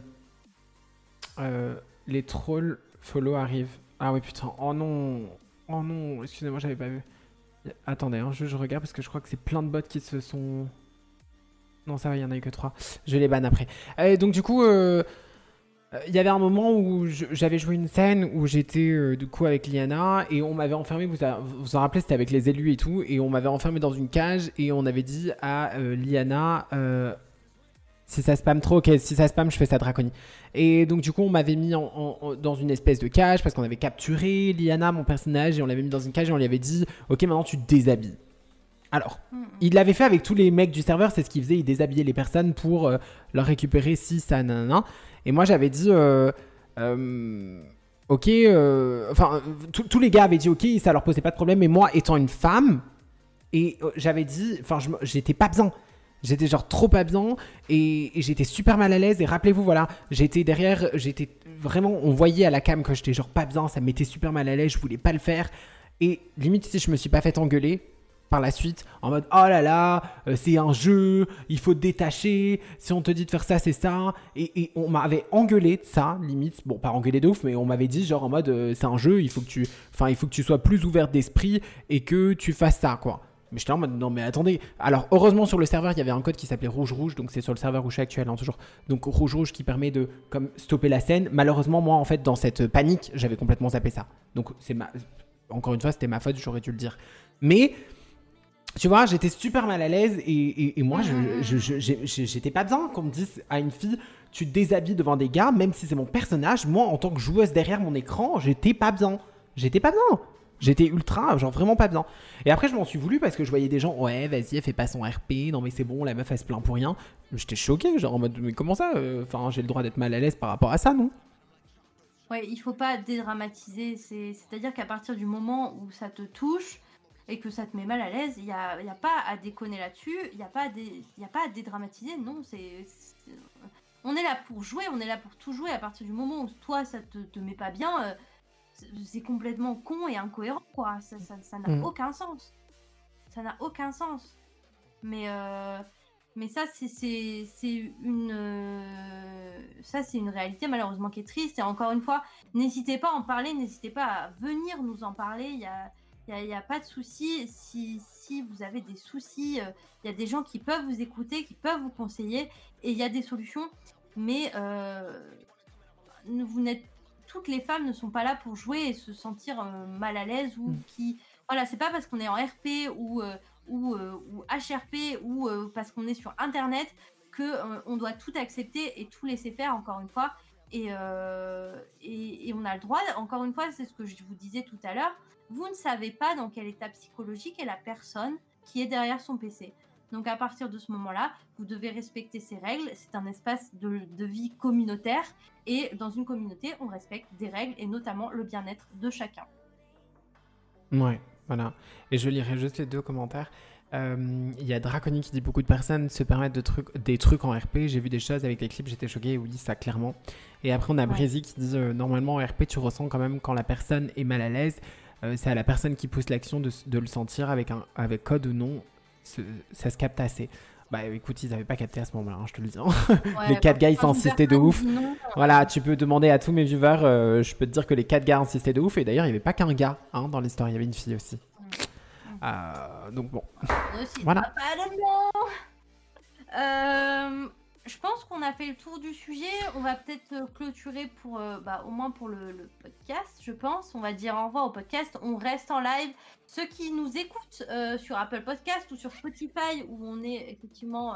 les trolls follow arrivent. Ah oui, putain, oh non, excusez-moi, j'avais pas vu. Attendez, hein, je regarde parce que je crois que c'est plein de bots qui se sont... Non, ça va, il y en a eu que 3. Je vais les ban après. Donc du coup, il y avait un moment où j'avais joué une scène où j'étais du coup avec Liana et on m'avait enfermé, vous en rappelez, c'était avec les élus et tout, et on m'avait enfermé dans une cage et on avait dit à Liana... si ça spam trop, ok, si ça spam, je fais ça draconie. Et donc du coup, on m'avait mis dans une espèce de cage parce qu'on avait capturé Liana, mon personnage, et on l'avait mis dans une cage et on lui avait dit, ok, maintenant tu te déshabilles. Alors, il l'avait fait avec tous les mecs du serveur, c'est ce qu'il faisait, il déshabillait les personnes pour leur récupérer si ça, nanana. Et moi, j'avais dit, ok, tous les gars avaient dit ok, ça leur posait pas de problème, mais moi, étant une femme, et j'avais dit, j'étais pas bien. J'étais genre trop pas bien et j'étais super mal à l'aise. Et rappelez-vous, voilà, j'étais derrière, j'étais vraiment, on voyait à la cam que j'étais genre pas bien, ça me mettait super mal à l'aise, je voulais pas le faire. Et limite, si je me suis pas fait engueuler, par la suite en mode oh là là, c'est un jeu, il faut te détacher, si on te dit de faire ça, c'est ça. Et on m'avait engueulé de ça, limite. Bon, pas engueulé de ouf, mais on m'avait dit genre en mode c'est un jeu, il faut que tu sois plus ouverte d'esprit et que tu fasses ça, quoi. Mais j'étais en mode non, mais attendez. Alors, heureusement, sur le serveur, il y avait un code qui s'appelait Rouge Rouge, donc c'est sur le serveur où je suis actuel, hein, toujours. Donc, Rouge Rouge qui permet de comme stopper la scène. Malheureusement, moi, en fait, dans cette panique, j'avais complètement zappé ça. Donc, encore une fois, c'était ma faute, j'aurais dû le dire. Mais. Tu vois, j'étais super mal à l'aise et moi, j'étais pas bien qu'on me dise à une fille, tu te déshabilles devant des gars, même si c'est mon personnage. Moi, en tant que joueuse derrière mon écran, j'étais pas bien. J'étais pas bien. J'étais ultra, genre vraiment pas bien. Et après, je m'en suis voulu parce que je voyais des gens, ouais, vas-y, elle fait pas son RP, non mais c'est bon, la meuf, elle se plaint pour rien. J'étais choqué, genre en mode, mais comment ça Enfin, j'ai le droit d'être mal à l'aise par rapport à ça, non? Ouais, il faut pas dédramatiser. C'est-à-dire qu'à partir du moment où ça te touche et que ça te met mal à l'aise, il y a pas à déconner là-dessus, il y a pas à dédramatiser. Non, on est là pour jouer, on est là pour tout jouer. À partir du moment où toi, ça te met pas bien, c'est complètement con et incohérent, quoi. Ça n'a aucun sens. Ça n'a aucun sens. Mais ça, c'est une réalité malheureusement qui est triste. Et encore une fois, n'hésitez pas à en parler, n'hésitez pas à venir nous en parler. Il y a pas de souci. Si vous avez des soucis, il y a des gens qui peuvent vous écouter, qui peuvent vous conseiller, et il y a des solutions. Mais toutes les femmes ne sont pas là pour jouer et se sentir mal à l'aise ou qui. Voilà, c'est pas parce qu'on est en RP ou HRP ou parce qu'on est sur Internet que on doit tout accepter et tout laisser faire, encore une fois. Et on a le droit, encore une fois, c'est ce que je vous disais tout à l'heure, vous ne savez pas dans quel état psychologique est la personne qui est derrière son PC. Donc à partir de ce moment-là, vous devez respecter ces règles. C'est un espace de vie communautaire et dans une communauté, on respecte des règles et notamment le bien-être de chacun. Ouais, voilà. Et je lirai juste les 2 commentaires. Il y a Draconi qui dit beaucoup de personnes se permettent des trucs en RP. J'ai vu des choses avec les clips, j'étais choquée. Oui, ça clairement. Et après, on a Brézy qui dit normalement en RP, tu ressens quand même quand la personne est mal à l'aise. C'est à la personne qui pousse l'action de le sentir avec code ou non. Ça se capte assez. Bah écoute, ils n'avaient pas capté à ce moment-là, hein, je te le dis. Ouais, les 4 gars, ils insistaient de ouf. Voilà, tu peux demander à tous mes viewers, je peux te dire que les 4 gars insistaient de ouf. Et d'ailleurs, il n'y avait pas qu'un gars dans l'histoire, il y avait une fille aussi. Donc bon. Voilà. Je pense qu'on a fait le tour du sujet. On va peut-être clôturer pour, au moins pour le podcast, je pense. On va dire au revoir au podcast. On reste en live. Ceux qui nous écoutent sur Apple Podcast ou sur Spotify, où on est effectivement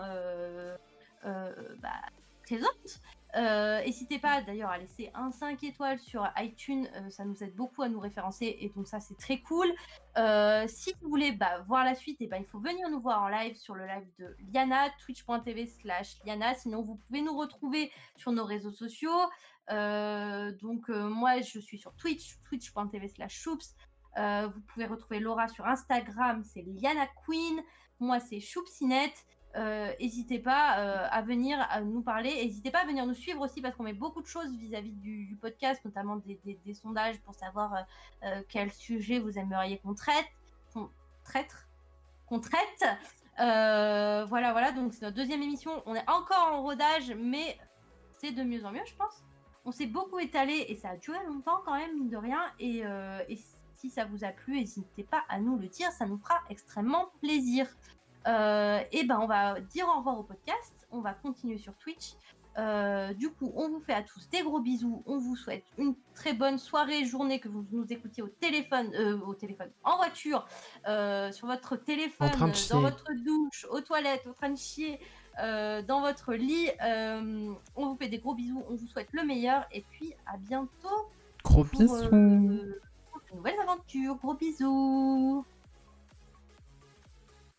présente, n'hésitez pas d'ailleurs à laisser un 5 étoiles sur iTunes. Ça nous aide beaucoup à nous référencer et donc ça, c'est très cool. Si vous voulez voir la suite, il faut venir nous voir en live sur le live de Liana, twitch.tv/Liana. Sinon, vous pouvez nous retrouver sur nos réseaux sociaux. Moi, je suis sur twitch.tv/Choups. Vous pouvez retrouver Laura sur Instagram, c'est Liana Queen. Moi, c'est Choupsinette. N'hésitez pas à venir à nous parler. N'hésitez pas à venir nous suivre aussi parce qu'on met beaucoup de choses vis-à-vis du podcast, notamment des sondages pour savoir quel sujet vous aimeriez qu'on traite. Voilà, donc c'est notre 2e émission. On est encore en rodage, mais c'est de mieux en mieux, je pense. On s'est beaucoup étalé et ça a duré longtemps quand même, mine de rien. Et si ça vous a plu, n'hésitez pas à nous le dire, ça nous fera extrêmement plaisir. On va dire au revoir au podcast. On va continuer sur Twitch. Du coup, on vous fait à tous des gros bisous. On vous souhaite une très bonne soirée, journée, que vous nous écoutiez au téléphone, en voiture, sur votre téléphone, dans votre douche, aux toilettes, en train de chier, dans votre lit. On vous fait des gros bisous. On vous souhaite le meilleur et puis à bientôt. Gros bisous. Pour de nouvelles aventures. Gros bisous.